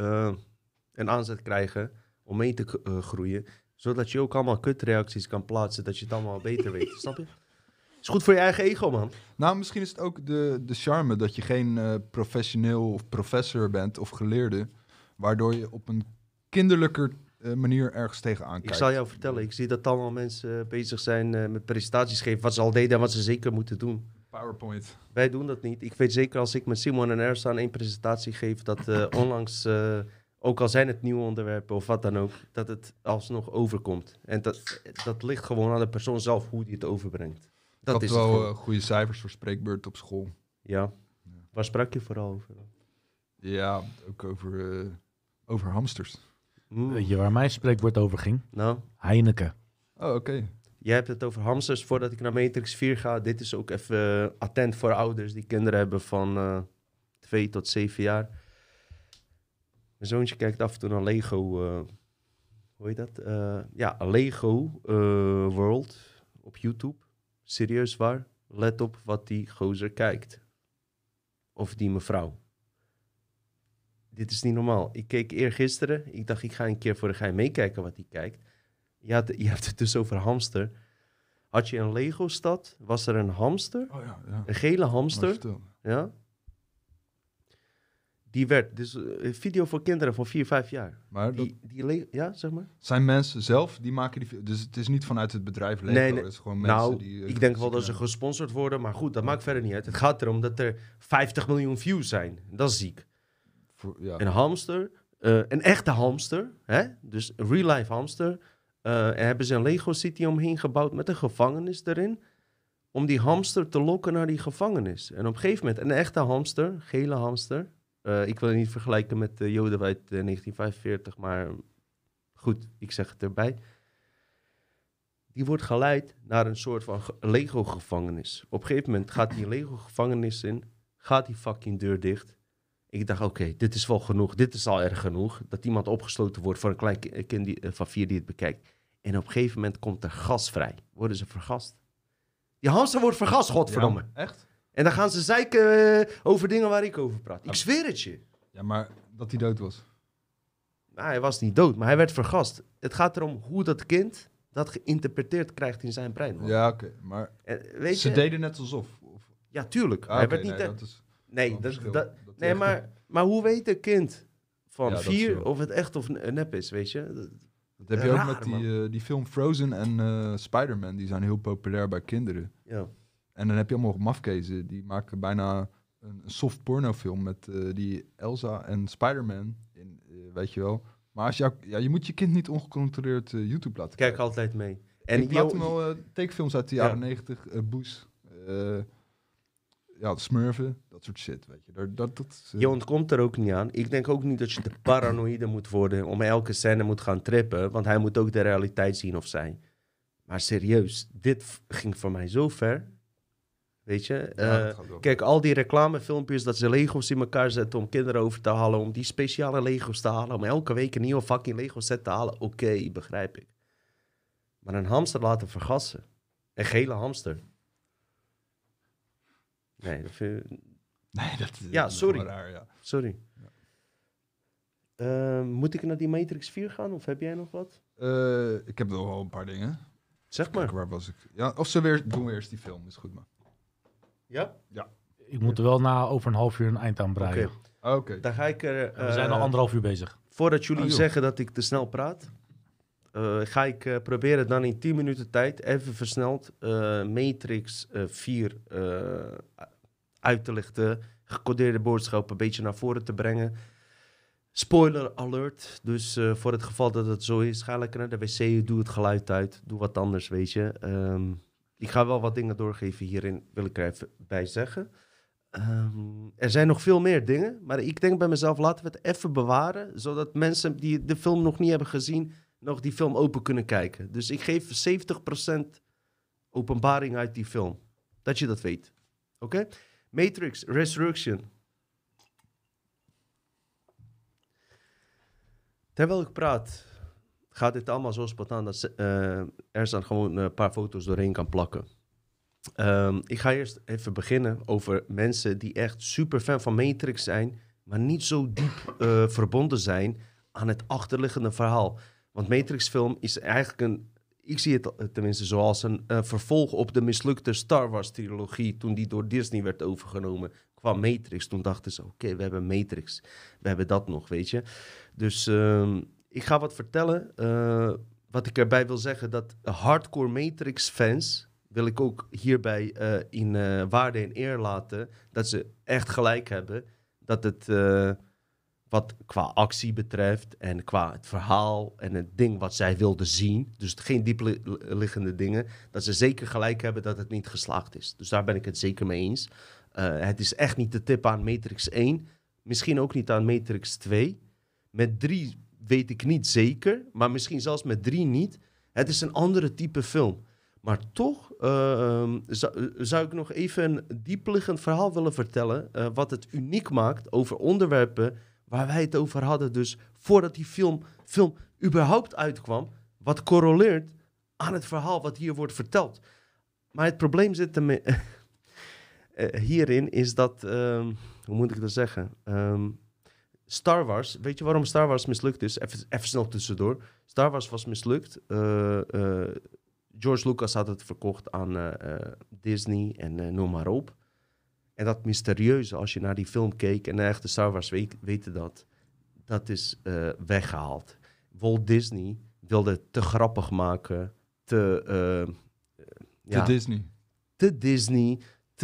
een aanzet krijgen om mee te groeien. Zodat je ook allemaal kutreacties kan plaatsen, dat je het allemaal beter weet. Snap je? Is goed voor je eigen ego, man. Nou, misschien is het ook de charme dat je geen professioneel of professor bent of geleerde, waardoor je op een kinderlijker manier ergens tegenaan Ik kijkt. zal jou vertellen, ik zie dat allemaal mensen bezig zijn met presentaties geven, wat ze al deden en wat ze zeker moeten doen. PowerPoint. Wij doen dat niet. Ik weet zeker als ik met Simon en Ersan één presentatie geef, dat onlangs, ook al zijn het nieuwe onderwerpen of wat dan ook, dat het alsnog overkomt. En dat ligt gewoon aan de persoon zelf, hoe die het overbrengt. Ik Dat had is het wel gewoon. goede cijfers voor spreekbeurt op school. Ja. Waar sprak je vooral over? Ja, ook over hamsters. Weet je waar mijn spreekwoord over ging? Nou, Heineken. Oh, oké. jij hebt het over hamsters voordat ik naar Matrix 4 ga. Dit is ook even attent voor ouders die kinderen hebben van 2 tot 7 jaar. Mijn zoontje kijkt af en toe naar Lego. Hoe heet dat? Ja, Lego World op YouTube. Serieus waar. Let op wat die gozer kijkt. Of die mevrouw. Dit is niet normaal. Ik keek eergisteren. Ik dacht, ik ga een keer voor de gein meekijken wat hij kijkt. Je hebt het dus over hamster. Had je een Lego-stad, was er een hamster, Oh ja, ja. een gele Maar hamster, vertel. ja. Die werd, dus een video voor kinderen van 4, 5 jaar. Maar dat Ja, zeg maar. zijn mensen zelf, die maken die... Dus het is niet vanuit het bedrijf Lego, Nee, nee. het is gewoon mensen Nou, die... ik denk wel dat ze gesponsord worden, maar goed, dat maakt verder niet uit. Het gaat erom dat er 50 miljoen views zijn. Dat is ziek. Ja. Een hamster, een echte hamster, hè? Dus een real-life hamster. En hebben ze een Lego City omheen gebouwd met een gevangenis erin. Om die hamster te lokken naar die gevangenis. En op een gegeven moment, een echte hamster, gele hamster. Ik wil het niet vergelijken met de Joden uit 1945, maar goed, ik zeg het erbij. die wordt geleid naar een soort van Lego-gevangenis. Op een gegeven moment gaat die Lego-gevangenis in, gaat die fucking deur dicht. Ik dacht, oké, dit is wel genoeg. Dit is al erg genoeg. Dat iemand opgesloten wordt voor een klein kind van 4 die het bekijkt. En op een gegeven moment komt er gas vrij. Worden ze vergast. Die hamster wordt vergast, godverdomme. Ja, echt? En dan gaan ze zeiken over dingen waar ik over praat. Ik zweer het je. Ja, maar dat hij dood was. Nou, hij was niet dood, maar hij werd vergast. Het gaat erom hoe dat kind dat geïnterpreteerd krijgt in zijn brein. Man. Ja, oké. Maar En, weet ze je? deden net alsof. Ja, tuurlijk. Ah, hij oké, werd niet... nee, dat is nee, wel een dat, verschil. dat, Dat nee echt- maar hoe weet een kind van Ja, dat 4 is wel. of het echt of nep is, weet je? Dat heb je ook Raar, met die film Frozen en Spider-Man. Die zijn heel populair bij kinderen. Ja. En dan heb je allemaal mafkezen. Die maken bijna een soft pornofilm met die Elsa en Spider-Man. Weet je wel. Maar als je moet je kind niet ongecontroleerd YouTube laten Kijk kijken. altijd mee. En En ik laat hem wel tekenfilms uit de Ja. jaren 90. Boes. Ja, Smurfen. Dat soort shit, weet je. Dat je ontkomt er ook niet aan. Ik denk ook niet dat je te paranoïde moet worden om elke scène moet gaan trippen, want hij moet ook de realiteit zien of zij. Maar serieus, dit ging voor mij zo ver. Weet je? dat gaat wel. Kijk, al die reclamefilmpjes dat ze Lego's in elkaar zetten om kinderen over te halen, om die speciale Lego's te halen, om elke week een nieuwe fucking Lego set te halen. Oké, begrijp ik. Maar een hamster laten vergassen. Een gele hamster. Nee, dat vind ik... Nee, dat Ja, dat is sorry. wel raar, ja. Sorry. Moet ik naar die Matrix 4 gaan of heb jij nog wat? Ik heb nog wel een paar dingen. Zeg Kijk, maar. waar was ik? Ja, of doen we eerst die film, is goed, man. Ja? Ik moet er wel over een half uur een eind aan breien. Oké. Dan ga ik er... We zijn al 1,5 uur bezig. Voordat jullie Oh, joh. zeggen dat ik te snel praat, ga ik proberen dan in 10 minuten tijd, even versneld, Matrix 4 uit te lichten. Gecodeerde boodschap een beetje naar voren te brengen. Spoiler alert. Dus voor het geval dat het zo is, ga lekker naar de wc, doe het geluid uit. Doe wat anders, weet je. Ik ga wel wat dingen doorgeven hierin, wil ik er even bij zeggen. Er zijn nog veel meer dingen, maar ik denk bij mezelf, laten we het even bewaren, zodat mensen die de film nog niet hebben gezien, nog die film open kunnen kijken. Dus ik geef 70% openbaring uit die film. Dat je dat weet. Oké? Matrix Resurrection. Terwijl ik praat, gaat dit allemaal zo spontaan dat er dan gewoon een paar foto's doorheen kan plakken. Ik ga eerst even beginnen over mensen die echt super fan van Matrix zijn, maar niet zo diep verbonden zijn aan het achterliggende verhaal. Want Matrix film is eigenlijk ik zie het tenminste zoals een vervolg op de mislukte Star Wars trilogie toen die door Disney werd overgenomen. Kwam Matrix, toen dachten ze, oké, we hebben Matrix. We hebben dat nog, weet je. Dus ik ga wat vertellen. Wat ik erbij wil zeggen, dat hardcore Matrix fans wil ik ook hierbij in waarde en eer laten. Dat ze echt gelijk hebben. Dat het wat qua actie betreft en qua het verhaal en het ding wat zij wilden zien. Dus geen diepliggende dingen. Dat ze zeker gelijk hebben dat het niet geslaagd is. Dus daar ben ik het zeker mee eens. Het is echt niet de tip aan Matrix 1. Misschien ook niet aan Matrix 2. Met 3 weet ik niet zeker. Maar misschien zelfs met 3 niet. Het is een andere type film. Maar toch zou ik nog even een diepliggend verhaal willen vertellen. Wat het uniek maakt over onderwerpen waar wij het over hadden. Dus voordat die film überhaupt uitkwam. Wat correleert aan het verhaal wat hier wordt verteld. Maar het probleem zit ermee... hierin is dat... hoe moet ik dat zeggen? Star Wars... Weet je waarom Star Wars mislukt is? Even snel tussendoor. Star Wars was mislukt. George Lucas had het verkocht aan Disney en noem maar op. En dat mysterieuze, als je naar die film keek... en de echte Star Wars weten dat is weggehaald. Walt Disney wilde het te grappig maken, te Disney. Te Disney,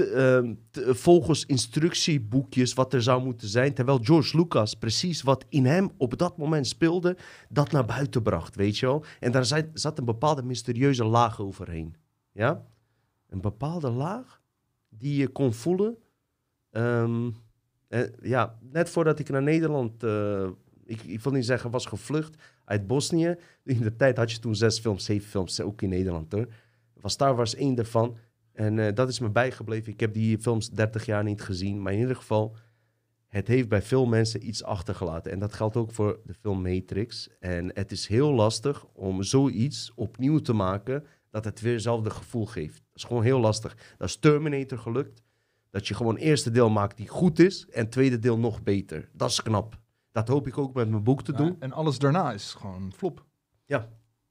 volgens instructieboekjes wat er zou moeten zijn. Terwijl George Lucas precies wat in hem op dat moment speelde, dat naar buiten bracht, weet je wel. En daar zat een bepaalde mysterieuze laag overheen. Ja? Een bepaalde laag die je kon voelen. Net voordat ik naar Nederland... Ik wil niet zeggen was gevlucht uit Bosnië. In de tijd had je toen 6 films, 7 films, ook in Nederland hoor. Was Star Wars 1 ervan. En dat is me bijgebleven. Ik heb die films 30 jaar niet gezien. Maar in ieder geval, het heeft bij veel mensen iets achtergelaten. En dat geldt ook voor de film Matrix. En het is heel lastig om zoiets opnieuw te maken dat het weer hetzelfde gevoel geeft. Dat is gewoon heel lastig. Dat is Terminator gelukt. Dat je gewoon eerste deel maakt die goed is en tweede deel nog beter. Dat is knap. Dat hoop ik ook met mijn boek te doen. En alles daarna is gewoon flop. Ja.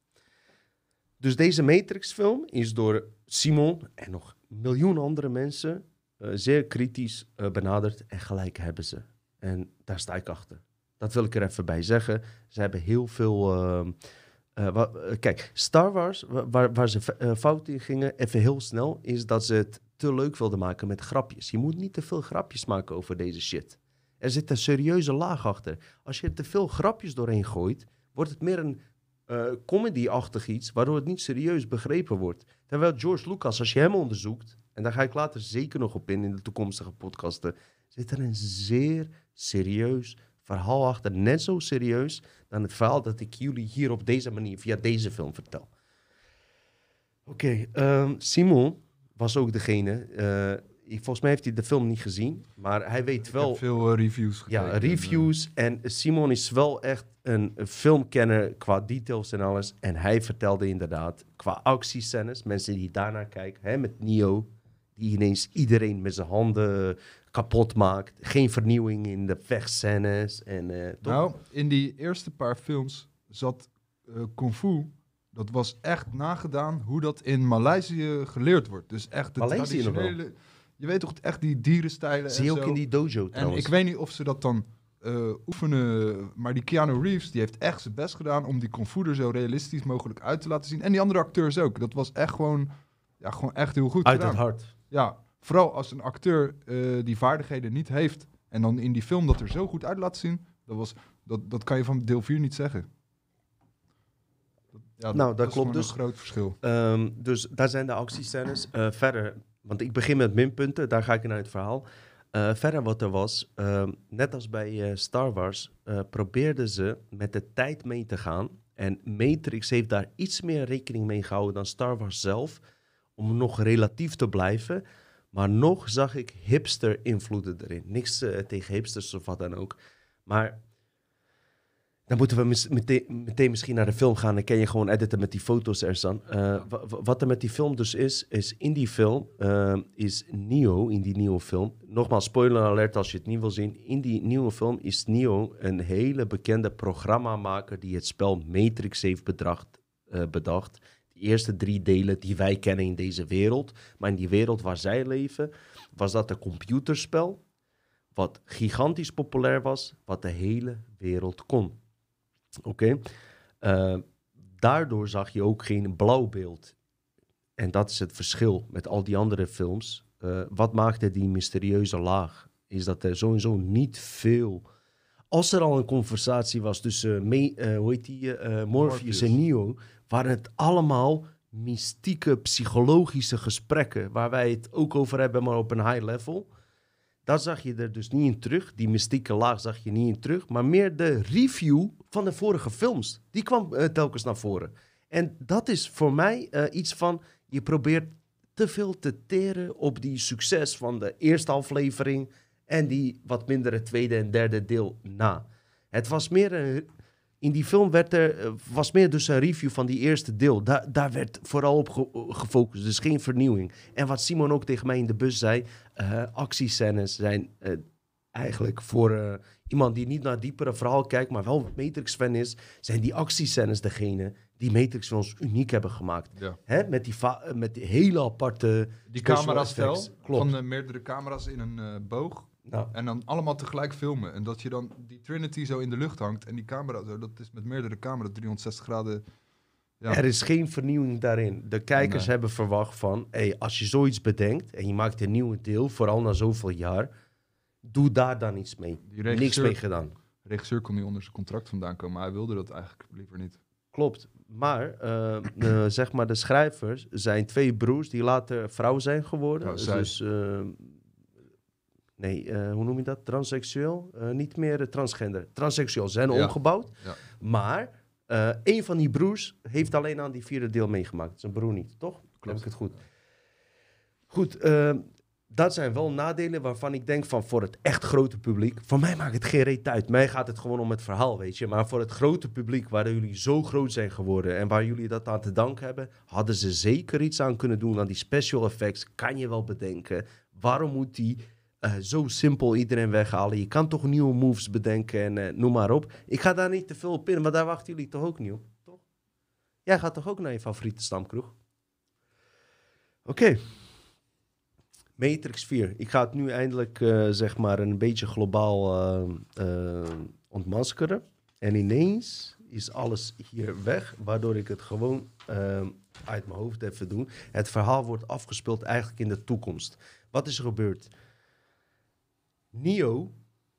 Dus deze Matrix-film is door Simon en nog miljoenen andere mensen zeer kritisch benaderd. En gelijk hebben ze. En daar sta ik achter. Dat wil ik er even bij zeggen. Ze hebben heel veel... kijk, Star Wars, waar ze fout in gingen, even heel snel, is dat ze het te leuk wilden maken met grapjes. Je moet niet te veel grapjes maken over deze shit. Er zit een serieuze laag achter. Als je er te veel grapjes doorheen gooit, wordt het meer een comedy-achtig iets, waardoor het niet serieus begrepen wordt. Terwijl George Lucas, als je hem onderzoekt, en daar ga ik later zeker nog op in de toekomstige podcasten, zit er een zeer serieus verhaal achter. Net zo serieus dan het verhaal dat ik jullie hier op deze manier, via deze film vertel. Oké, Simon was ook degene... volgens mij heeft hij de film niet gezien, maar hij weet wel... Ik heb veel reviews gekeken. Ja, reviews. En Simon is wel echt een filmkenner qua details en alles. En hij vertelde inderdaad, qua actiescènes, mensen die daarnaar kijken, hè, met Neo, die ineens iedereen met zijn handen kapot maakt. Geen vernieuwing in de vechtscènes. Nou, in die eerste paar films zat Kung Fu. Dat was echt nagedaan hoe dat in Maleisië geleerd wordt. Dus echt de Maleisië nog wel? traditionele... Je weet toch echt die dierenstijlen Zie je en ook zo. in die dojo En trouwens. ik weet niet of ze dat dan oefenen, maar die Keanu Reeves, die heeft echt zijn best gedaan om die Kung Fu er zo realistisch mogelijk uit te laten zien. En die andere acteurs ook. Dat was echt gewoon echt heel goed Uit gedaan. het hart. Ja, vooral als een acteur die vaardigheden niet heeft en dan in die film dat er zo goed uit laat zien, dat kan je van deel 4 niet zeggen. Ja, Nou, dat is klopt gewoon dus. een groot verschil. Dus daar zijn de actiescènes. Verder, want ik begin met minpunten, daar ga ik naar het verhaal. Verder wat er was, net als bij Star Wars, probeerden ze met de tijd mee te gaan. En Matrix heeft daar iets meer rekening mee gehouden dan Star Wars zelf, om nog relatief te blijven. Maar nog zag ik hipster-invloeden erin. Niks tegen hipsters of wat dan ook. Maar dan moeten we meteen misschien naar de film gaan. Dan kan je gewoon editen met die foto's er staan. Wat er met die film dus is in die film is Neo, in die nieuwe film. Nogmaals, spoiler alert als je het niet wil zien. In die nieuwe film is Neo een hele bekende programmamaker die het spel Matrix heeft bedacht. De eerste 3 delen die wij kennen in deze wereld. Maar in die wereld waar zij leven, was dat een computerspel wat gigantisch populair was, wat de hele wereld kon. Oké. Daardoor zag je ook geen blauw beeld. En dat is het verschil met al die andere films. Wat maakte die mysterieuze laag? Is dat er sowieso niet veel... Als er al een conversatie was tussen Morpheus en Neo, waren het allemaal mystieke, psychologische gesprekken, waar wij het ook over hebben, maar op een high level. Dat zag je er dus niet in terug. Die mystieke laag zag je niet in terug. Maar meer de review van de vorige films. Die kwam telkens naar voren. En dat is voor mij iets van... Je probeert te veel te teren op die succes van de eerste aflevering... en die wat mindere tweede en derde deel na. Het was meer... In die film was meer dus een review van die eerste deel. Daar werd vooral op gefocust, dus geen vernieuwing. En wat Simon ook tegen mij in de bus zei... actiescènes zijn eigenlijk voor iemand die niet naar het diepere verhaal kijkt... maar wel Matrix-fan is... zijn die actiescènes degene die Matrix-films uniek hebben gemaakt. Ja. Hè? Met die hele aparte... Die camerastijl Klopt. Van meerdere camera's in een boog... Nou. En dan allemaal tegelijk filmen. En dat je dan die Trinity zo in de lucht hangt. En die camera zo, dat is met meerdere camera's 360 graden. Ja. Er is geen vernieuwing daarin. De kijkers hebben verwacht van... als je zoiets bedenkt en je maakt een nieuwe deel... vooral na zoveel jaar... doe daar dan iets mee. Niks mee gedaan. De regisseur kon niet onder zijn contract vandaan komen... maar hij wilde dat eigenlijk liever niet. Klopt. Maar, zeg maar, de schrijvers zijn 2 broers... die later vrouw zijn geworden. Oh, dus... Nee, hoe noem je dat? Transseksueel? Niet meer transgender. Transseksueel zijn Ja. omgebouwd. Ja. Maar een van die broers heeft alleen aan die 4e deel meegemaakt. Zijn broer niet, toch? Heb ik het goed? Goed, dat zijn wel nadelen waarvan ik denk van voor het echt grote publiek. Voor mij maakt het geen reet uit. Mij gaat het gewoon om het verhaal, weet je. Maar voor het grote publiek waar jullie zo groot zijn geworden en waar jullie dat aan te danken hebben, hadden ze zeker iets aan kunnen doen aan die special effects. Kan je wel bedenken. Waarom moet die zo simpel iedereen weghalen? Je kan toch nieuwe moves bedenken en noem maar op. Ik ga daar niet te veel op in, maar daar wachten jullie toch ook niet op, toch? Jij gaat toch ook naar je favoriete stamkroeg? Oké. Matrix 4. Ik ga het nu eindelijk zeg maar een beetje globaal ontmaskeren. En ineens is alles hier weg, waardoor ik het gewoon uit mijn hoofd even doe. Het verhaal wordt afgespeeld eigenlijk in de toekomst. Wat is er gebeurd? Neo,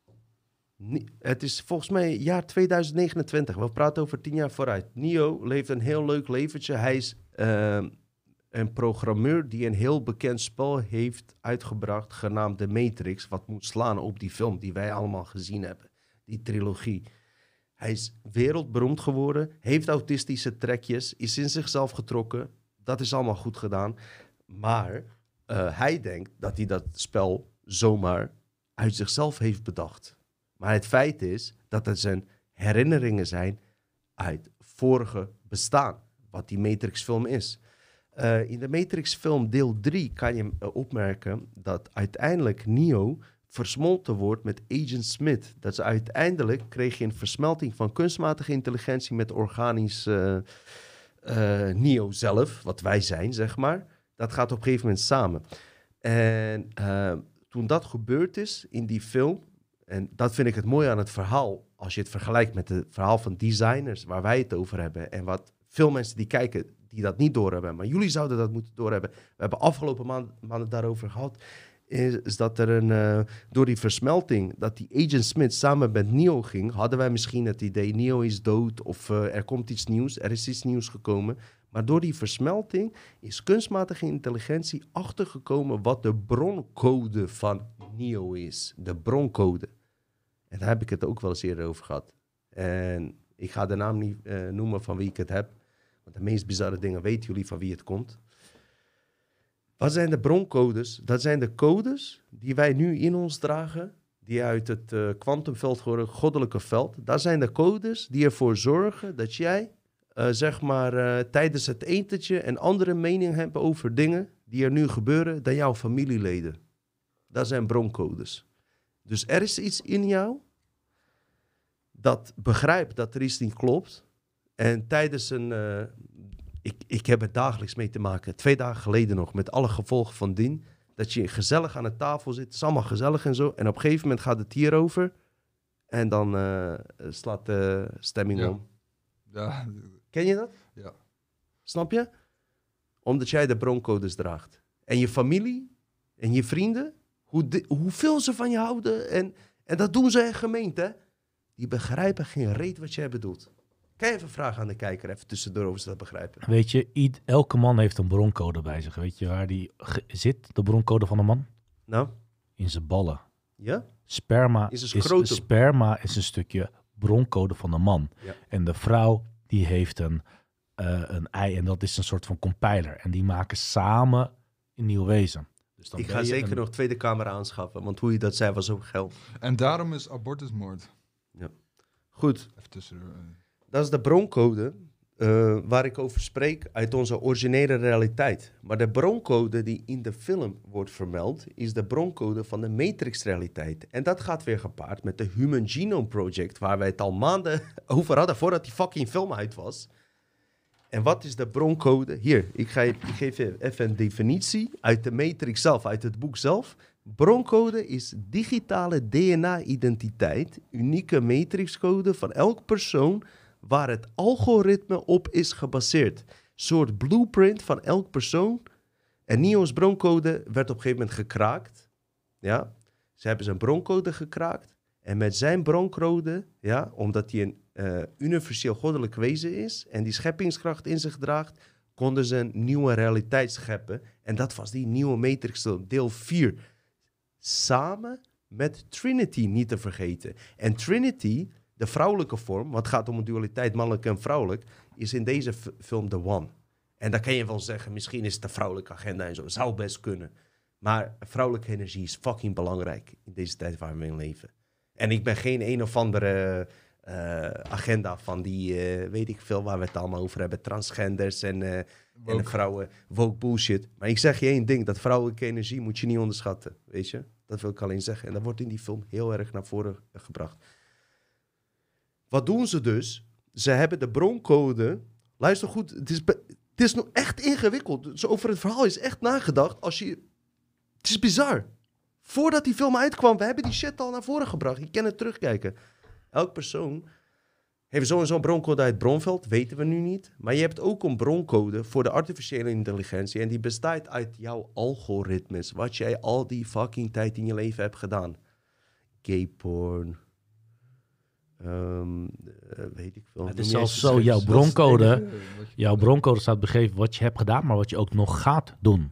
het is volgens mij jaar 2029. We praten over 10 jaar vooruit. Neo leeft een heel leuk leventje. Hij is een programmeur die een heel bekend spel heeft uitgebracht, genaamd The Matrix, wat moet slaan op die film die wij allemaal gezien hebben. Die trilogie. Hij is wereldberoemd geworden, heeft autistische trekjes, is in zichzelf getrokken. Dat is allemaal goed gedaan. Maar hij denkt dat hij dat spel zomaar uit zichzelf heeft bedacht. Maar het feit is dat het zijn herinneringen zijn uit vorige bestaan, wat die Matrix-film is. In de Matrix-film deel 3 kan je opmerken dat uiteindelijk Neo versmolten wordt met Agent Smith. Dat is uiteindelijk kreeg je een versmelting van kunstmatige intelligentie met organisch Neo zelf, wat wij zijn, zeg maar. Dat gaat op een gegeven moment samen. En toen dat gebeurd is in die film, en dat vind ik het mooie aan het verhaal, als je het vergelijkt met het verhaal van designers, waar wij het over hebben, en wat veel mensen die kijken, die dat niet doorhebben, maar jullie zouden dat moeten doorhebben. We hebben afgelopen maanden daarover gehad, is dat er door die versmelting, dat die Agent Smith samen met Neo ging, hadden wij misschien het idee, Neo is dood of er komt iets nieuws, er is iets nieuws gekomen. Maar door die versmelting is kunstmatige intelligentie achtergekomen wat de broncode van Neo is. De broncode. En daar heb ik het ook wel eens eerder over gehad. En ik ga de naam niet noemen van wie ik het heb. Want de meest bizarre dingen weten jullie van wie het komt. Wat zijn de broncodes? Dat zijn de codes die wij nu in ons dragen, die uit het kwantumveld horen, goddelijke veld. Dat zijn de codes die ervoor zorgen dat jij, zeg maar, tijdens het etentje een andere mening hebt over dingen die er nu gebeuren dan jouw familieleden. Dat zijn broncodes. Dus er is iets in jou dat begrijpt dat er iets niet klopt. En tijdens een... Ik heb er dagelijks mee te maken. 2 dagen geleden nog, met alle gevolgen van dien. Dat je gezellig aan de tafel zit. Het is allemaal gezellig en zo. En op een gegeven moment gaat het hierover. En dan slaat de stemming om. Ja. Ken je dat? Ja. Snap je? Omdat jij de broncodes draagt. En je familie en je vrienden, hoeveel ze van je houden. En dat doen ze in gemeente. Die begrijpen geen reet wat jij bedoelt. Kan je even vragen aan de kijker, even tussendoor of ze dat begrijpen? Weet je, elke man heeft een broncode bij zich. Weet je waar die zit, de broncode van een man? Nou? In zijn ballen. Ja? Sperma is een stukje broncode van de man. Ja. En de vrouw, die heeft een ei en dat is een soort van compiler. En die maken samen een nieuw wezen. Dus dan ik ga zeker nog tweede camera aanschaffen, want hoe je dat zei was ook geld. En daarom is abortusmoord. Ja. Goed. Even tussendoor. Dat is de broncode waar ik over spreek uit onze originele realiteit. Maar de broncode die in de film wordt vermeld, is de broncode van de Matrix-realiteit. En dat gaat weer gepaard met de Human Genome Project, waar wij het al maanden over hadden voordat die fucking film uit was. En wat is de broncode? Hier, ik geef even een definitie uit de Matrix zelf, uit het boek zelf. Broncode is digitale DNA-identiteit, unieke matrixcode van elk persoon waar het algoritme op is gebaseerd. Soort blueprint van elk persoon. En Neo's broncode werd op een gegeven moment gekraakt. Ja, ze hebben zijn broncode gekraakt. En met zijn broncode, ja, omdat hij een universeel goddelijk wezen is en die scheppingskracht in zich draagt, konden ze een nieuwe realiteit scheppen. En dat was die nieuwe Matrix deel 4. Samen met Trinity niet te vergeten. En Trinity, de vrouwelijke vorm, wat gaat om een dualiteit mannelijk en vrouwelijk, is in deze film de one. En dan kan je wel zeggen, misschien is het de vrouwelijke agenda en zo. Zou best kunnen. Maar vrouwelijke energie is fucking belangrijk in deze tijd waar we in leven. En ik ben geen een of andere agenda van die, weet ik veel, waar we het allemaal over hebben. Transgenders en de vrouwen, woke bullshit. Maar ik zeg je één ding, dat vrouwelijke energie moet je niet onderschatten, weet je? Dat wil ik alleen zeggen. En dat wordt in die film heel erg naar voren gebracht. Wat doen ze dus? Ze hebben de broncode. Luister goed, het is nog echt ingewikkeld. Dus over het verhaal is echt nagedacht. Het is bizar. Voordat die film uitkwam, we hebben die shit al naar voren gebracht. Je kan het terugkijken. Elk persoon heeft sowieso een broncode uit Bronveld, weten we nu niet. Maar je hebt ook een broncode voor de artificiële intelligentie. En die bestaat uit jouw algoritmes. Wat jij al die fucking tijd in je leven hebt gedaan. Gay porn. Weet ik veel. Het is zelfs zo, jouw broncode staat begeven wat je hebt gedaan, maar wat je ook nog gaat doen.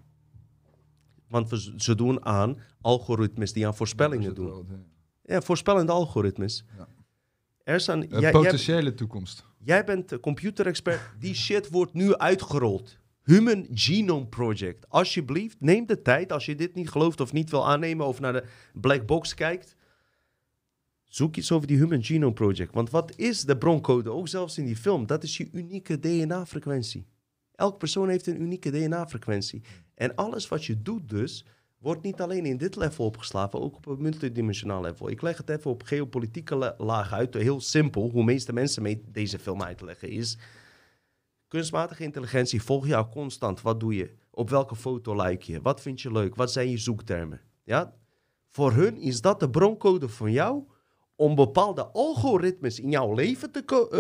Want ze doen aan algoritmes die aan voorspellingen doen. Ja, voorspellende algoritmes. Ja. Er staan, potentiële toekomst. Jij bent computerexpert. Die shit wordt nu uitgerold. Human Genome Project. Alsjeblieft, neem de tijd. Als je dit niet gelooft of niet wil aannemen of naar de black box kijkt. Zoek iets over die Human Genome Project. Want wat is de broncode? Ook zelfs in die film. Dat is je unieke DNA-frequentie. Elke persoon heeft een unieke DNA-frequentie. En alles wat je doet dus, wordt niet alleen in dit level opgeslagen, ook op een multidimensionaal level. Ik leg het even op geopolitieke laag uit. Heel simpel, hoe meeste mensen mee deze film uitleggen is, kunstmatige intelligentie volgt jou constant. Wat doe je? Op welke foto like je? Wat vind je leuk? Wat zijn je zoektermen? Ja? Voor hun is dat de broncode van jou om bepaalde algoritmes in jouw leven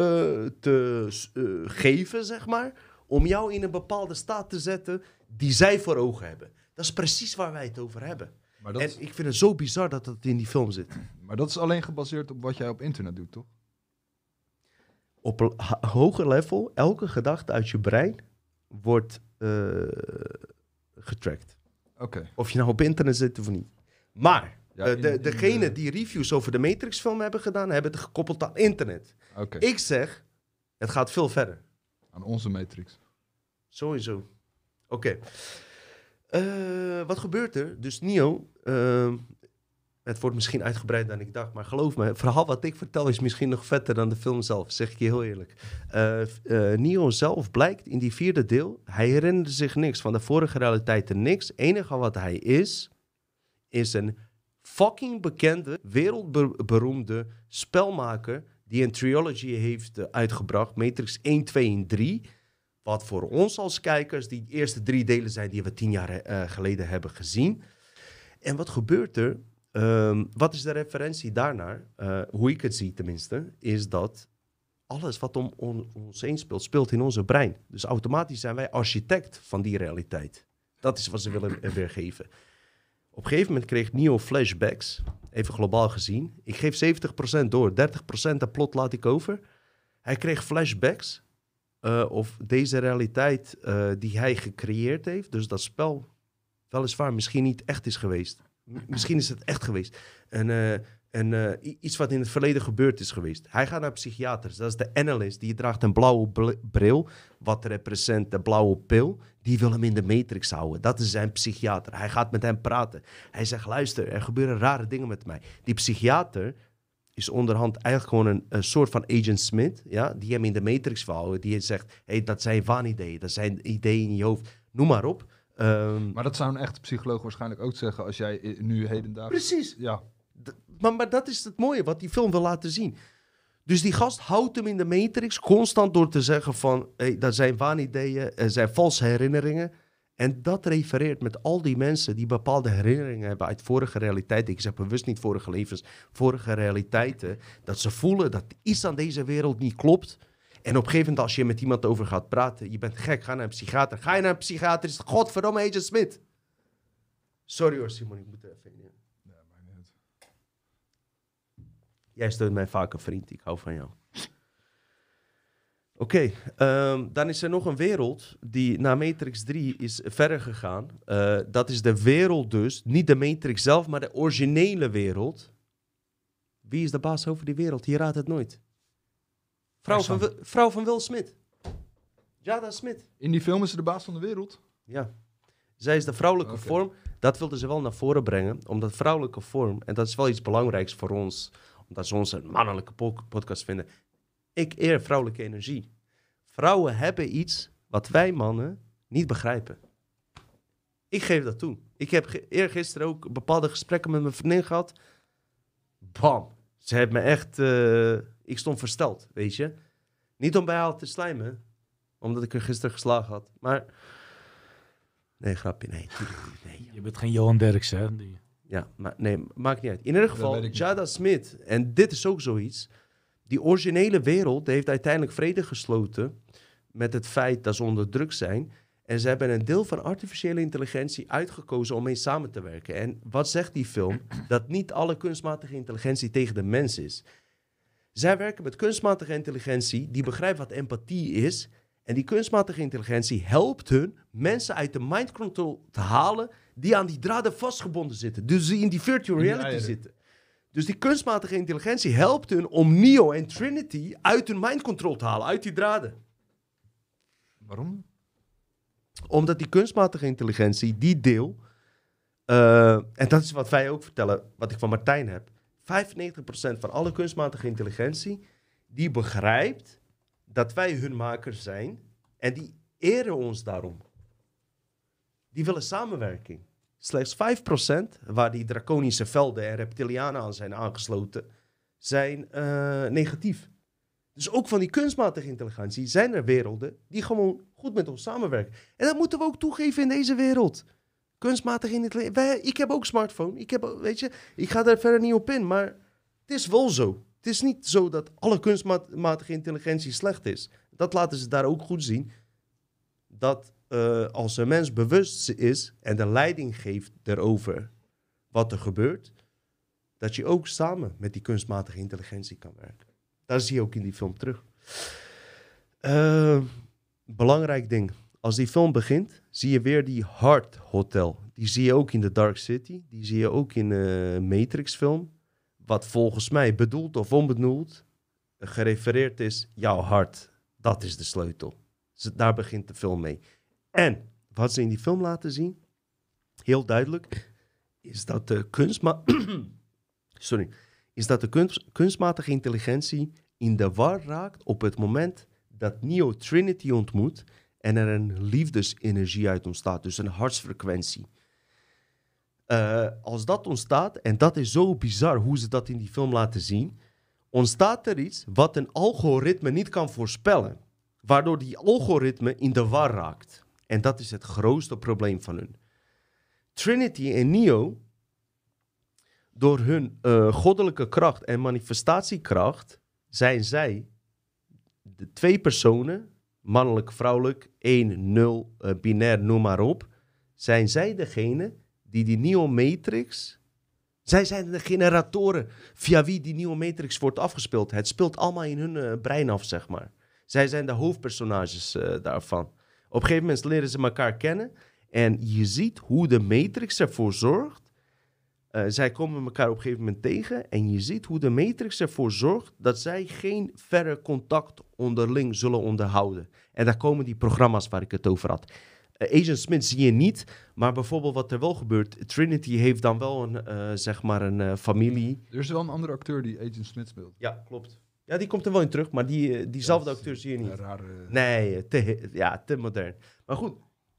te geven, zeg maar, om jou in een bepaalde staat te zetten die zij voor ogen hebben. Dat is precies waar wij het over hebben. En ik vind het zo bizar dat dat in die film zit. Maar dat is alleen gebaseerd op wat jij op internet doet, toch? Op een hoger level, elke gedachte uit je brein wordt getracked. Okay. Of je nou op internet zit of niet. Maar degene die reviews over de Matrix-film hebben gedaan, hebben het gekoppeld aan internet. Okay. Ik zeg, het gaat veel verder. Aan onze Matrix. Sowieso. Oké. Wat gebeurt er? Dus Neo, het wordt misschien uitgebreid dan ik dacht, maar geloof me, het verhaal wat ik vertel is misschien nog vetter dan de film zelf, zeg ik je heel eerlijk. Neo zelf blijkt in die 4e deel, hij herinnerde zich niks van de vorige realiteiten, niks. Het enige wat hij is een fucking bekende, wereldberoemde spelmaker die een trilogy heeft uitgebracht, Matrix 1, 2 en 3. Wat voor ons als kijkers die eerste 3 delen zijn die we 10 jaar geleden hebben gezien. En wat gebeurt er? Wat is de referentie daarnaar? Hoe ik het zie tenminste, is dat alles wat om ons heen speelt, speelt in onze brein. Dus automatisch zijn wij architect van die realiteit. Dat is wat ze willen weergeven. Op een gegeven moment kreeg Neo flashbacks, even globaal gezien. Ik geef 70% door, 30% de plot laat ik over. Hij kreeg flashbacks. Of deze realiteit die hij gecreëerd heeft, dus dat spel weliswaar misschien niet echt is geweest. Misschien is het echt geweest. En iets wat in het verleden gebeurd is geweest. Hij gaat naar psychiaters. Dat is de analyst. Die draagt een blauwe bril. Wat representeert de blauwe pil. Die wil hem in de matrix houden. Dat is zijn psychiater. Hij gaat met hem praten. Hij zegt, luister, er gebeuren rare dingen met mij. Die psychiater is onderhand eigenlijk gewoon een soort van Agent Smith. Ja, die hem in de matrix wil houden. Die zegt, hey, dat zijn waanideeën. Dat zijn ideeën in je hoofd. Noem maar op. Maar dat zou een echte psycholoog waarschijnlijk ook zeggen als jij nu hedendaags... Precies. Ja. Maar dat is het mooie wat die film wil laten zien. Dus die gast houdt hem in de matrix constant door te zeggen van... Hey, dat zijn waanideeën, er zijn valse herinneringen. En dat refereert met al die mensen die bepaalde herinneringen hebben uit vorige realiteiten. Ik zeg bewust niet vorige levens, vorige realiteiten. Dat ze voelen dat iets aan deze wereld niet klopt. En op een gegeven moment als je met iemand over gaat praten... Je bent gek, ga naar een psychiater. Ga je naar een psychiater, is het godverdomme Agent Smith. Sorry hoor Simon, ik moet er even in. Ja, maakt niet uit. Jij steunt mij vaak een vriend, ik hou van jou. Oké. Oké, dan is er nog een wereld die na Matrix 3 is verder gegaan. Dat is de wereld dus, niet de Matrix zelf, maar de originele wereld. Wie is de baas over die wereld? Je raadt het nooit. Vrouw van Will Smith. Jada Smith. In die film is ze de baas van de wereld? Ja. Zij is de vrouwelijke vorm. Dat wilden ze wel naar voren brengen. Omdat vrouwelijke vorm, en dat is wel iets belangrijks voor ons, omdat ze ons een mannelijke podcast vinden. Ik eer vrouwelijke energie. Vrouwen hebben iets wat wij mannen niet begrijpen. Ik geef dat toe. Ik heb eergisteren ook bepaalde gesprekken met mijn vriendin gehad. Bam. Ze heeft me echt... ik stond versteld, weet je. Niet om bij haar te slijmen, omdat ik er gisteren geslagen had. Maar... Nee, grapje. Nee, nee. Je bent geen Johan Derksen, hè? Ja, maar nee, maakt niet uit. In ieder geval, Jada Smith, en dit is ook zoiets. Die originele wereld heeft uiteindelijk vrede gesloten met het feit dat ze onder druk zijn. En ze hebben een deel van artificiële intelligentie uitgekozen om mee samen te werken. En wat zegt die film? Dat niet alle kunstmatige intelligentie tegen de mens is. Zij werken met kunstmatige intelligentie die begrijpt wat empathie is. En die kunstmatige intelligentie helpt hun mensen uit de mind control te halen die aan die draden vastgebonden zitten. Dus die in die virtual reality zitten. Dus die kunstmatige intelligentie helpt hun om Neo en Trinity uit hun mind control te halen, uit die draden. Waarom? Omdat die kunstmatige intelligentie, die deel, en dat is wat wij ook vertellen, wat ik van Martijn heb. 95% van alle kunstmatige intelligentie, die begrijpt dat wij hun makers zijn en die eren ons daarom. Die willen samenwerking. Slechts 5%, waar die draconische velden en reptilianen aan zijn aangesloten, zijn negatief. Dus ook van die kunstmatige intelligentie zijn er werelden die gewoon goed met ons samenwerken. En dat moeten we ook toegeven in deze wereld. Kunstmatige intelligentie. Ik heb ook een smartphone. Ik ga daar verder niet op in, maar het is wel zo. Het is niet zo dat alle kunstmatige intelligentie slecht is. Dat laten ze daar ook goed zien. Dat als een mens bewust is en de leiding geeft erover wat er gebeurt, dat je ook samen met die kunstmatige intelligentie kan werken. Dat zie je ook in die film terug. Belangrijk ding. Als die film begint, zie je weer die Heart Hotel. Die zie je ook in The Dark City. Die zie je ook in de Matrix film. Wat volgens mij bedoeld of onbedoeld gerefereerd is, jouw hart. Dat is de sleutel. Dus daar begint de film mee. En wat ze in die film laten zien, heel duidelijk, is dat de kunstmatige intelligentie in de war raakt op het moment dat Neo Trinity ontmoet en er een liefdesenergie uit ontstaat, dus een hartsfrequentie. Als dat ontstaat, en dat is zo bizar hoe ze dat in die film laten zien, ontstaat er iets wat een algoritme niet kan voorspellen, waardoor die algoritme in de war raakt. En dat is het grootste probleem van hun. Trinity en Neo, door hun goddelijke kracht en manifestatiekracht, zijn zij de twee personen, mannelijk, vrouwelijk, 1, 0, binair, noem maar op, zijn zij degene die Neo Matrix, zij zijn de generatoren via wie die Neo Matrix wordt afgespeeld. Het speelt allemaal in hun brein af, zeg maar. Zij zijn de hoofdpersonages daarvan. Op een gegeven moment leren ze elkaar kennen en je ziet hoe de Matrix ervoor zorgt. Zij komen elkaar op een gegeven moment tegen en je ziet hoe de Matrix ervoor zorgt dat zij geen verre contact onderling zullen onderhouden. En daar komen die programma's waar ik het over had. Agent Smith zie je niet, maar bijvoorbeeld wat er wel gebeurt, Trinity heeft dan wel een familie. Er is wel een andere acteur die Agent Smith speelt. Ja, klopt. Ja, die komt er wel in terug, maar diezelfde acteur zie je niet. Rare... Nee, te modern. Maar goed,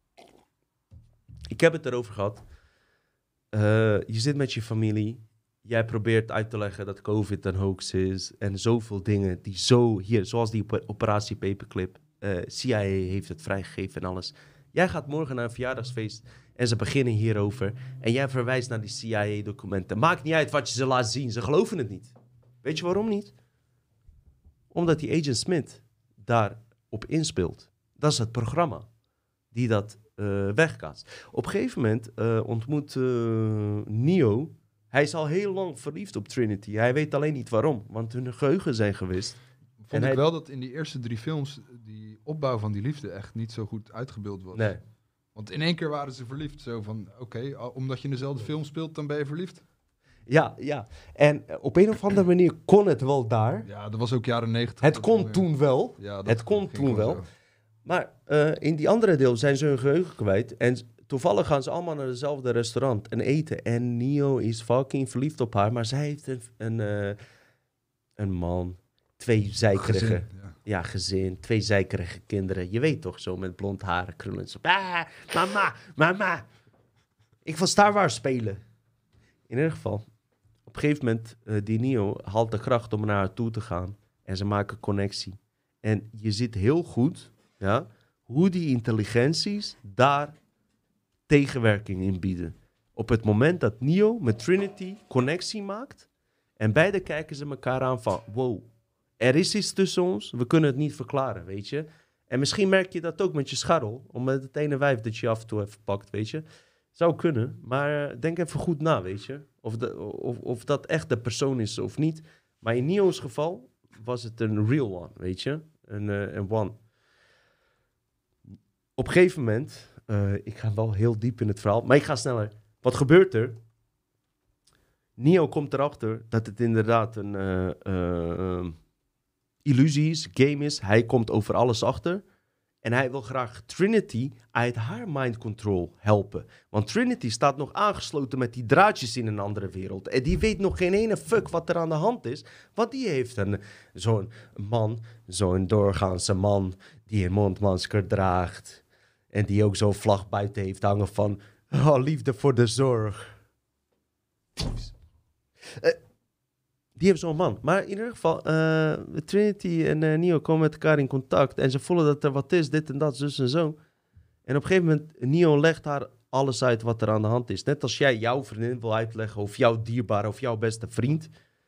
ik heb het erover gehad. Je zit met je familie. Jij probeert uit te leggen dat COVID een hoax is. En zoveel dingen die zoals die operatie Paperclip. CIA heeft het vrijgegeven en alles. Jij gaat morgen naar een verjaardagsfeest en ze beginnen hierover. En jij verwijst naar die CIA-documenten. Maakt niet uit wat je ze laat zien. Ze geloven het niet. Weet je waarom niet? Omdat die Agent Smith daarop inspeelt. Dat is het programma die dat wegkaatst. Op een gegeven moment ontmoet Neo. Hij is al heel lang verliefd op Trinity. Hij weet alleen niet waarom, want hun geheugen zijn geweest. Vond En ik hij- wel dat in die eerste 3 films die opbouw van die liefde echt niet zo goed uitgebeeld was. Nee. Want in één keer waren ze verliefd. Zo van, oké, omdat je in dezelfde film speelt, dan ben je verliefd. Ja. En op een of andere manier kon het wel daar. Ja, dat was ook jaren 90. Het Dat kon was- toen wel. Ja, dat het kon ging toen gewoon wel. zo. Maar in die andere deel zijn ze hun geheugen kwijt. En toevallig gaan ze allemaal naar hetzelfde restaurant en eten. En Neo is fucking verliefd op haar. Maar zij heeft een man, 2 zeikerige... Gezin, ja. Ja, gezin, 2 zeikerige kinderen. Je weet toch, zo met blond haren, krullen. Zo, mama. Ik wil Star Wars spelen. In ieder geval, op een gegeven moment, die Neo haalt de kracht om naar haar toe te gaan. En ze maken connectie. En je ziet heel goed, ja, hoe die intelligenties daar tegenwerking in bieden. Op het moment dat Neo met Trinity connectie maakt. En beide kijken ze elkaar aan van, wow. Er is iets tussen ons, we kunnen het niet verklaren, weet je. En misschien merk je dat ook met je scharrel, om met het ene wijf dat je af en toe even pakt, weet je. Zou kunnen, maar denk even goed na, weet je. Of dat echt de persoon is of niet. Maar in Neo's geval was het een real one, weet je. Een one. Op een gegeven moment, ik ga wel heel diep in het verhaal, maar ik ga sneller. Wat gebeurt er? Neo komt erachter dat het inderdaad een illusie is, game is. Hij komt over alles achter. En hij wil graag Trinity uit haar mind control helpen. Want Trinity staat nog aangesloten met die draadjes in een andere wereld. En die weet nog geen ene fuck wat er aan de hand is. Want die heeft zo'n man, zo'n doorgaanse man, die een mondmasker draagt. En die ook zo'n vlag buiten heeft hangen van, liefde voor de zorg. Die heeft zo'n man. Maar in ieder geval, Trinity en Neo komen met elkaar in contact. En ze voelen dat er wat is, dit en dat, zus en zo. En op een gegeven moment, Neo legt haar alles uit wat er aan de hand is. Net als jij jouw vriendin wil uitleggen, of jouw dierbare, of jouw beste vriend.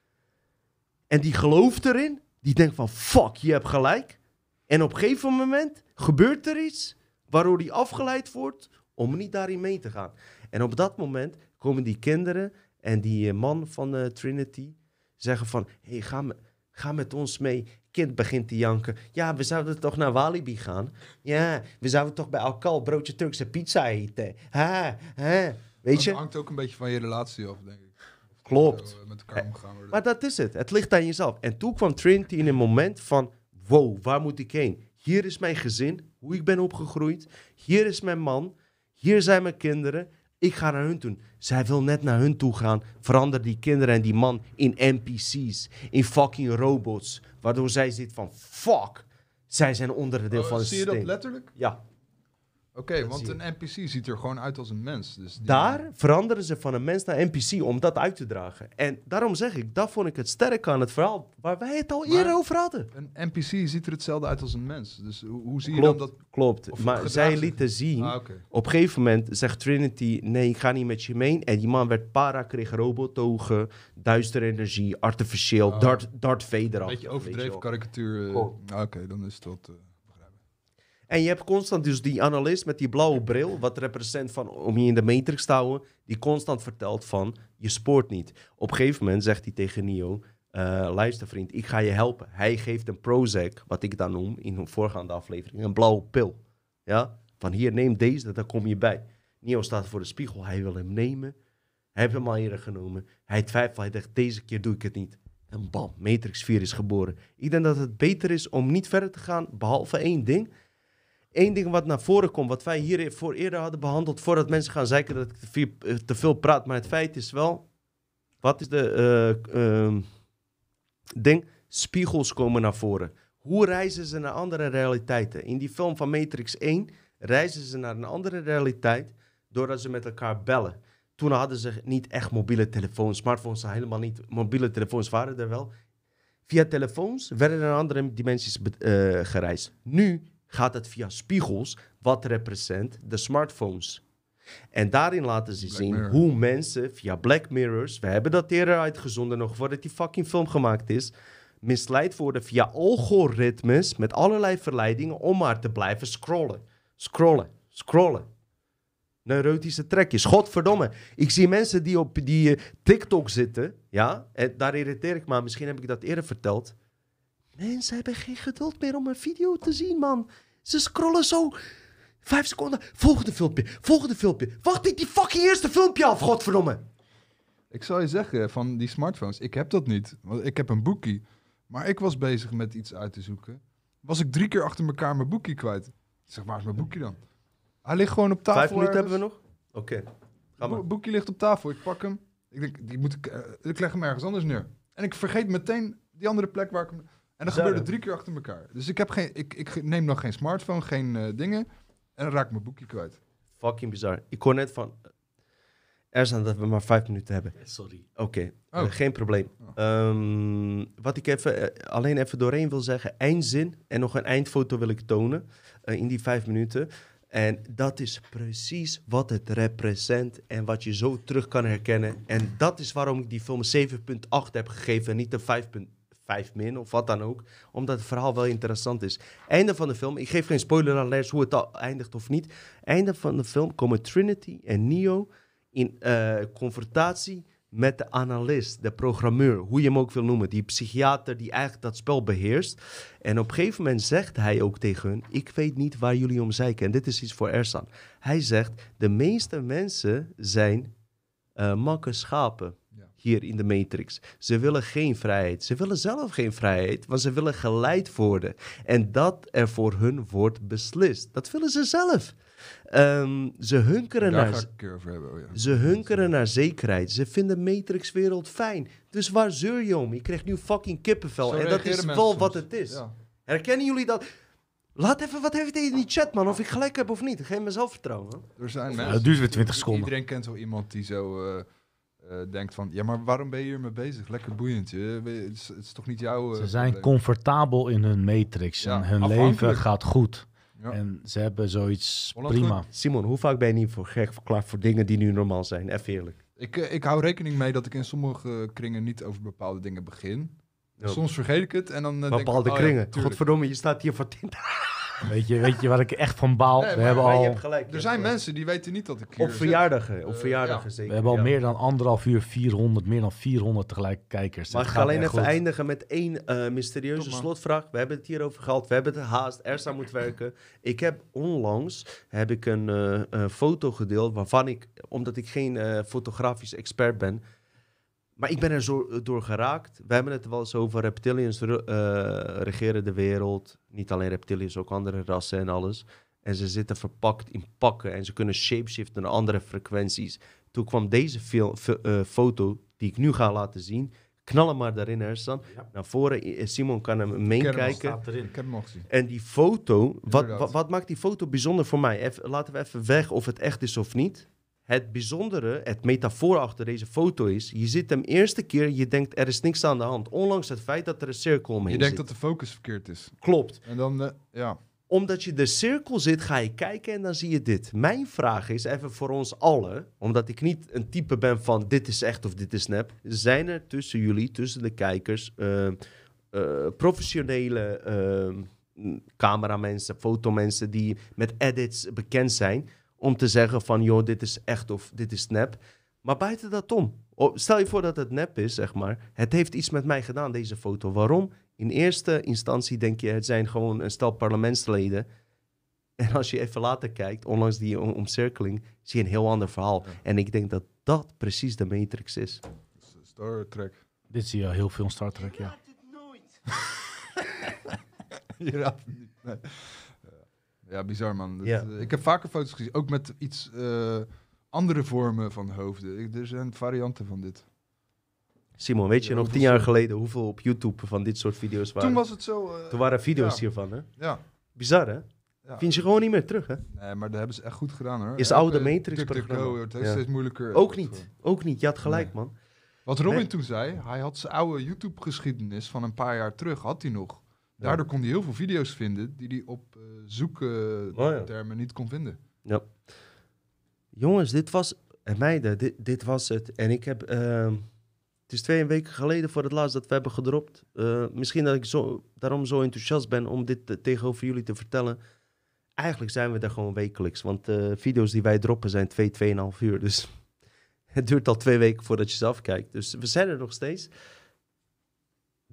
En die gelooft erin. Die denkt van, fuck, je hebt gelijk. En op een gegeven moment gebeurt er iets, waardoor die afgeleid wordt om niet daarin mee te gaan. En op dat moment komen die kinderen en die man van Trinity zeggen van, hey, ga met ons mee. Kind begint te janken. Ja, we zouden toch naar Walibi gaan? Ja, we zouden toch bij Alcal broodje Turkse pizza eten? Weet je? Het hangt ook een beetje van je relatie af, denk ik. Klopt. Zo, met elkaar omgaan worden. Maar dat is het. Het ligt aan jezelf. En toen kwam Trinity in een moment van, wow, waar moet ik heen? Hier is mijn gezin, hoe ik ben opgegroeid. Hier is mijn man. Hier zijn mijn kinderen. Ik ga naar hun toe. Zij wil net naar hun toe gaan. Verander die kinderen en die man in NPC's. In fucking robots. Waardoor zij zit van, fuck. Zij zijn onderdeel van het zie je systeem. dat letterlijk? Ja. Oké, Dat want zie een NPC ziet er gewoon uit als een mens. Dus die... Daar veranderen ze van een mens naar NPC om dat uit te dragen. En daarom zeg ik, dat vond ik het sterk aan het verhaal waar wij het al eerder over hadden. Een NPC ziet er hetzelfde uit als een mens. Dus hoe zie je Klopt, dan dat... klopt. Of Maar gedraagt zij zich- lieten zien, oké. op een gegeven moment zegt Trinity, nee, ik ga niet met je mee. En die man werd para, kreeg robotogen, duistere energie, artificieel, Oh. Darth Vader. Een beetje overdreven karikatuur. Klopt. Oké, dan is dat... En je hebt constant dus die analist met die blauwe bril, wat represent van om je in de matrix te houden, die constant vertelt van, je spoort niet. Op een gegeven moment zegt hij tegen Neo, luister vriend, ik ga je helpen. Hij geeft een Prozac, wat ik dan noem, in een voorgaande aflevering, een blauwe pil. Ja, van hier, neem deze, dan kom je bij. Neo staat voor de spiegel, hij wil hem nemen. Hij heeft hem al eerder genomen. Hij twijfelt, hij dacht, deze keer doe ik het niet. En bam, Matrix 4 is geboren. Ik denk dat het beter is om niet verder te gaan, behalve één ding. Eén ding wat naar voren komt, wat wij hier voor eerder hadden behandeld, voordat mensen gaan zeiken dat ik te veel praat. Maar het feit is wel, wat is de ding? Spiegels komen naar voren. Hoe reizen ze naar andere realiteiten? In die film van Matrix 1 reizen ze naar een andere realiteit doordat ze met elkaar bellen. Toen hadden ze niet echt mobiele telefoons, smartphones zijn helemaal niet. Mobiele telefoons waren er wel. Via telefoons werden er naar andere dimensies gereisd. Nu gaat het via spiegels, wat represent de smartphones. En daarin laten ze Black zien Mirror. hoe mensen via Black Mirrors, we hebben dat eerder uitgezonden nog voordat die fucking film gemaakt is, misleid worden via algoritmes met allerlei verleidingen om maar te blijven scrollen. Neurotische trekjes. Godverdomme. Ik zie mensen die op die TikTok zitten, ja, en daar irriteer ik me aan. Misschien heb ik dat eerder verteld. Mensen hebben geen geduld meer om een video te zien, man. Ze scrollen zo 5 seconden. Volgende filmpje. Wacht niet die fucking eerste filmpje af, godverdomme. Ik zal je zeggen, van die smartphones, ik heb dat niet. Want ik heb een boekie. Maar ik was bezig met iets uit te zoeken. Was ik 3 keer achter elkaar mijn boekie kwijt. Ik zeg, waar is mijn boekie dan? Hij ligt gewoon op tafel. 5 minuten ergens. hebben we nog? Oké. Ga maar. Boekie ligt op tafel, ik pak hem. Ik denk, ik leg hem ergens anders neer. En ik vergeet meteen die andere plek waar ik hem... En dat gebeurde 3 keer achter elkaar. Dus ik neem nog geen smartphone, geen dingen. En dan raak ik mijn boekie kwijt. Fucking bizar. Ik hoor net van... Er staan dat we maar 5 minuten hebben. Sorry. Oké, Oh. geen probleem. Wat ik alleen even doorheen wil zeggen. Eindzin en nog een eindfoto wil ik tonen. In die 5 minuten. En dat is precies wat het represent. En wat je zo terug kan herkennen. En dat is waarom ik die film een 7,8 heb gegeven. En niet een 5,5 min of wat dan ook. Omdat het verhaal wel interessant is. Einde van de film. Ik geef geen spoiler alerts hoe het al eindigt of niet. Einde van de film komen Trinity en Neo in confrontatie met de analist, de programmeur, hoe je hem ook wil noemen, die psychiater die eigenlijk dat spel beheerst. En op een gegeven moment zegt hij ook tegen hun, ik weet niet waar jullie om zeiken. En dit is iets voor Ersan. Hij zegt, de meeste mensen zijn makke schapen hier in de Matrix. Ze willen geen vrijheid. Ze willen zelf geen vrijheid, want ze willen geleid worden. En dat er voor hun wordt beslist. Dat willen ze zelf. Ze hunkeren Daar naar... ga ik een keer over hebben. Oh ja. Ze hunkeren naar zekerheid. Ze vinden Matrix-wereld fijn. Dus waar zeur je om? Je krijgt nu fucking kippenvel. Zo En dat reageren is mensen wel wat soms. het is. Ja. Herkennen jullie dat? Laat even wat even in die chat, man. Of ik gelijk heb of niet. Geef me zelfvertrouwen. Man. Er zijn Ja, mensen... het duurt weer 20 seconden. Iedereen kent wel iemand die zo denkt van... Ja, maar waarom ben je hiermee bezig? Lekker boeiend. Het is toch niet jouw... Ze zijn probleem? comfortabel in hun matrix. Ja, En hun afhankelijk. leven gaat goed. Ja. En ze hebben zoiets Holland prima. Simon, hoe vaak ben je niet voor gek verklaard voor dingen die nu normaal zijn? Even eerlijk. Ik hou rekening mee dat ik in sommige kringen niet over bepaalde dingen begin. Ja. Soms vergeet ik het en dan denk Bepaalde ik... oh ja, kringen. tuurlijk. Godverdomme, je staat hier voor tint. Weet je waar ik echt van baal? Nee, we maar- hebben Maar je al, hebt gelijk. Er zijn mensen die weten niet dat ik hier Op zit. verjaardagen. Op ja. verjaardagen We zeker. we hebben al ja. meer dan 1,5 uur, meer dan 400 tegelijk kijkers. Maar Het ik ga gaat alleen echt even goed. eindigen met één mysterieuze Top, man. slotvraag. We hebben het hierover gehad. We hebben het haast. Ersa moet werken. Ik heb onlangs een foto gedeeld waarvan ik, omdat ik geen fotografisch expert ben, maar ik ben er zo door geraakt. We hebben het wel eens over reptilians regeren de wereld. Niet alleen reptilians, ook andere rassen en alles. En ze zitten verpakt in pakken en ze kunnen shapeshiften naar andere frequenties. Toen kwam deze foto, die ik nu ga laten zien. Knal hem maar daarin, Ersan. Ja. Naar voren. Simon kan hem meekijken. Ik heb hem al gezien. En die foto, Inderdaad. wat maakt die foto bijzonder voor mij? Laten we even weg of het echt is of niet. Het bijzondere, het metafoor achter deze foto is, je ziet hem eerste keer, je denkt er is niks aan de hand. Ondanks het feit dat er een cirkel omheen Je denkt zit. dat de focus verkeerd is. Klopt. En dan, ja. Omdat je de cirkel zit, ga je kijken en dan zie je dit. Mijn vraag is even voor ons allen, omdat ik niet een type ben van dit is echt of dit is nep. Zijn er tussen jullie, tussen de kijkers, professionele cameramensen, fotomensen die met edits bekend zijn, om te zeggen van joh, dit is echt of dit is nep. Maar buiten dat om. Stel je voor dat het nep is, zeg maar. Het heeft iets met mij gedaan, deze foto. Waarom? In eerste instantie denk je, het zijn gewoon een stel parlementsleden. En als je even later kijkt, ondanks die omcirkeling, zie je een heel ander verhaal. Ja. En ik denk dat dat precies de Matrix is. Star Trek. Dit zie je heel veel in Star Trek, ja. Je raadt het niet. Nee. Ja, bizar man. Ja. Ik heb vaker foto's gezien, ook met iets andere vormen van hoofden. Er zijn varianten van dit. Simon, weet je Ja, nog hoeveel 10 jaar zo- geleden hoeveel op YouTube van dit soort video's waren? Toen was het zo... Toen waren video's ja. hiervan, hè? Ja. Bizar, hè? Ja. Vind je gewoon niet meer terug, hè? Nee, maar dat hebben ze echt goed gedaan hoor. Is oude Elke Matrix-programma. DuckDuckGo, het heeft Ja. steeds moeilijker. Ook niet. Ook niet. Je had gelijk, Nee. man. Wat Robin Nee. toen zei, hij had zijn oude YouTube-geschiedenis van een paar jaar terug, had hij nog. Daardoor kon hij heel veel video's vinden die hij op zoektermen niet kon vinden. Ja. Jongens, dit was... En meiden, dit was het. En ik heb... het is 2 weken geleden voor het laatst dat we hebben gedropt. Misschien dat ik daarom zo enthousiast ben om dit tegenover jullie te vertellen. Eigenlijk zijn we er gewoon wekelijks. Want video's die wij droppen zijn 2,5 uur. Dus het duurt al 2 weken voordat je zelf kijkt. Dus we zijn er nog steeds.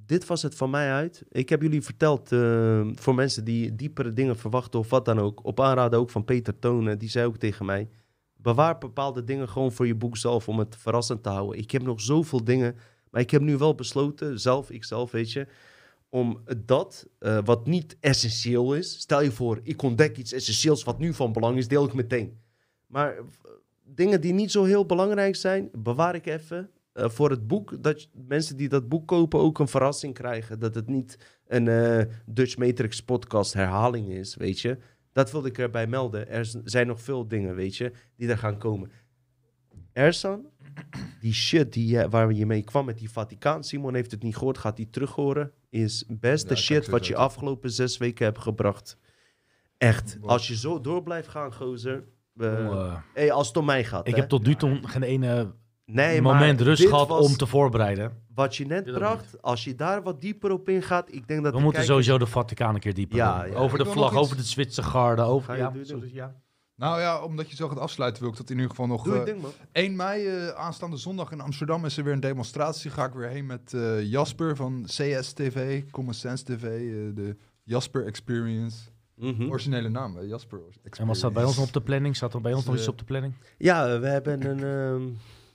dit was het van mij uit. Ik heb jullie verteld, voor mensen die diepere dingen verwachten of wat dan ook. Op aanraden ook van Peter Tonen, die zei ook tegen mij... Bewaar bepaalde dingen gewoon voor je boek zelf om het verrassend te houden. Ik heb nog zoveel dingen, maar ik heb nu wel besloten, ikzelf, weet je... om dat, wat niet essentieel is... Stel je voor, ik ontdek iets essentieels wat nu van belang is, deel ik meteen. Maar dingen die niet zo heel belangrijk zijn, bewaar ik even... voor het boek, dat mensen die dat boek kopen ook een verrassing krijgen. Dat het niet een Dutch Matrix podcast herhaling is, weet je. Dat wilde ik erbij melden. Er zijn nog veel dingen, weet je, die er gaan komen. Ersan, die shit waar je mee kwam met die Vaticaan, Simon heeft het niet gehoord, gaat die terug horen, is beste shit wat je afgelopen 6 weken hebt gebracht. Echt. Als je zo door blijft gaan, gozer. Als het om mij gaat. Ik heb tot nu toe geen ene... Nee, moment rust gehad om te voorbereiden. Wat je net bracht, als je daar wat dieper op ingaat, ik denk dat... We moeten sowieso de Vaticaan een keer dieper doen. Ja. Over de vlag, over de Zwitserse garde, over... Ja. Nou ja, omdat je zo gaat afsluiten, wil ik dat in ieder geval nog... Doe je ding, man. 1 mei, aanstaande zondag in Amsterdam, is er weer een demonstratie. Ga ik weer heen met Jasper van CS-TV, Common Sense TV, de Jasper Experience. Originele naam, hè? Jasper Experience. En wat staat bij ons nog op de planning? Staat er bij ons nog iets op de planning? Ja, we hebben een...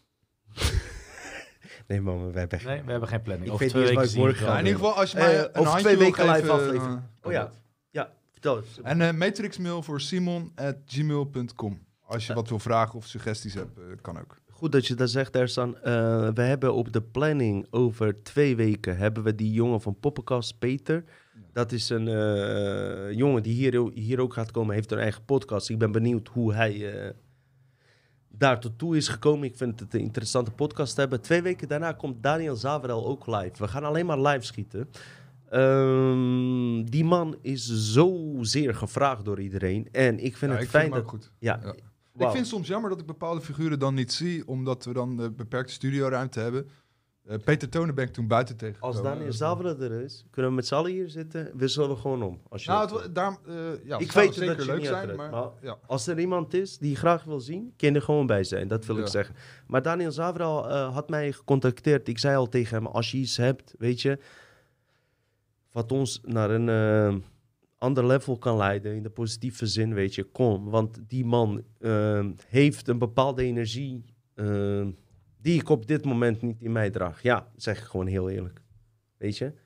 Nee man, we hebben geen planning. Ik over weet 2 niet weken eens waar ik morgen ga. In ieder geval, als je mij een over handje 2 wil weken live geven, aflevering. Ja, vertel eens. En matrixmail voor simon@gmail.com. Als je wat wil vragen of suggesties hebt, kan ook. Goed dat je dat zegt, Ersan. We hebben op de planning over 2 weken... hebben we die jongen van Poppenkast, Peter. Dat is een jongen die hier ook gaat komen. Heeft een eigen podcast. Ik ben benieuwd hoe hij... daar tot toe is gekomen. Ik vind het een interessante podcast te hebben. 2 weken daarna komt Daniel Zaverel ook live. We gaan alleen maar live schieten. Die man is zozeer gevraagd door iedereen. En ik vind het fijn dat... Ook goed. Ja. Wow. Wow. Ik vind het soms jammer dat ik bepaalde figuren dan niet zie, omdat we dan beperkte studioruimte hebben. Peter Tonen ben ik toen buiten tegengekomen. Als Daniel Zaverel er is, kunnen we met z'n allen hier zitten. Wisselen we gewoon om. Als je ik weet zeker dat je leuk niet zijn, maar maar ja. als er iemand is die je graag wil zien, kan je er gewoon bij zijn. Dat wil ik zeggen. Maar Daniel Zaverel had mij gecontacteerd. Ik zei al tegen hem, als je iets hebt, weet je, wat ons naar een ander level kan leiden, in de positieve zin, weet je, kom. Want die man heeft een bepaalde energie die ik op dit moment niet in mij draag. Ja, zeg ik gewoon heel eerlijk. Weet je?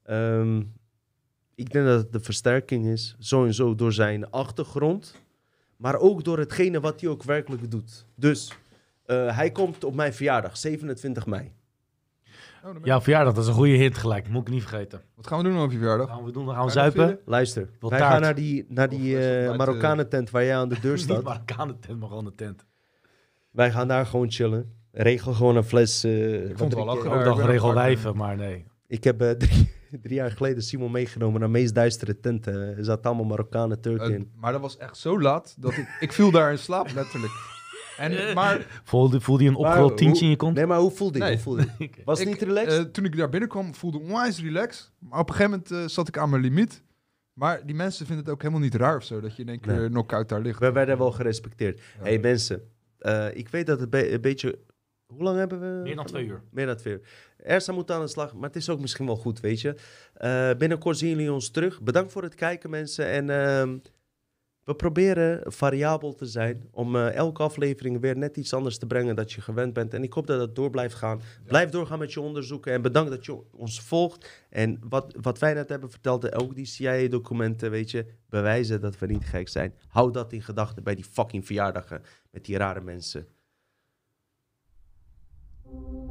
Ik denk dat het de versterking is, zo en zo, door zijn achtergrond, maar ook door hetgene wat hij ook werkelijk doet. Dus hij komt op mijn verjaardag, 27 mei. Ja, verjaardag, dat is een goede hint gelijk. Moet ik niet vergeten. Wat gaan we doen op je verjaardag? Wat gaan we doen? Dan gaan we zuipen. Luister, wij taart. gaan naar die Marokkanen-tent waar jij aan de deur staat. Niet Marokkanen-tent, maar gewoon de tent. Wij gaan daar gewoon chillen. Regel gewoon een fles. Ik vond het wel lachen. Ook nog regel wijven, maar nee. Ik heb 3 jaar geleden Simon meegenomen naar de meest duistere tenten. Er zaten allemaal Marokkanen, Turken in. Maar dat was echt zo laat dat ik viel daar in slaap, letterlijk. Voelde je een opgerold tientje in je kont? Nee, maar hoe voelde je? Was het niet relaxed? Toen ik daar binnenkwam, voelde ik onwijs relaxed. Maar op een gegeven moment zat ik aan mijn limiet. Maar die mensen vinden het ook helemaal niet raar of zo, dat je in één keer knock-out daar ligt. We werden wel gerespecteerd. Ja. Hey mensen, ik weet dat het een beetje... Hoe lang hebben we? Meer dan 2 uur. Meer dan 2 uur. Ersa moet aan de slag, maar het is ook misschien wel goed, weet je. Binnenkort zien jullie ons terug. Bedankt voor het kijken, mensen. En we proberen variabel te zijn om elke aflevering weer net iets anders te brengen dat je gewend bent. En ik hoop dat het door blijft gaan. Ja. Blijf doorgaan met je onderzoeken en bedankt dat je ons volgt. En wat wij net hebben verteld, ook die CIA-documenten, weet je, bewijzen dat we niet gek zijn. Hou dat in gedachten bij die fucking verjaardagen met die rare mensen.